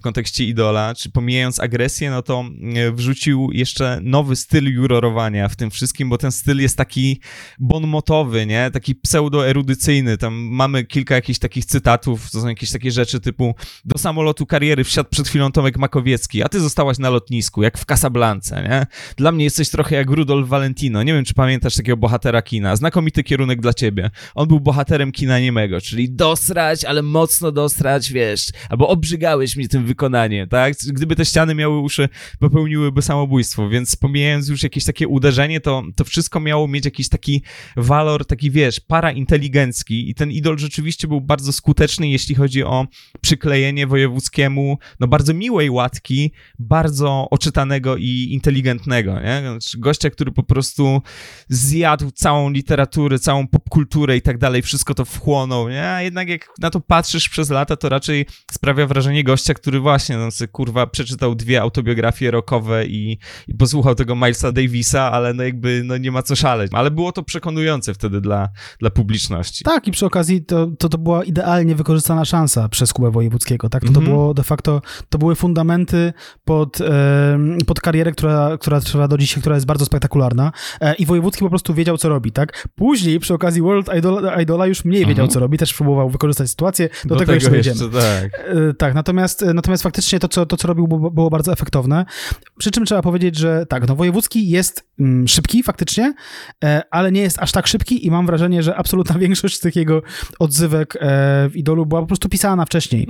kontekście Idola, czy pomijając agresję, no to wrzucił jeszcze nowy styl jurorowania w tym wszystkim, bo ten styl jest taki bonmotowy, nie? Taki pseudoerudycyjny. Tam mamy kilka jakichś takich cytatów, to są jakieś takie rzeczy typu do samolotu kariery wsiadł przed chwilą Tomek Makowiecki, a ty zostałaś na lotnisku, jak w Casablance, nie? Dla mnie jesteś trochę jak Rudolf Valentino. Nie wiem, czy pamiętasz takiego bohatera kina. Znakomity kierunek dla ciebie. On był bohaterem kina niemego, czyli dosrać, ale mocno dosrać, wiesz, albo obrzygałeś mnie tym wykonaniem, tak? Gdyby te ściany miały uszy, popełniłyby samobójstwo, więc pomijając już jakieś takie uderzenie, to, to wszystko miało mieć jakiś taki walor, taki, wiesz, parainteligencki i ten Idol rzeczywiście był bardzo skuteczny, jeśli chodzi o przyklejenie wojewódzkiemu, no bardzo miłej łatki, bardzo oczytanego i inteligentnego, nie? Znaczy, gościa, który po prostu zjadł całą literaturę, całą popkulturę i tak dalej, wszystko to wchłonął, nie? A jednak jak na to patrzysz przez lata, to raczej sprawia wrażenie gościa, który właśnie, no sobie, kurwa, przeczytał dwie autobiografie rockowe i, i posłuchał tego Milesa Davisa, ale no jakby, no nie ma co szaleć. Ale było to przekonujące wtedy dla, dla publiczności. Tak, i przy okazji to, to, to była idealnie wykorzystana szansa przez Kubę Wojewódzkiego, tak? To, mm-hmm. to było de facto, to były fundamenty pod, e, pod karierę, która, która trwa do dzisiaj, która jest bardzo spektakularna e, i Wojewódzki po prostu wiedział, co robi, tak? Później przy okazji World Idol, Idola już mniej wiedział, mm-hmm. co robi, też próbował wykorzystać sytuację, do, do tego, tego jeszcze dojdziemy. Tak, e, tak natomiast, natomiast faktycznie to, co, to, co robił, było, było bardzo efektowne. Przy czym trzeba powiedzieć, że tak, no Wojewódzki jest mm, szybki faktycznie, e, ale nie jest aż tak szybki i mam wrażenie, że absolutna większość z tych jego odzywek e, w Idolu była po prostu pisana wcześniej.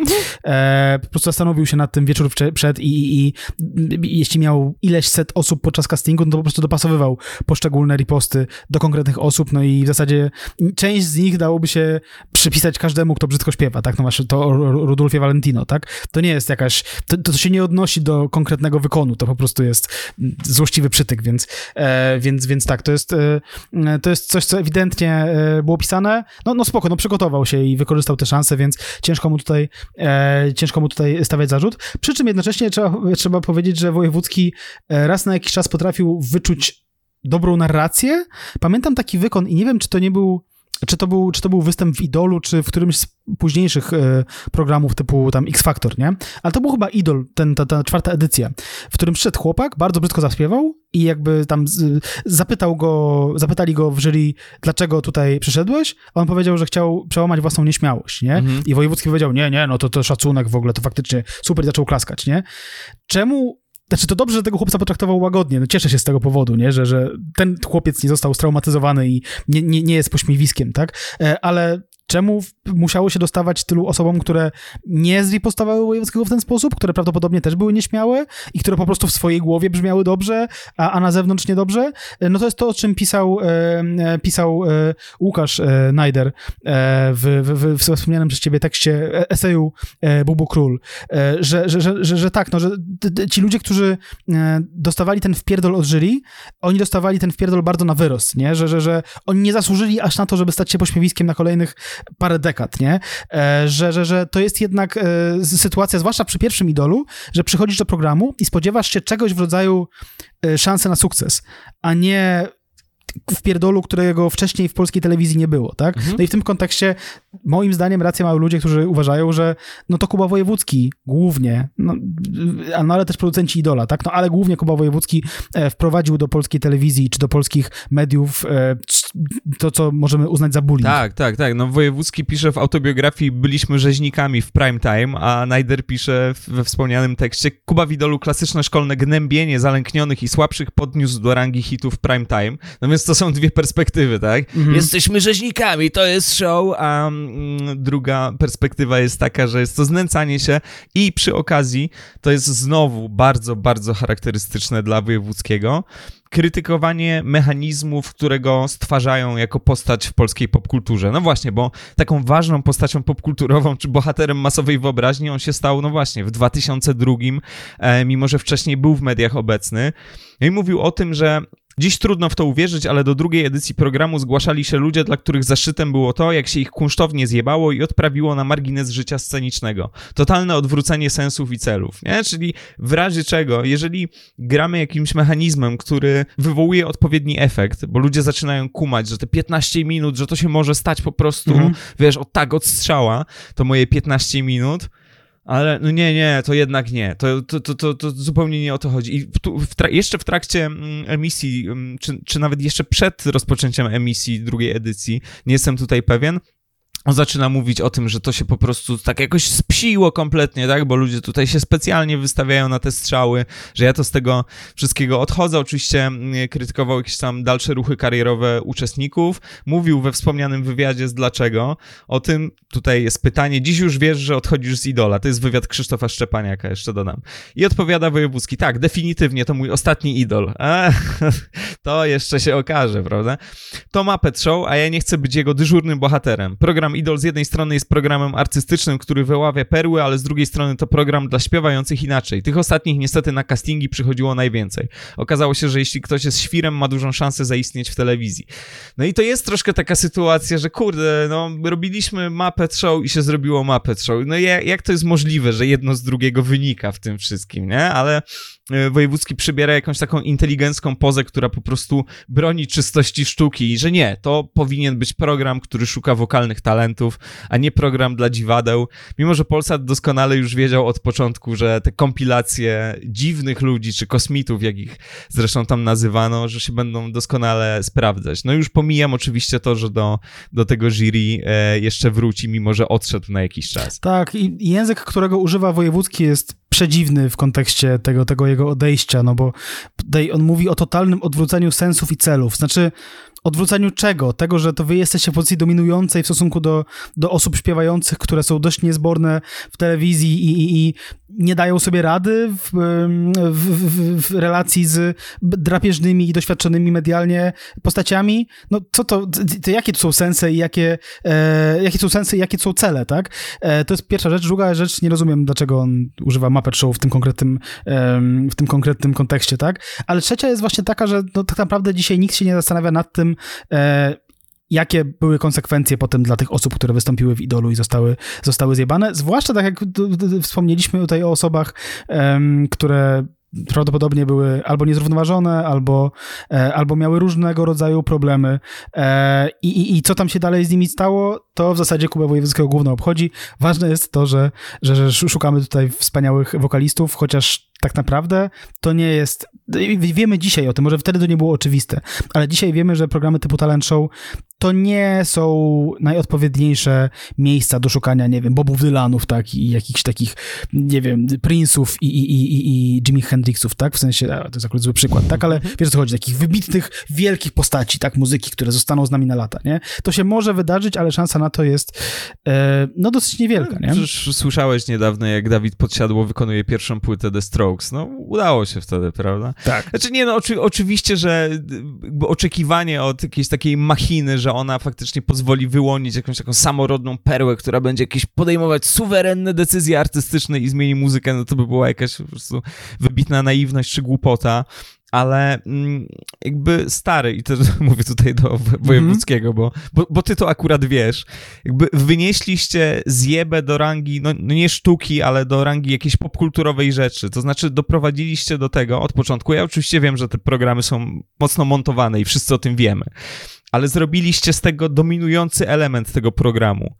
E, po prostu zastanowił się nad tym wieczór wcze- przed i, i, i jeśli miał ileś set osób podczas castingu, no to po prostu dopasowywał poszczególne riposty do konkretnych osób, no i w zasadzie część z nich dałoby się przypisać każdemu, kto brzydko śpiewa, tak? No masz to o Rudolfie Valentino, tak? To nie jest jakaś, to, to się nie odnosi do konkretnego wykonu, to po prostu jest złośliwy przytyk, więc, e, więc, więc tak, to jest, e, to jest coś, co ewidentnie e, było pisane, no, no spoko, no przygotował się i wykorzystał te szanse, więc ciężko mu tutaj, e, ciężko mu tutaj stawiać zarzut, przy czym jednocześnie trzeba, trzeba powiedzieć, że Wojewódzki raz na jakiś czas potrafił wyczuć dobrą narrację. Pamiętam taki wykon i nie wiem, czy to nie był Czy to, był, czy to był występ w Idolu, czy w którymś z późniejszych e, programów typu tam X Factor, nie? Ale to był chyba Idol, ten, ta, ta czwarta edycja, w którym przyszedł chłopak, bardzo brzydko zaśpiewał i jakby tam z, zapytał go, zapytali go w jury, dlaczego tutaj przyszedłeś? A on powiedział, że chciał przełamać własną nieśmiałość, nie? Mhm. I Wojewódzki powiedział, nie, nie, no to, to szacunek w ogóle, to faktycznie super, i zaczął klaskać, nie? Czemu... Znaczy, to dobrze, że tego chłopca potraktował łagodnie. No cieszę się z tego powodu, nie? Że, że ten chłopiec nie został straumatyzowany i nie, nie, nie jest pośmiewiskiem, tak? Ale czemu musiało się dostawać tylu osobom, które nie zripostowały Wojewódzkiego w ten sposób, które prawdopodobnie też były nieśmiałe i które po prostu w swojej głowie brzmiały dobrze, a, a na zewnątrz niedobrze? No to jest to, o czym pisał, e, pisał e, Łukasz e, Najder e, w, w, w wspomnianym przez ciebie tekście, eseju e, Bubu Król, e, że, że, że, że, że tak, no, że ci ludzie, którzy e, dostawali ten wpierdol od jury, oni dostawali ten wpierdol bardzo na wyrost, nie? Że, że, że oni nie zasłużyli aż na to, żeby stać się pośmiewiskiem na kolejnych parę dekad, nie? E, że, że, że to jest jednak e, sytuacja, zwłaszcza przy pierwszym Idolu, że przychodzisz do programu i spodziewasz się czegoś w rodzaju e, szansy na sukces, a nie w pierdolu, którego wcześniej w polskiej telewizji nie było, tak? Mhm. No i w tym kontekście moim zdaniem rację mają ludzie, którzy uważają, że no to Kuba Wojewódzki głównie, no, no ale też producenci Idola, tak? No ale głównie Kuba Wojewódzki e, wprowadził do polskiej telewizji czy do polskich mediów e, to, co możemy uznać za bullying. Tak, tak, tak. No Wojewódzki pisze w autobiografii byliśmy rzeźnikami w prime time, a Najder pisze we wspomnianym tekście Kuba w Idolu klasyczne szkolne gnębienie zalęknionych i słabszych podniósł do rangi hitów prime time. No więc to są dwie perspektywy, tak? Mhm. Jesteśmy rzeźnikami, to jest show, a mm, druga perspektywa jest taka, że jest to znęcanie się i przy okazji to jest znowu bardzo, bardzo charakterystyczne dla Wojewódzkiego. Krytykowanie mechanizmów, które go stwarzają jako postać w polskiej popkulturze. No właśnie, bo taką ważną postacią popkulturową, czy bohaterem masowej wyobraźni on się stał, no właśnie, w dwa tysiące drugim, e, mimo że wcześniej był w mediach obecny. No i mówił o tym, że dziś trudno w to uwierzyć, ale do drugiej edycji programu zgłaszali się ludzie, dla których zaszczytem było to, jak się ich kunsztownie zjebało i odprawiło na margines życia scenicznego. Totalne odwrócenie sensów i celów, nie? Czyli w razie czego, jeżeli gramy jakimś mechanizmem, który wywołuje odpowiedni efekt, bo ludzie zaczynają kumać, że te piętnaście minut, że to się może stać po prostu, mhm. wiesz, od tak, od strzała, to moje piętnaście minut, Ale no nie, nie, to jednak nie. To, to, to, to, to zupełnie nie o to chodzi. I tu, w tra- jeszcze w trakcie mm, emisji, mm, czy, czy nawet jeszcze przed rozpoczęciem emisji drugiej edycji, nie jestem tutaj pewien, on zaczyna mówić o tym, że to się po prostu tak jakoś spsiło kompletnie, tak, bo ludzie tutaj się specjalnie wystawiają na te strzały, że ja to z tego wszystkiego odchodzę. Oczywiście krytykował jakieś tam dalsze ruchy karierowe uczestników, mówił we wspomnianym wywiadzie z Dlaczego, o tym tutaj jest pytanie, dziś już wiesz, że odchodzisz z Idola, to jest wywiad Krzysztofa Szczepaniaka, jeszcze dodam. I odpowiada Wojewódzki, tak, definitywnie to mój ostatni idol. A, to jeszcze się okaże, prawda? To Muppet Show, a ja nie chcę być jego dyżurnym bohaterem. Program Idol z jednej strony jest programem artystycznym, który wyławia perły, ale z drugiej strony to program dla śpiewających inaczej. Tych ostatnich niestety na castingi przychodziło najwięcej. Okazało się, że jeśli ktoś jest świrem, ma dużą szansę zaistnieć w telewizji. No i to jest troszkę taka sytuacja, że kurde, no robiliśmy Muppet Show i się zrobiło Muppet Show. No jak, jak to jest możliwe, że jedno z drugiego wynika w tym wszystkim, nie? Ale Wojewódzki przybiera jakąś taką inteligencką pozę, która po prostu broni czystości sztuki i że nie, to powinien być program, który szuka wokalnych talentów, a nie program dla dziwadeł. Mimo że Polsat doskonale już wiedział od początku, że te kompilacje dziwnych ludzi, czy kosmitów, jak ich zresztą tam nazywano, że się będą doskonale sprawdzać. No już pomijam oczywiście to, że do, do tego jury e, jeszcze wróci, mimo że odszedł na jakiś czas. Tak, i język, którego używa Wojewódzki, jest przedziwny w kontekście tego, tego jego odejścia, no bo tutaj on mówi o totalnym odwróceniu sensów i celów. Znaczy, odwróceniu czego? Tego, że to wy jesteście w pozycji dominującej w stosunku do, do osób śpiewających, które są dość niezborne w telewizji i, i, i nie dają sobie rady w, w, w, w relacji z drapieżnymi i doświadczonymi medialnie postaciami. No co to, to jakie tu są sensy i jakie, e, jakie są sensy i jakie są cele, tak? E, to jest pierwsza rzecz. Druga rzecz, nie rozumiem, dlaczego on używa Muppet Show w tym konkretnym, e, w tym konkretnym kontekście, tak? Ale trzecia jest właśnie taka, że no, tak naprawdę dzisiaj nikt się nie zastanawia nad tym, E, jakie były konsekwencje potem dla tych osób, które wystąpiły w Idolu i zostały, zostały zjebane. Zwłaszcza tak jak d- d- wspomnieliśmy tutaj o osobach, em, które prawdopodobnie były albo niezrównoważone, albo, e, albo miały różnego rodzaju problemy. E, i, i, I co tam się dalej z nimi stało, to w zasadzie Kubę Wojewódzkiego gówno obchodzi. Ważne jest to, że, że, że szukamy tutaj wspaniałych wokalistów, chociaż tak naprawdę to nie jest... Wiemy dzisiaj o tym, może wtedy to nie było oczywiste, ale dzisiaj wiemy, że programy typu Talent Show to nie są najodpowiedniejsze miejsca do szukania, nie wiem, Bobów Dylanów, tak, i jakichś takich, nie wiem, Prince'ów i, i, i, i Jimi Hendrixów, tak, w sensie, a, to jest akurat zły przykład, tak, ale wiesz o co chodzi, takich wybitnych, wielkich postaci, tak, muzyki, które zostaną z nami na lata, nie? To się może wydarzyć, ale szansa na to jest, e, no, dosyć niewielka, nie? Przecież słyszałeś niedawno, jak Dawid Podsiadło wykonuje pierwszą płytę The Strokes, no, udało się wtedy, prawda? Tak. Znaczy nie, no, oczy, oczywiście, że oczekiwanie od jakiejś takiej machiny, że ona faktycznie pozwoli wyłonić jakąś taką samorodną perłę, która będzie jakieś podejmować suwerenne decyzje artystyczne i zmieni muzykę, no to by była jakaś po prostu wybitna naiwność czy głupota. Ale mm, jakby stary, i też mówię tutaj do Wojewódzkiego, mm-hmm. bo, bo, bo ty to akurat wiesz, jakby wynieśliście zjebę do rangi, no, no nie sztuki, ale do rangi jakiejś popkulturowej rzeczy, to znaczy doprowadziliście do tego od początku, ja oczywiście wiem, że te programy są mocno montowane i wszyscy o tym wiemy, ale zrobiliście z tego dominujący element tego programu.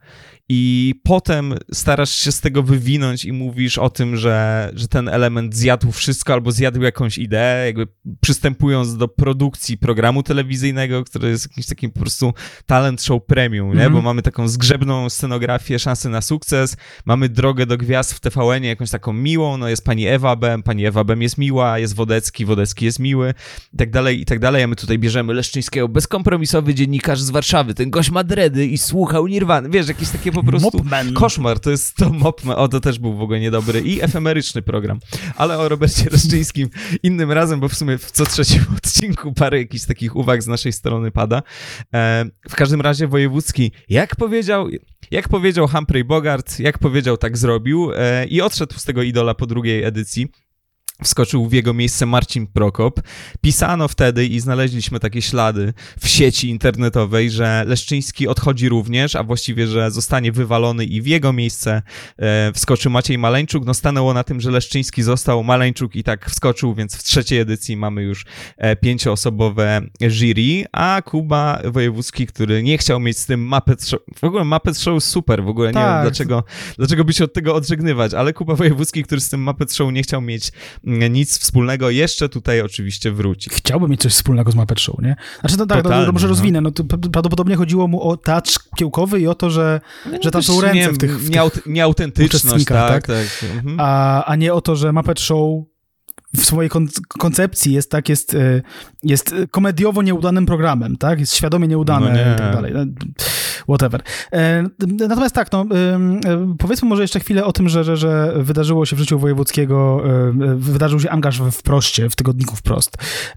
I potem starasz się z tego wywinąć i mówisz o tym, że, że ten element zjadł wszystko albo zjadł jakąś ideę, jakby przystępując do produkcji programu telewizyjnego, który jest jakimś takim po prostu talent show premium, nie? Mm-hmm. Bo mamy taką zgrzebną scenografię, szansę na sukces, mamy drogę do gwiazd w T V N-ie, jakąś taką miłą, no jest pani Ewa Bem, pani Ewa Bem jest miła, jest Wodecki, Wodecki jest miły, i tak dalej, i tak dalej, a my tutaj bierzemy Leszczyńskiego, bezkompromisowy dziennikarz z Warszawy, ten gość ma dredy i słuchał Nirwany, wiesz, jakieś takie po prostu Mopman. Koszmar, to jest to Mopman, o to też był w ogóle niedobry i efemeryczny program, ale o Robercie Leszczyńskim innym razem, bo w sumie w co trzecim odcinku parę jakichś takich uwag z naszej strony pada. E, w każdym razie Wojewódzki, jak powiedział, jak powiedział Humphrey Bogart, jak powiedział, tak zrobił e, i odszedł z tego Idola po drugiej edycji. wskoczył w jego miejsce Marcin Prokop. Pisano wtedy i znaleźliśmy takie ślady w sieci internetowej, że Leszczyński odchodzi również, a właściwie, że zostanie wywalony i w jego miejsce e, wskoczy Maciej Maleńczuk. No stanęło na tym, że Leszczyński został, Maleńczuk i tak wskoczył, więc w trzeciej edycji mamy już e, pięcioosobowe jury, a Kuba Wojewódzki, który nie chciał mieć z tym Muppet Show. W ogóle Muppet Show super, w ogóle tak. Nie wiem dlaczego, dlaczego by się od tego odżegnywać, ale Kuba Wojewódzki, który z tym Muppet Show nie chciał mieć nic wspólnego, jeszcze tutaj oczywiście wróci. Chciałby mieć coś wspólnego z Muppet Show, nie? Znaczy, no tak, Totalnie, no, może rozwinę. No, to prawdopodobnie chodziło mu o teatr kiełkowy i o to, że, no, że tam są ręce nie, w tych, w nieaut, tych nieautentyczność, tak, tak. tak. Mhm. A, a nie o to, że Muppet Show w swojej kon- koncepcji jest tak, jest, jest komediowo nieudanym programem, tak? Jest świadomie nieudane no nie. i tak dalej. Whatever. Natomiast tak, no, powiedzmy może jeszcze chwilę o tym, że, że, że wydarzyło się w życiu Wojewódzkiego, wydarzył się angaż w Wproście, w tygodniku Wprost.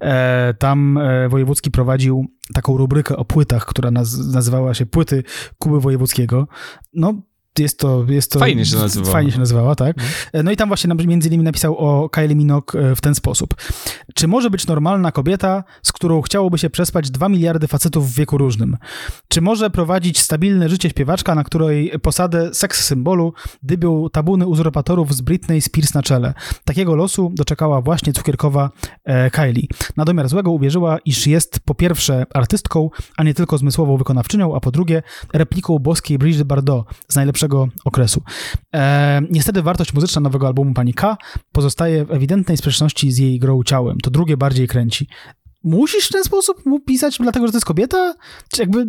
Tam Wojewódzki prowadził taką rubrykę o płytach, która naz- nazywała się Płyty Kuby Wojewódzkiego. No, Jest to, jest to... Fajnie się nazywała. Fajnie się nazywała, tak. No i tam właśnie między innymi napisał o Kylie Minogue w ten sposób. Czy może być normalna kobieta, z którą chciałoby się przespać dwa miliardy facetów w wieku różnym? Czy może prowadzić stabilne życie śpiewaczka, na której posadę seks symbolu dybią tabuny uzurpatorów z Britney Spears na czele? Takiego losu doczekała właśnie cukierkowa e, Kylie. Na domiar złego uwierzyła, iż jest po pierwsze artystką, a nie tylko zmysłową wykonawczynią, a po drugie repliką boskiej Brigitte Bardot z najlepszego okresu. E, niestety wartość muzyczna nowego albumu Pani K pozostaje w ewidentnej sprzeczności z jej grą ciałem. To drugie bardziej kręci. Musisz w ten sposób mu pisać, dlatego że to jest kobieta? Czy jakby...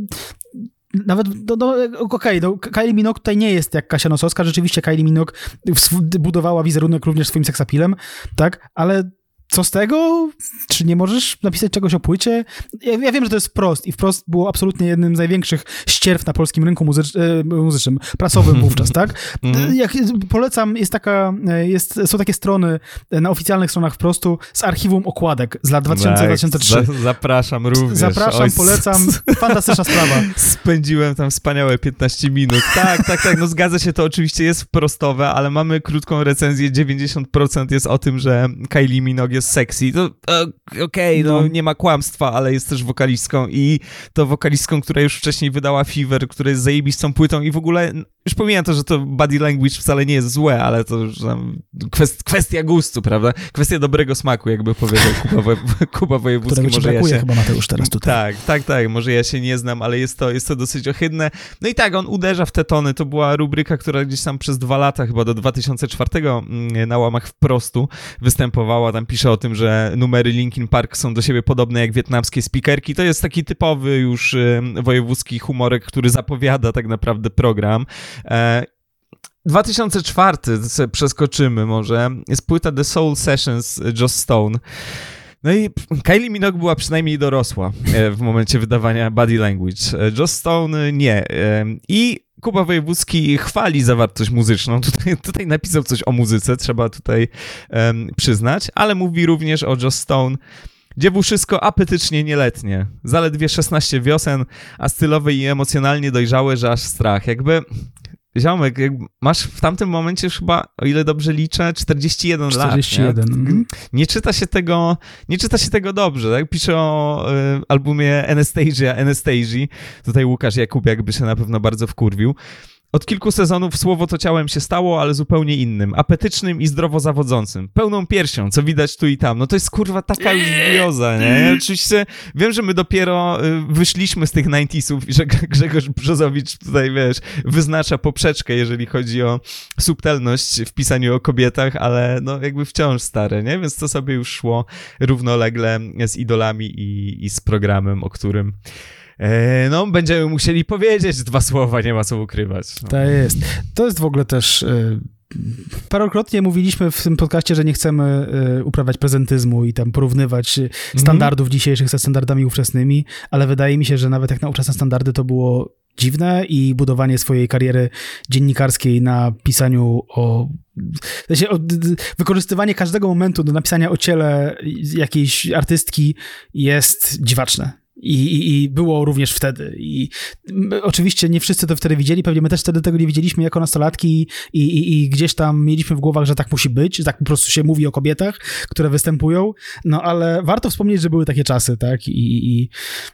Nawet, no, no okej, okay, no, Kylie Minogue tutaj nie jest jak Kasia Nosowska. Rzeczywiście Kylie Minogue budowała wizerunek również swoim seksapilem, tak? Ale co z tego? Czy nie możesz napisać czegoś o płycie? Ja, ja wiem, że to jest Wprost i Wprost było absolutnie jednym z największych ścierw na polskim rynku muzycz, e, muzycznym, prasowym wówczas, tak? Jak, polecam, jest taka, jest, są takie strony na oficjalnych stronach Wprostu z archiwum okładek z lat dwa tysiące do dwa tysiące trzeciego. Za, zapraszam również. Zapraszam, Oj, polecam. Fantastyczna sprawa. Spędziłem tam wspaniałe piętnaście minut. Tak, tak, tak, no zgadza się, to oczywiście jest wprostowe, ale mamy krótką recenzję, dziewięćdziesiąt procent jest o tym, że Kylie Minogue jest sexy. To okej, okay, no, no nie ma kłamstwa, ale jest też wokalistką i to wokalistką, która już wcześniej wydała Fever, która jest zajebistą płytą i w ogóle, już pomijam to, że to body language wcale nie jest złe, ale to już tam kwest, kwestia gustu, prawda? Kwestia dobrego smaku, jakby powiedział Kuba, Wo- Kuba Wojewódzki. Którego może brakuje ja się... chyba Mateusz teraz tutaj. Tak, tak, tak, może ja się nie znam, ale jest to, jest to dosyć ohydne. No i tak, on uderza w te tony, to była rubryka, która gdzieś tam przez dwa lata, chyba do dwa tysiące czwartego na łamach Wprostu występowała, tam pisze o tym, że numery Linkin Park są do siebie podobne jak wietnamskie spikerki. To jest taki typowy już y, wojewódzki humorek, który zapowiada tak naprawdę program. E, dwa tysiące czwarty, sobie przeskoczymy może, jest płyta The Soul Sessions Joss Stone. No i Kylie Minogue była przynajmniej dorosła w momencie wydawania Body Language. Joss Stone nie. I Kuba Wojewódzki chwali zawartość muzyczną. Tutaj, tutaj napisał coś o muzyce, trzeba tutaj um, przyznać, ale mówi również o Joss Stone. Dziewuszysko apetycznie nieletnie. Zaledwie szesnaście wiosen, a stylowe i emocjonalnie dojrzałe, że aż strach. Jakby... Ziomek, masz w tamtym momencie już chyba, o ile dobrze liczę, czterdzieści jeden lat. czterdzieści jeden. Nie? Mm. nie czyta się tego, nie czyta się tego dobrze, tak? Pisze o y, albumie Anastasia, Anastasia. Tutaj Łukasz Jakubiak by się na pewno bardzo wkurwił. Od kilku sezonów słowo to ciałem się stało, ale zupełnie innym. Apetycznym i zdrowo zawodzącym. Pełną piersią, co widać tu i tam. No to jest kurwa taka już wioza, nie? Oczywiście wiem, że my dopiero y, wyszliśmy z tych dziewięćdziesiątych i że Grzegorz Brzozowicz tutaj, wiesz, wyznacza poprzeczkę, jeżeli chodzi o subtelność w pisaniu o kobietach, ale no jakby wciąż stare, nie? Więc to sobie już szło równolegle z idolami i, i z programem, o którym no, będziemy musieli powiedzieć dwa słowa, nie ma co ukrywać. No. To jest. To jest w ogóle też... Y- Parokrotnie mówiliśmy w tym podcaście, że nie chcemy y, uprawiać prezentyzmu i tam porównywać mm. standardów dzisiejszych ze standardami ówczesnymi, ale wydaje mi się, że nawet jak na ówczesne standardy to było dziwne i budowanie swojej kariery dziennikarskiej na pisaniu o... W sensie, o wykorzystywanie każdego momentu do napisania o ciele jakiejś artystki jest dziwaczne. I, i, I było również wtedy. I oczywiście nie wszyscy to wtedy widzieli, pewnie my też wtedy tego nie widzieliśmy jako nastolatki i, i, i gdzieś tam mieliśmy w głowach, że tak musi być, że tak po prostu się mówi o kobietach, które występują, no ale warto wspomnieć, że były takie czasy, tak? I, i,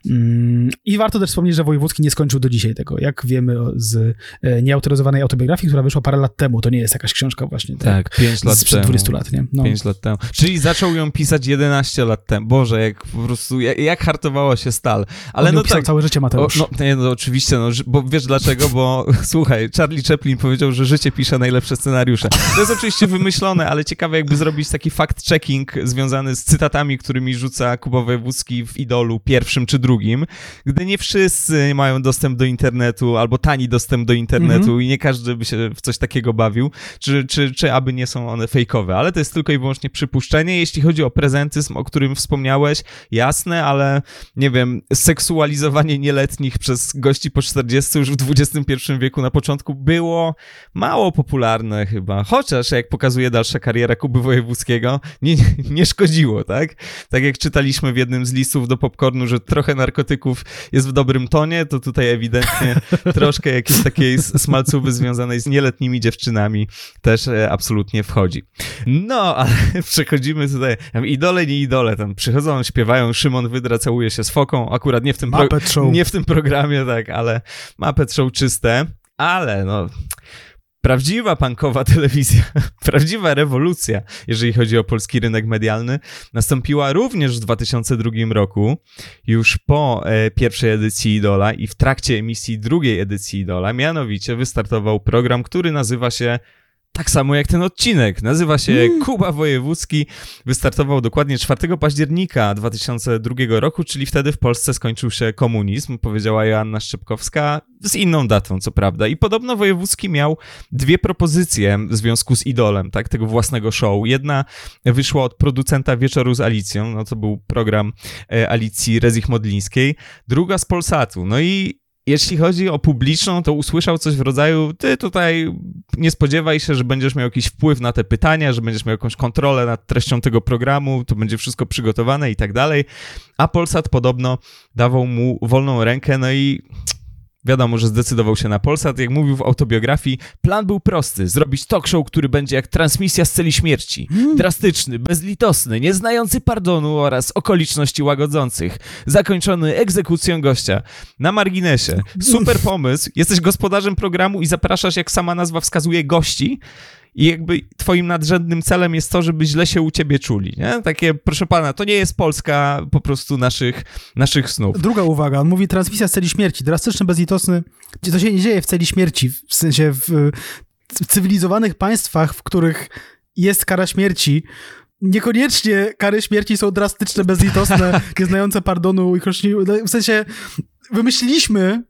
mm, i warto też wspomnieć, że Wojewódzki nie skończył do dzisiaj tego, jak wiemy z e, nieautoryzowanej autobiografii, która wyszła parę lat temu, to nie jest jakaś książka właśnie. Tak, tak pięć lat sprzed temu. dwudziestu lat, nie? No. pięć lat temu. Czyli zaczął ją pisać jedenaście lat temu. Boże, jak po prostu, jak, jak hartowała się stal. Ale On no pisał tak, całe życie, Mateusz. O, no, nie, no oczywiście, no, bo wiesz dlaczego? Bo słuchaj, Charlie Chaplin powiedział, że życie pisze najlepsze scenariusze. To jest oczywiście wymyślone, ale ciekawe jakby zrobić taki fact-checking związany z cytatami, którymi rzuca Kuba Wojewódzki w Idolu pierwszym czy drugim, gdy nie wszyscy mają dostęp do internetu albo tani dostęp do internetu mm-hmm. i nie każdy by się w coś takiego bawił, czy, czy, czy aby nie są one fejkowe, ale to jest tylko i wyłącznie przypuszczenie. Jeśli chodzi o prezentyzm, o którym wspomniałeś, jasne, ale nie wiem, seksualizowanie nieletnich przez gości po czterdziestce już w dwudziestym pierwszym wieku na początku było mało popularne chyba, chociaż jak pokazuje dalsza kariera Kuby Wojewódzkiego, nie, nie szkodziło, tak? Tak jak czytaliśmy w jednym z listów do Popcornu, że trochę narkotyków jest w dobrym tonie, to tutaj ewidentnie troszkę jakiejś takiej smalcuby związanej z nieletnimi dziewczynami też e, absolutnie wchodzi. No, ale przechodzimy tutaj, tam idole, nie idole, tam przychodzą, śpiewają, Szymon Wydra całuje się z foką, akurat nie w tym, pro- nie w tym programie, tak, ale Muppet Show czyste, ale no... Prawdziwa punkowa telewizja, prawdziwa rewolucja, jeżeli chodzi o polski rynek medialny, nastąpiła również w dwa tysiące drugim roku, już po e, pierwszej edycji Idola i w trakcie emisji drugiej edycji Idola, mianowicie wystartował program, który nazywa się tak samo jak ten odcinek. Nazywa się mm. Kuba Wojewódzki. Wystartował dokładnie czwartego października dwa tysiące drugiego roku, czyli wtedy w Polsce skończył się komunizm, powiedziała Joanna Szczepkowska, z inną datą, co prawda. I podobno Wojewódzki miał dwie propozycje w związku z Idolem, tak, tego własnego show. Jedna wyszła od producenta Wieczoru z Alicją, no to był program e, Alicji Rezich-Modlińskiej, druga z Polsatu. No i jeśli chodzi o publiczną, to usłyszał coś w rodzaju, ty tutaj nie spodziewaj się, że będziesz miał jakiś wpływ na te pytania, że będziesz miał jakąś kontrolę nad treścią tego programu, to będzie wszystko przygotowane i tak dalej, a Polsat podobno dawał mu wolną rękę, no i wiadomo, że zdecydował się na Polsat. Jak mówił w autobiografii, plan był prosty. Zrobić talk show, który będzie jak transmisja z celi śmierci. Mm. Drastyczny, bezlitosny, nie znający pardonu oraz okoliczności łagodzących. Zakończony egzekucją gościa. Na marginesie. Super pomysł. Jesteś gospodarzem programu i zapraszasz, jak sama nazwa wskazuje, gości. I jakby twoim nadrzędnym celem jest to, żeby źle się u ciebie czuli, nie? Takie, proszę pana, to nie jest Polska po prostu naszych, naszych snów. Druga uwaga, on mówi transmisja z celi śmierci, drastyczny, bezlitosny, to się nie dzieje w celi śmierci, w sensie w, w cywilizowanych państwach, w których jest kara śmierci, niekoniecznie kary śmierci są drastyczne, bezlitosne, nieznające pardonu i kroczni, w sensie wymyśliliśmy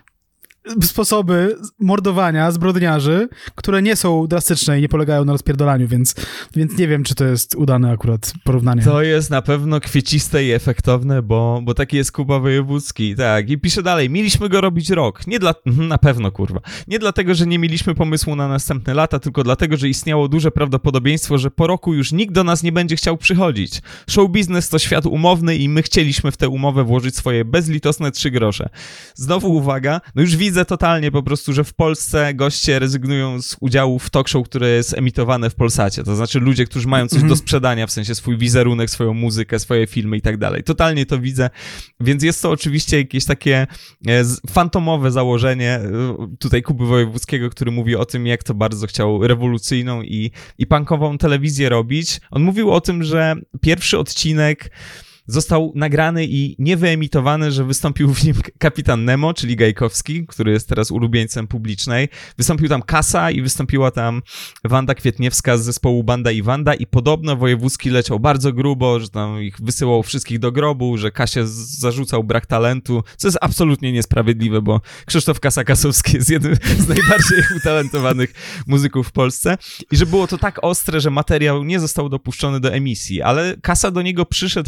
sposoby mordowania zbrodniarzy, które nie są drastyczne i nie polegają na rozpierdolaniu, więc, więc nie wiem, czy to jest udane akurat porównanie. To jest na pewno kwieciste i efektowne, bo, bo taki jest Kuba Wojewódzki, tak. I pisze dalej, mieliśmy go robić rok. Nie dla... Na pewno, kurwa. Nie dlatego, że nie mieliśmy pomysłu na następne lata, tylko dlatego, że istniało duże prawdopodobieństwo, że po roku już nikt do nas nie będzie chciał przychodzić. Show biznes to świat umowny i my chcieliśmy w tę umowę włożyć swoje bezlitosne trzy grosze. Znowu uwaga, no już widzę totalnie po prostu, że w Polsce goście rezygnują z udziału w talk show, które jest emitowane w Polsacie. To znaczy ludzie, którzy mają coś mm-hmm. do sprzedania, w sensie swój wizerunek, swoją muzykę, swoje filmy i tak dalej. Totalnie to widzę, więc jest to oczywiście jakieś takie e, fantomowe założenie e, tutaj Kuby Wojewódzkiego, który mówi o tym, jak to bardzo chciał rewolucyjną i, i punkową telewizję robić. On mówił o tym, że pierwszy odcinek został nagrany i niewyemitowany, że wystąpił w nim kapitan Nemo, czyli Gajkowski, który jest teraz ulubieńcem publicznej. Wystąpił tam Kasa i wystąpiła tam Wanda Kwietniewska z zespołu Banda i Wanda i podobno Wojewódzki leciał bardzo grubo, że tam ich wysyłał wszystkich do grobu, że Kasie zarzucał brak talentu, co jest absolutnie niesprawiedliwe, bo Krzysztof Kasa-Kasowski jest jednym z najbardziej utalentowanych muzyków w Polsce i że było to tak ostre, że materiał nie został dopuszczony do emisji, ale Kasa do niego przyszedł parę tygodni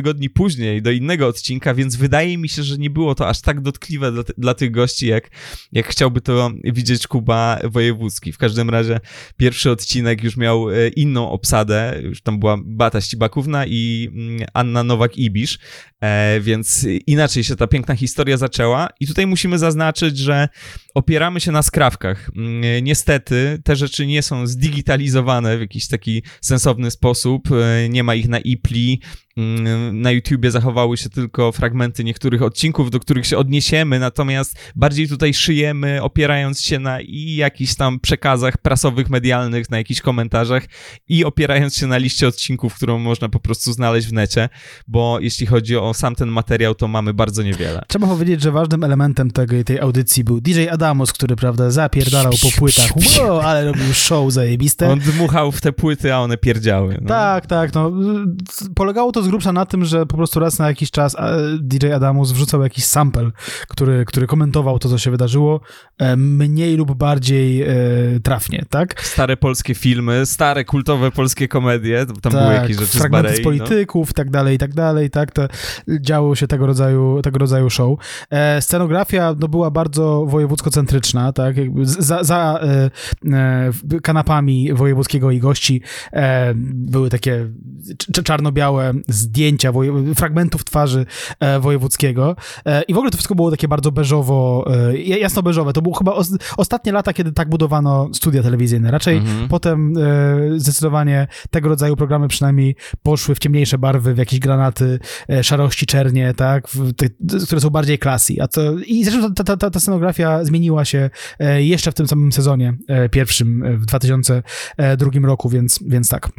tygodni później do innego odcinka, więc wydaje mi się, że nie było to aż tak dotkliwe dla, dla tych gości, jak, jak chciałby to widzieć Kuba Wojewódzki. W każdym razie pierwszy odcinek już miał inną obsadę, już tam była Beata Ścibakówna i Anna Nowak-Ibisz, e, więc inaczej się ta piękna historia zaczęła i tutaj musimy zaznaczyć, że opieramy się na skrawkach. Niestety te rzeczy nie są zdigitalizowane w jakiś taki sensowny sposób, nie ma ich na iPli, na YouTubie zachowały się tylko fragmenty niektórych odcinków, do których się odniesiemy, natomiast bardziej tutaj szyjemy, opierając się na i jakichś tam przekazach prasowych, medialnych, na jakichś komentarzach i opierając się na liście odcinków, którą można po prostu znaleźć w necie, bo jeśli chodzi o sam ten materiał, to mamy bardzo niewiele. Trzeba powiedzieć, że ważnym elementem tej, tej audycji był D J Adamos, który, prawda, zapierdalał po płytach. Wow, ale robił show zajebiste. On dmuchał w te płyty, a one pierdziały. No. Tak, tak, no. Polegało to z grubsza na tym, że po prostu raz na jakiś czas D J Adamus wrzucał jakiś sample, który, który komentował to, co się wydarzyło, mniej lub bardziej e, trafnie, tak? Stare polskie filmy, stare kultowe polskie komedie, tam tak, były jakieś rzeczy z Barei, z polityków, no. tak dalej, i tak dalej, tak? To działo się tego rodzaju, tego rodzaju show. E, scenografia no, była bardzo wojewódzko-centryczna, tak? Jakby za, za e, e, kanapami wojewódzkiego i gości e, były takie czarno-białe zdjęcia woje- fragmentów twarzy e, wojewódzkiego e, i w ogóle to wszystko było takie bardzo beżowo, e, jasno beżowe. To było chyba os- ostatnie lata, kiedy tak budowano studia telewizyjne. Raczej mhm. potem e, zdecydowanie tego rodzaju programy przynajmniej poszły w ciemniejsze barwy, w jakieś granaty, e, szarości, czernie, tak, w, te, które są bardziej classy. A to, i zresztą ta, ta, ta, ta scenografia zmieniła się e, jeszcze w tym samym sezonie e, pierwszym e, w dwa tysiące drugim roku, więc, więc tak.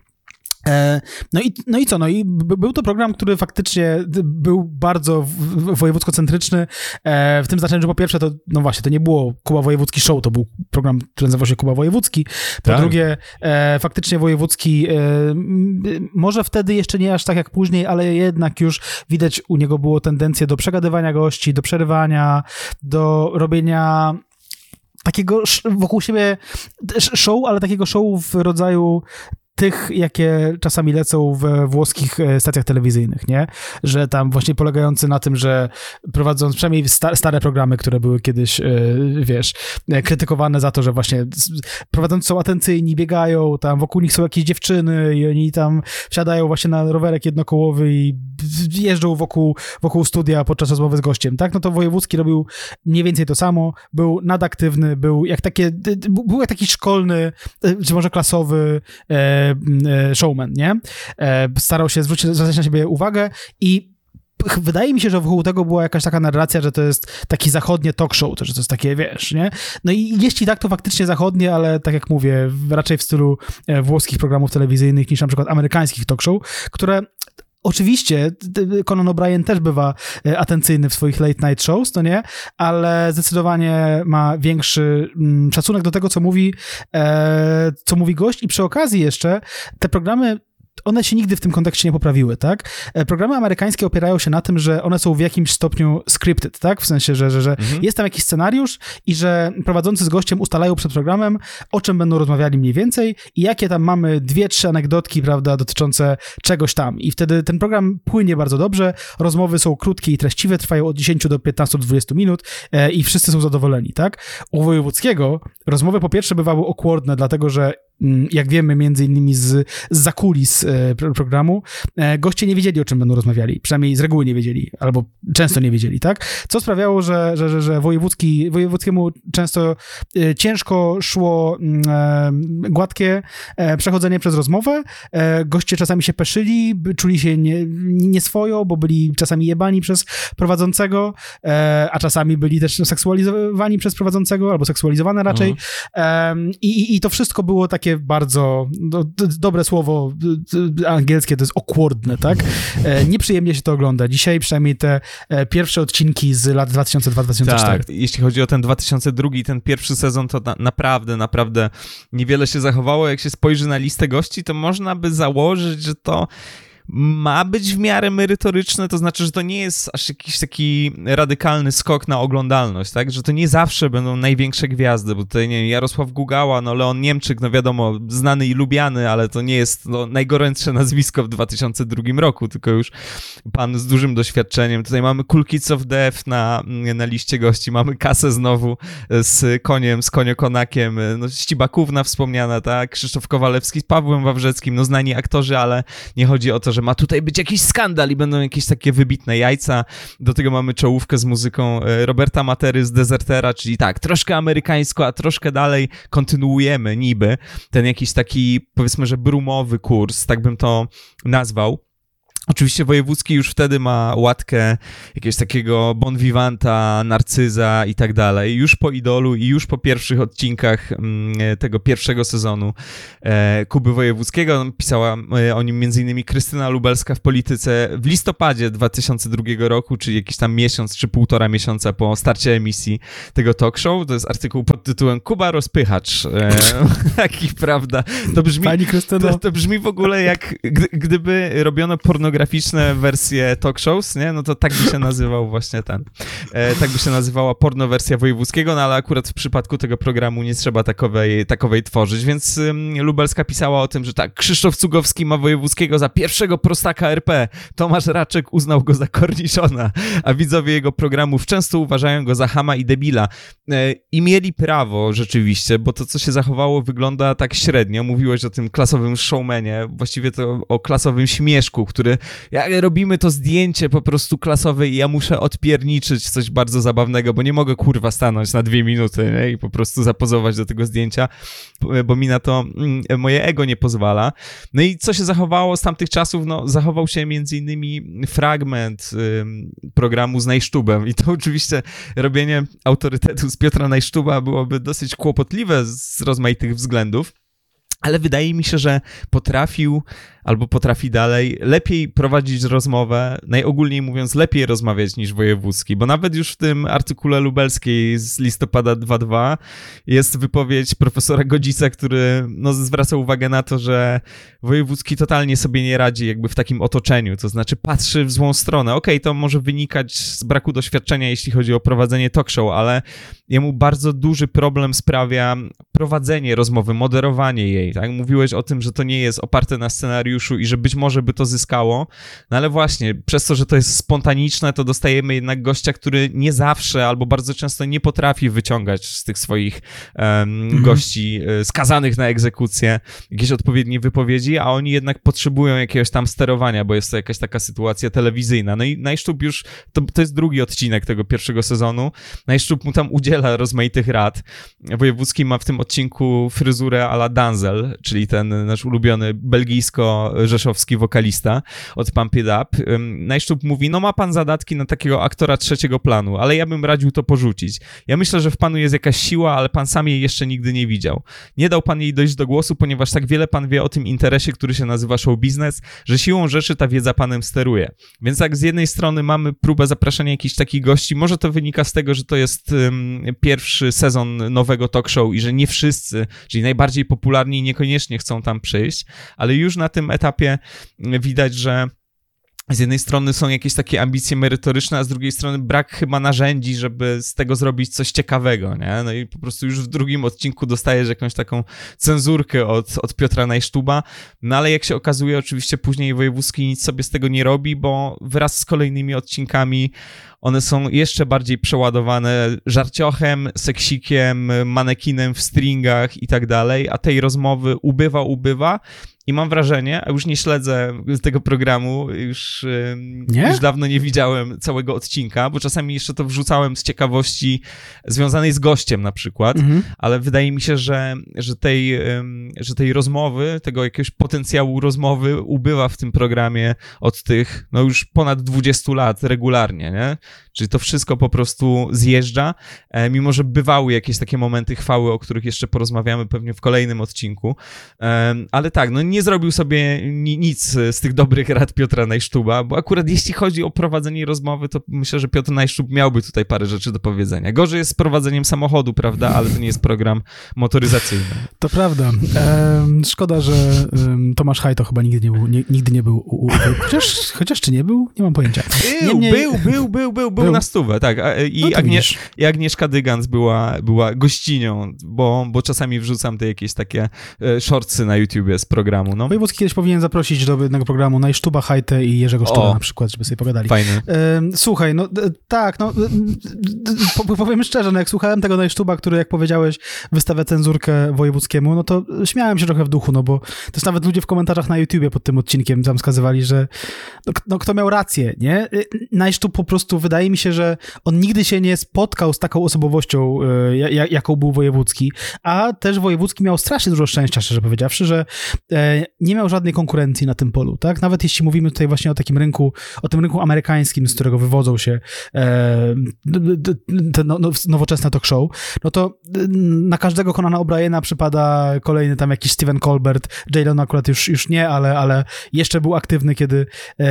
No i, no i co? No i był to program, który faktycznie był bardzo wojewódzko-centryczny, w tym znaczeniu, że po pierwsze to, no właśnie, to nie było Kuba Wojewódzki Show, to był program, który nazywał się Kuba Wojewódzki. Po tak. drugie, e, faktycznie Wojewódzki, e, może wtedy jeszcze nie aż tak jak później, ale jednak już widać u niego było tendencję do przegadywania gości, do przerywania, do robienia takiego wokół siebie show, ale takiego show w rodzaju tych, jakie czasami lecą we włoskich stacjach telewizyjnych, nie? Że tam właśnie polegający na tym, że prowadząc przynajmniej sta- stare programy, które były kiedyś, yy, wiesz, krytykowane za to, że właśnie prowadzący są atencyjni, biegają, tam wokół nich są jakieś dziewczyny i oni tam wsiadają właśnie na rowerek jednokołowy i jeżdżą wokół, wokół studia podczas rozmowy z gościem, tak? No to Wojewódzki robił mniej więcej to samo, był nadaktywny, był jak takie, był jak taki szkolny, czy może klasowy e, showman, nie? Starał się zwrócić, zwracać na siebie uwagę i wydaje mi się, że wokół tego była jakaś taka narracja, że to jest taki zachodnie talk show, że to jest takie, wiesz, nie? No i jeśli tak, to faktycznie zachodnie, ale tak jak mówię, raczej w stylu włoskich programów telewizyjnych niż na przykład amerykańskich talk show, które oczywiście Conan O'Brien też bywa atencyjny w swoich late night shows, to nie, ale zdecydowanie ma większy szacunek do tego, co mówi, e, co mówi gość i przy okazji jeszcze te programy, one się nigdy w tym kontekście nie poprawiły, tak? Programy amerykańskie opierają się na tym, że one są w jakimś stopniu scripted, tak? W sensie, że, że, że mhm. jest tam jakiś scenariusz i że prowadzący z gościem ustalają przed programem, o czym będą rozmawiali mniej więcej i jakie tam mamy dwie, trzy anegdotki, prawda, dotyczące czegoś tam. I wtedy ten program płynie bardzo dobrze, rozmowy są krótkie i treściwe, trwają od dziesięciu do piętnastu do dwudziestu minut e, i wszyscy są zadowoleni, tak? U Wojewódzkiego rozmowy po pierwsze bywały awkwardne, dlatego że jak wiemy, między innymi z, z zakulis e, programu, e, goście nie wiedzieli, o czym będą rozmawiali. Przynajmniej z reguły nie wiedzieli, albo często nie wiedzieli, tak? Co sprawiało, że, że, że, że Wojewódzki, Wojewódzkiemu często e, ciężko szło e, gładkie e, przechodzenie przez rozmowę. E, goście czasami się peszyli, czuli się nie, nieswojo, bo byli czasami jebani przez prowadzącego, e, a czasami byli też seksualizowani przez prowadzącego, albo seksualizowane raczej. Mhm. E, i, I to wszystko było takie bardzo, no, dobre słowo angielskie, to jest awkwardne, tak? E, nieprzyjemnie się to ogląda. Dzisiaj przynajmniej te e, pierwsze odcinki z lat dwa tysiące dwa do dwa tysiące cztery. Tak, jeśli chodzi o ten dwa tysiące drugi, ten pierwszy sezon, to na, naprawdę, naprawdę niewiele się zachowało. Jak się spojrzy na listę gości, to można by założyć, że to ma być w miarę merytoryczne, to znaczy, że to nie jest aż jakiś taki radykalny skok na oglądalność, tak? Że to nie zawsze będą największe gwiazdy, bo tutaj, nie wiem, Jarosław Gugała, no Leon Niemczyk, no wiadomo, znany i lubiany, ale to nie jest no, najgorętsze nazwisko w dwa tysiące drugim roku, tylko już pan z dużym doświadczeniem. Tutaj mamy Cool Kids of Death na, na liście gości, mamy Kasę znowu z Koniem, z Koniokonakiem, no Ścibakówna wspomniana, tak? Krzysztof Kowalewski z Pawłem Wawrzeckim, no znani aktorzy, ale nie chodzi o to, że ma tutaj być jakiś skandal i będą jakieś takie wybitne jajca. Do tego mamy czołówkę z muzyką Roberta Matery z Dezertera, czyli tak, troszkę amerykańsko, a troszkę dalej kontynuujemy niby ten jakiś taki, powiedzmy, że brumowy kurs, tak bym to nazwał. Oczywiście Wojewódzki już wtedy ma łatkę jakiegoś takiego bon vivanta, narcyza i tak dalej. Już po Idolu i już po pierwszych odcinkach tego pierwszego sezonu Kuby Wojewódzkiego. Pisała o nim między innymi Krystyna Lubelska w Polityce w listopadzie dwa tysiące drugiego roku, czyli jakiś tam miesiąc czy półtora miesiąca po starcie emisji tego talk show. To jest artykuł pod tytułem Kuba Rozpychacz. Taki, prawda? To brzmi, Pani Krystyno. To, to brzmi w ogóle jak gdyby robiono pornografię graficzne wersje talk shows, nie? No to tak by się nazywał właśnie ten. E, tak by się nazywała pornowersja Wojewódzkiego, no ale akurat w przypadku tego programu nie trzeba takowej, takowej tworzyć, więc ym, Lubelska pisała o tym, że tak, Krzysztof Cugowski ma Wojewódzkiego za pierwszego prostaka er pe, Tomasz Raczek uznał go za korniszona, a widzowie jego programów często uważają go za chama i debila. E, I mieli prawo rzeczywiście, bo to, co się zachowało, wygląda tak średnio. Mówiłeś o tym klasowym showmanie, właściwie to o klasowym śmieszku, który jak robimy to zdjęcie po prostu klasowe i ja muszę odpierniczyć coś bardzo zabawnego, bo nie mogę kurwa stanąć na dwie minuty, nie? I po prostu zapozować do tego zdjęcia, bo mi na to moje ego nie pozwala. No i co się zachowało z tamtych czasów? No zachował się między innymi fragment ym, programu z Najsztubem i to oczywiście robienie autorytetu z Piotra Najsztuba byłoby dosyć kłopotliwe z rozmaitych względów. Ale wydaje mi się, że potrafił, albo potrafi dalej, lepiej prowadzić rozmowę, najogólniej mówiąc, lepiej rozmawiać niż Wojewódzki, bo nawet już w tym artykule lubelskiej z listopada dwa dwa jest wypowiedź profesora Godzica, który no, zwraca uwagę na to, że Wojewódzki totalnie sobie nie radzi jakby w takim otoczeniu, to znaczy patrzy w złą stronę. Okej, okay, to może wynikać z braku doświadczenia, jeśli chodzi o prowadzenie talk show, ale jemu bardzo duży problem sprawia prowadzenie rozmowy, moderowanie jej. Tak? Mówiłeś o tym, że to nie jest oparte na scenariuszu i że być może by to zyskało, no ale właśnie, przez to, że to jest spontaniczne, to dostajemy jednak gościa, który nie zawsze albo bardzo często nie potrafi wyciągać z tych swoich um, mhm. gości e, skazanych na egzekucję jakieś odpowiednie wypowiedzi, a oni jednak potrzebują jakiegoś tam sterowania, bo jest to jakaś taka sytuacja telewizyjna. No i Najsztub już, to, to jest drugi odcinek tego pierwszego sezonu, Najsztub mu tam udziela rozmaitych rad. Wojewódzki ma w tym odcinku fryzurę à la Danzel, czyli ten nasz ulubiony belgijsko-rzeszowski wokalista od Pump It Up. Najsztub mówi, no ma pan zadatki na takiego aktora trzeciego planu, ale ja bym radził to porzucić. Ja myślę, że w panu jest jakaś siła, ale pan sam jej jeszcze nigdy nie widział. Nie dał pan jej dojść do głosu, ponieważ tak wiele pan wie o tym interesie, który się nazywa show business, że siłą rzeczy ta wiedza panem steruje. Więc tak z jednej strony mamy próbę zapraszania jakichś takich gości, może to wynika z tego, że to jest um, pierwszy sezon nowego talk show i że nie wszyscy, czyli najbardziej popularni niekoniecznie chcą tam przyjść, ale już na tym etapie widać, że z jednej strony są jakieś takie ambicje merytoryczne, a z drugiej strony brak chyba narzędzi, żeby z tego zrobić coś ciekawego, nie? No i po prostu już w drugim odcinku dostajesz jakąś taką cenzurkę od, od Piotra Najsztuba, no ale jak się okazuje, oczywiście później Wojewódzki nic sobie z tego nie robi, bo wraz z kolejnymi odcinkami one są jeszcze bardziej przeładowane żarciochem, seksikiem, manekinem w stringach i tak dalej, a tej rozmowy ubywa, ubywa. I mam wrażenie, a już nie śledzę tego programu, już, nie? już dawno nie widziałem całego odcinka, bo czasami jeszcze to wrzucałem z ciekawości związanej z gościem na przykład, mhm. ale wydaje mi się, że, że, tej, że tej rozmowy, tego jakiegoś potencjału rozmowy ubywa w tym programie od tych, no już ponad dwudziestu lat regularnie, nie? Czyli to wszystko po prostu zjeżdża, mimo że bywały jakieś takie momenty chwały, o których jeszcze porozmawiamy pewnie w kolejnym odcinku, ale tak, no nie nie zrobił sobie ni- nic z tych dobrych rad Piotra Najsztuba, bo akurat jeśli chodzi o prowadzenie rozmowy, to myślę, że Piotr Najsztub miałby tutaj parę rzeczy do powiedzenia. Gorzej jest z prowadzeniem samochodu, prawda, ale to nie jest program motoryzacyjny. To prawda. Ehm, szkoda, że um, Tomasz Haj to chyba nigdy nie był, nie, nigdy nie był u, u, chociaż, chociaż czy nie był? Nie mam pojęcia. Był, Niemniej... był, był, był, był, był na stówę, tak. I, no Agniesz, i Agnieszka Dygans była, była gościnią, bo, bo czasami wrzucam te jakieś takie e, shortsy na YouTubie z programu. No. Wojewódzki kiedyś powinien zaprosić do jednego programu Najsztuba, Hajtę i Jerzego Szczura na przykład, żeby sobie pogadali. Fajny. Ehm, słuchaj, no d- tak, no d- d- powiem szczerze, no jak słuchałem tego Najsztuba, który, jak powiedziałeś, wystawia cenzurkę Wojewódzkiemu, no to śmiałem się trochę w duchu, no bo też nawet ludzie w komentarzach na YouTubie pod tym odcinkiem tam wskazywali, że no, no kto miał rację, nie? Najsztub po prostu, wydaje mi się, że on nigdy się nie spotkał z taką osobowością, y, jak, jaką był Wojewódzki, a też Wojewódzki miał strasznie dużo szczęścia, szczerze powiedziawszy, że y, nie miał żadnej konkurencji na tym polu, tak? Nawet jeśli mówimy tutaj właśnie o takim rynku, o tym rynku amerykańskim, z którego wywodzą się e, te no, no, nowoczesne talk show, no to na każdego Conana O'Briena przypada kolejny tam jakiś Stephen Colbert, Jay Leno akurat już, już nie, ale, ale jeszcze był aktywny, kiedy,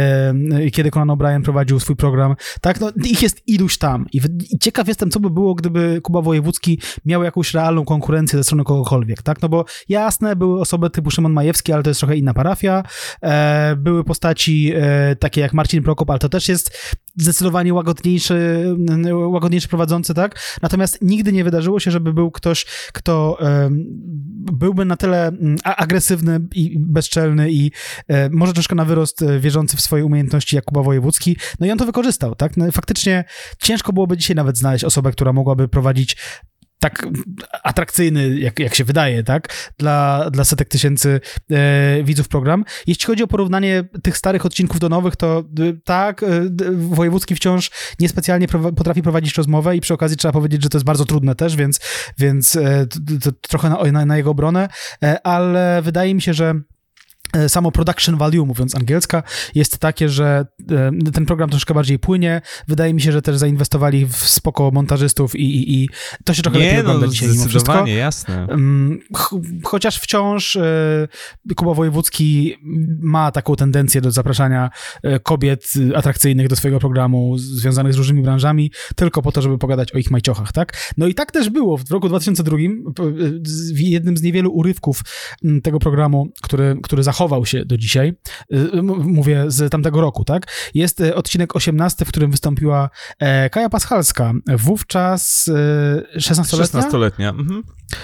e, kiedy Conan O'Brien prowadził swój program, tak? No ich jest iluś tam i, i ciekaw jestem, co by było, gdyby Kuba Wojewódzki miał jakąś realną konkurencję ze strony kogokolwiek, tak? No bo jasne, były osoby typu Szymon Majewski, ale to jest trochę inna parafia, e, były postaci e, takie jak Marcin Prokop, ale to też jest zdecydowanie łagodniejszy, łagodniejszy prowadzący, tak? Natomiast nigdy nie wydarzyło się, żeby był ktoś, kto um, byłby na tyle agresywny i bezczelny i um, może troszkę na wyrost wierzący w swoje umiejętności jak Kuba Wojewódzki. No i on to wykorzystał, tak? No, faktycznie ciężko byłoby dzisiaj nawet znaleźć osobę, która mogłaby prowadzić tak atrakcyjny, jak, jak się wydaje, tak, dla, dla setek tysięcy e, widzów program. Jeśli chodzi o porównanie tych starych odcinków do nowych, to e, tak, e, Wojewódzki wciąż niespecjalnie pro, potrafi prowadzić rozmowę i przy okazji trzeba powiedzieć, że to jest bardzo trudne też, więc, więc e, to, to trochę na, na, na jego obronę, e, ale wydaje mi się, że samo production value, mówiąc angielska, jest takie, że ten program troszkę bardziej płynie. Wydaje mi się, że też zainwestowali w spoko montażystów i, i, i to się trochę nie, lepiej no, ogląda dzisiaj mimo wszystko. Nie, jasne. Ch- chociaż wciąż Kuba Wojewódzki ma taką tendencję do zapraszania kobiet atrakcyjnych do swojego programu, związanych z różnymi branżami, tylko po to, żeby pogadać o ich majciochach, tak? No i tak też było w roku dwa tysiące drugim, jednym z niewielu urywków tego programu, który, który zachował się do dzisiaj, mówię z tamtego roku, tak? Jest odcinek osiemnasty, w którym wystąpiła Kaja Paschalska, wówczas szesnastoletnia, szesnastoletnia. Mhm.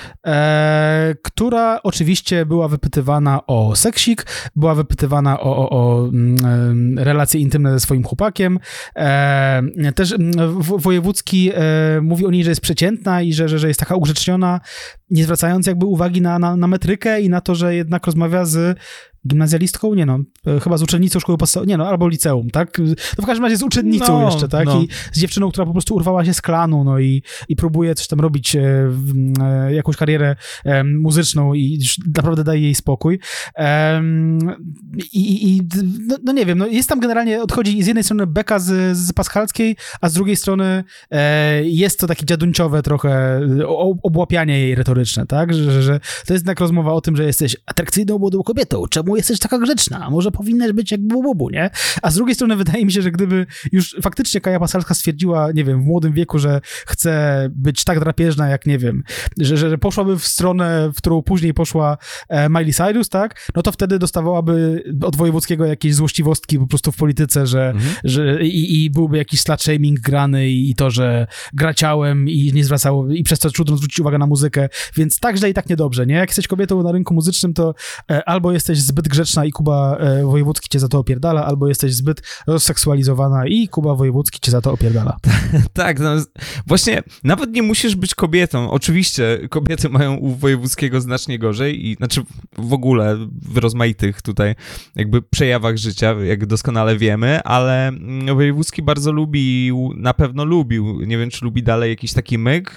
E, która oczywiście była wypytywana o seksik, była wypytywana o, o, o mm, relacje intymne ze swoim chłopakiem. E, też w, Wojewódzki e, mówi o niej, że jest przeciętna i że, że, że jest taka ugrzeczniona, nie zwracając jakby uwagi na, na, na metrykę i na to, że jednak rozmawia z gimnazjalistką? Nie no, chyba z uczennicą szkoły podstawowej, nie no, albo liceum, tak? No w każdym razie z uczennicą no, jeszcze, tak? No. I z dziewczyną, która po prostu urwała się z klanu, no i, i próbuje coś tam robić, e, e, jakąś karierę e, muzyczną i naprawdę daje jej spokój. E, I, i no, no nie wiem, no jest tam generalnie, odchodzi z jednej strony beka z, z Paschalskiej, a z drugiej strony e, jest to takie dziaduńciowe trochę obłapianie jej retoryczne, tak? Że, że, że to jest jednak rozmowa o tym, że jesteś atrakcyjną młodą kobietą, czemu jesteś taka grzeczna, a może powinnaś być jak Bububu, nie? A z drugiej strony wydaje mi się, że gdyby już faktycznie Kaja Paschalska stwierdziła, nie wiem, w młodym wieku, że chce być tak drapieżna, jak nie wiem, że, że poszłaby w stronę, w którą później poszła e, Miley Cyrus, tak? No to wtedy dostawałaby od Wojewódzkiego jakieś złościwostki po prostu w polityce, że, mhm. że i, i byłby jakiś slut-shaming grany i, i to, że gra ciałem i nie zwracał, i przez to trudno zwrócić uwagę na muzykę, więc tak źle i tak niedobrze, nie? Jak jesteś kobietą na rynku muzycznym, to e, albo jesteś zbyt grzeczna i Kuba e, Wojewódzki cię za to opierdala, albo jesteś zbyt rozseksualizowana i Kuba Wojewódzki cię za to opierdala. Tak, no właśnie nawet nie musisz być kobietą. Oczywiście kobiety mają u Wojewódzkiego znacznie gorzej i znaczy w ogóle w rozmaitych tutaj jakby przejawach życia, jak doskonale wiemy, ale Wojewódzki bardzo lubił, na pewno lubił, nie wiem czy lubi dalej jakiś taki myk,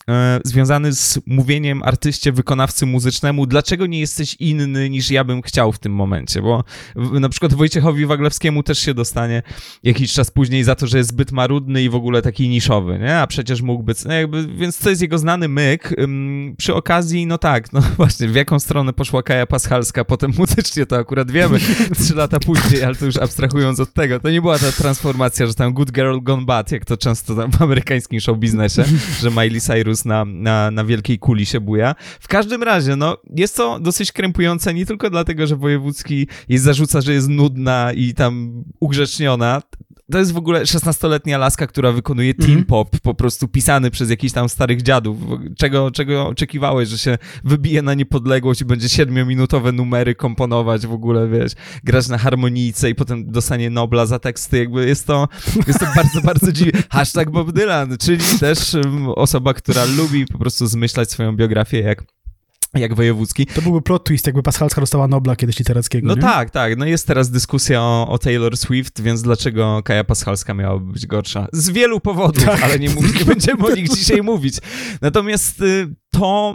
e, związany z mówieniem artyście, wykonawcy muzycznemu, dlaczego nie jesteś inny niż ja bym chciał w tym momencie, bo w, na przykład Wojciechowi Waglewskiemu też się dostanie jakiś czas później za to, że jest zbyt marudny i w ogóle taki niszowy, nie? A przecież mógłby, no jakby, więc to jest jego znany myk. Ym, przy okazji, no tak, no właśnie, w jaką stronę poszła Kaja Paschalska, potem muzycznie to akurat wiemy, trzy lata później, ale to już abstrahując od tego, to nie była ta transformacja, że tam good girl gone bad, jak to często tam w amerykańskim show biznesie, że Miley Cyrus na, na, na wielkiej kuli się buja. W każdym razie, no, jest to dosyć krępujące, nie tylko dlatego, że Wojewódzki jej zarzuca, że jest nudna i tam ugrzeczniona. To jest w ogóle szesnastoletnia laska, która wykonuje teen mm. pop, po prostu pisany przez jakichś tam starych dziadów. Czego, czego oczekiwałeś, że się wybije na niepodległość i będzie siedmiominutowe numery komponować w ogóle, wiesz, grać na harmonijce i potem dostanie Nobla za teksty. Jakby jest to, jest to bardzo, bardzo dziwne. Hashtag Bob Dylan, czyli też um, osoba, która lubi po prostu zmyślać swoją biografię jak jak Wojewódzki. To byłby plot twist, jakby Paschalska dostała Nobla kiedyś literackiego, No nie? tak, tak. No jest teraz dyskusja o, o Taylor Swift, więc dlaczego Kaja Paschalska miałaby być gorsza? Z wielu powodów, tak. ale nie, mów, nie będziemy o nich dzisiaj mówić. Natomiast to,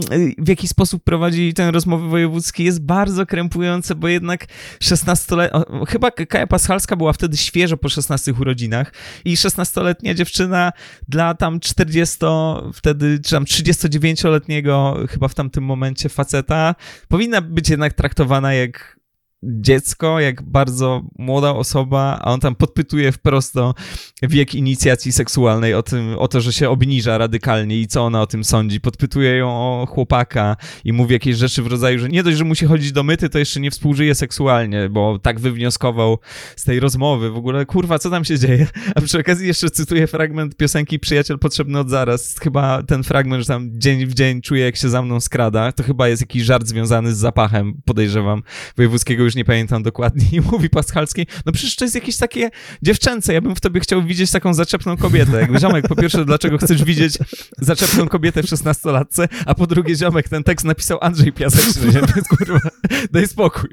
w jaki sposób prowadzi tę rozmowę Wojewódzki, jest bardzo krępujące, bo jednak szesnastoletnia... Chyba Kaja Paschalska była wtedy świeżo po szesnastych urodzinach i szesnastoletnia dziewczyna dla tam czterdziesto, wtedy, czy tam trzydziestodziewięcioletniego chyba w tamtym momencie faceta, powinna być jednak traktowana jak dziecko, jak bardzo młoda osoba, a on tam podpytuje wprost o wiek inicjacji seksualnej, o tym, o to, że się obniża radykalnie i co ona o tym sądzi. Podpytuje ją o chłopaka i mówi jakieś rzeczy w rodzaju, że nie dość, że musi chodzić do myty, to jeszcze nie współżyje seksualnie, bo tak wywnioskował z tej rozmowy. W ogóle, kurwa, co tam się dzieje? A przy okazji jeszcze cytuję fragment piosenki Przyjaciel potrzebny od zaraz. Chyba ten fragment, że tam dzień w dzień czuję, jak się za mną skrada. To chyba jest jakiś żart związany z zapachem, podejrzewam, Wojewódzkiego, już nie pamiętam dokładnie, i mówi Paschalskiej, no przecież to jest jakieś takie dziewczęce, ja bym w tobie chciał widzieć taką zaczepną kobietę. Jakby, ziomek, po pierwsze, dlaczego chcesz widzieć zaczepną kobietę w szesnastolatce, a po drugie, ziomek, ten tekst napisał Andrzej Piaseczny, nie? Więc kurwa, daj spokój.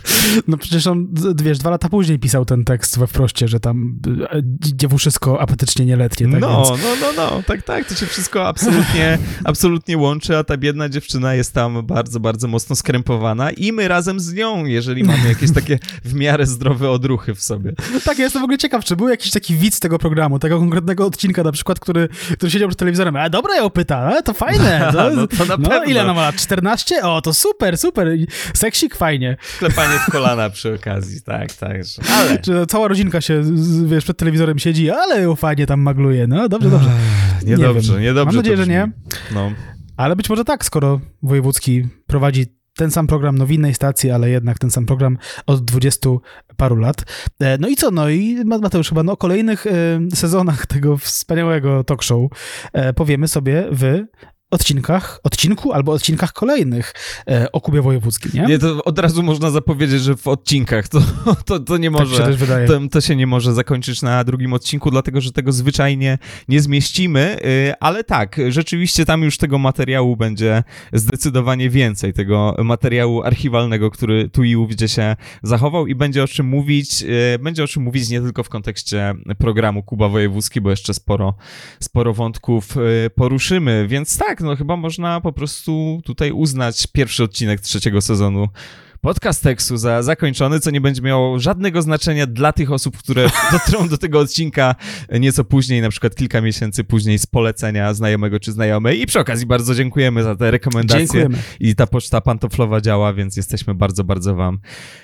No przecież on, wiesz, dwa lata później pisał ten tekst we wproście, że tam dziewuszysko apetycznie nieletnie. Tak no, więc... no, no, no, tak, tak, to się wszystko absolutnie, absolutnie łączy, a ta biedna dziewczyna jest tam bardzo, bardzo mocno skrępowana i my razem z nią, jeżeli mamy jakieś takie w miarę zdrowe odruchy w sobie. No tak, ja jestem w ogóle ciekaw, czy był jakiś taki widz tego programu, tego konkretnego odcinka na przykład, który, który siedział przed telewizorem, a dobra, ją pyta, a, to fajne. To, no, to na no, pewno. Ile ona ma lat? czternaście? O, to super, super. Seksik, fajnie. Klepanie w kolana przy okazji, tak, tak. Ale... Czy cała rodzinka się, wiesz, przed telewizorem siedzi, ale ją fajnie tam magluje. No, dobrze, dobrze. Niedobrze, nie niedobrze. Mam nadzieję, że nie. No. Ale być może tak, skoro Wojewódzki prowadzi ten sam program, no w innej stacji, ale jednak ten sam program od dwudziestu paru lat. No i co? No i Mateusz, chyba no, o kolejnych e, sezonach tego wspaniałego talk show e, powiemy sobie w odcinkach, odcinku albo odcinkach kolejnych e, o Kubie Wojewódzkim, nie? Nie, to od razu można zapowiedzieć, że w odcinkach to, to, to nie może, tak się też wydaje. To, to się nie może zakończyć na drugim odcinku, dlatego, że tego zwyczajnie nie zmieścimy, yy, ale tak, rzeczywiście tam już tego materiału będzie zdecydowanie więcej, tego materiału archiwalnego, który tu i ówdzie się zachował i będzie o czym mówić, yy, będzie o czym mówić nie tylko w kontekście programu Kuba Wojewódzki, bo jeszcze sporo, sporo wątków yy, poruszymy, więc tak, no chyba można po prostu tutaj uznać pierwszy odcinek trzeciego sezonu Podcast Tekstu za zakończony, co nie będzie miało żadnego znaczenia dla tych osób, które dotrą do tego odcinka nieco później, na przykład kilka miesięcy później z polecenia znajomego czy znajomej. I przy okazji bardzo dziękujemy za te rekomendacje. Dziękujemy. I ta poczta pantoflowa działa, więc jesteśmy bardzo, bardzo wam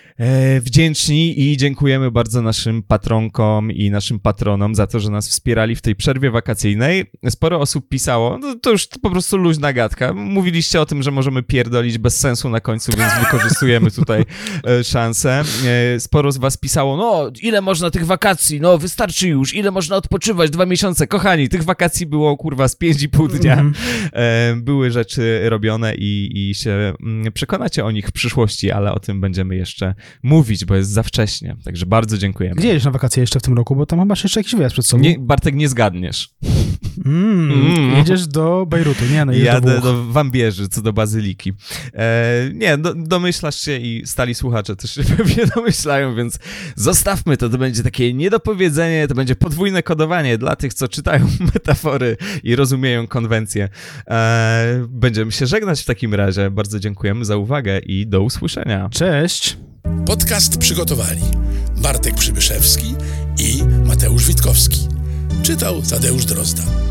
wdzięczni i dziękujemy bardzo naszym patronkom i naszym patronom za to, że nas wspierali w tej przerwie wakacyjnej. Sporo osób pisało, no to już po prostu luźna gadka. Mówiliście o tym, że możemy pierdolić bez sensu na końcu, więc wykorzystujemy tutaj szansę. Sporo z was pisało, no ile można tych wakacji, no wystarczy już, ile można odpoczywać, dwa miesiące. Kochani, tych wakacji było kurwa z pięć i pół dnia. Mm-hmm. Były rzeczy robione i, i się przekonacie o nich w przyszłości, ale o tym będziemy jeszcze mówić, bo jest za wcześnie. Także bardzo dziękujemy. Gdzie jedziesz na wakacje jeszcze w tym roku? Bo tam chyba jeszcze jakiś wyjazd przed sobą. Nie, Bartek, nie zgadniesz. Mm, mm. Jedziesz do Bejrutu, nie? No, Jadę do, do Wambierzy, co do Bazyliki. E, nie, do, domyślasz się i stali słuchacze też się pewnie domyślają, więc zostawmy to. To będzie takie niedopowiedzenie, to będzie podwójne kodowanie dla tych, co czytają metafory i rozumieją konwencje. E, będziemy się żegnać w takim razie. Bardzo dziękujemy za uwagę i do usłyszenia. Cześć! Podcast przygotowali Bartek Przybyszewski i Mateusz Witkowski. Czytał Tadeusz Drozda.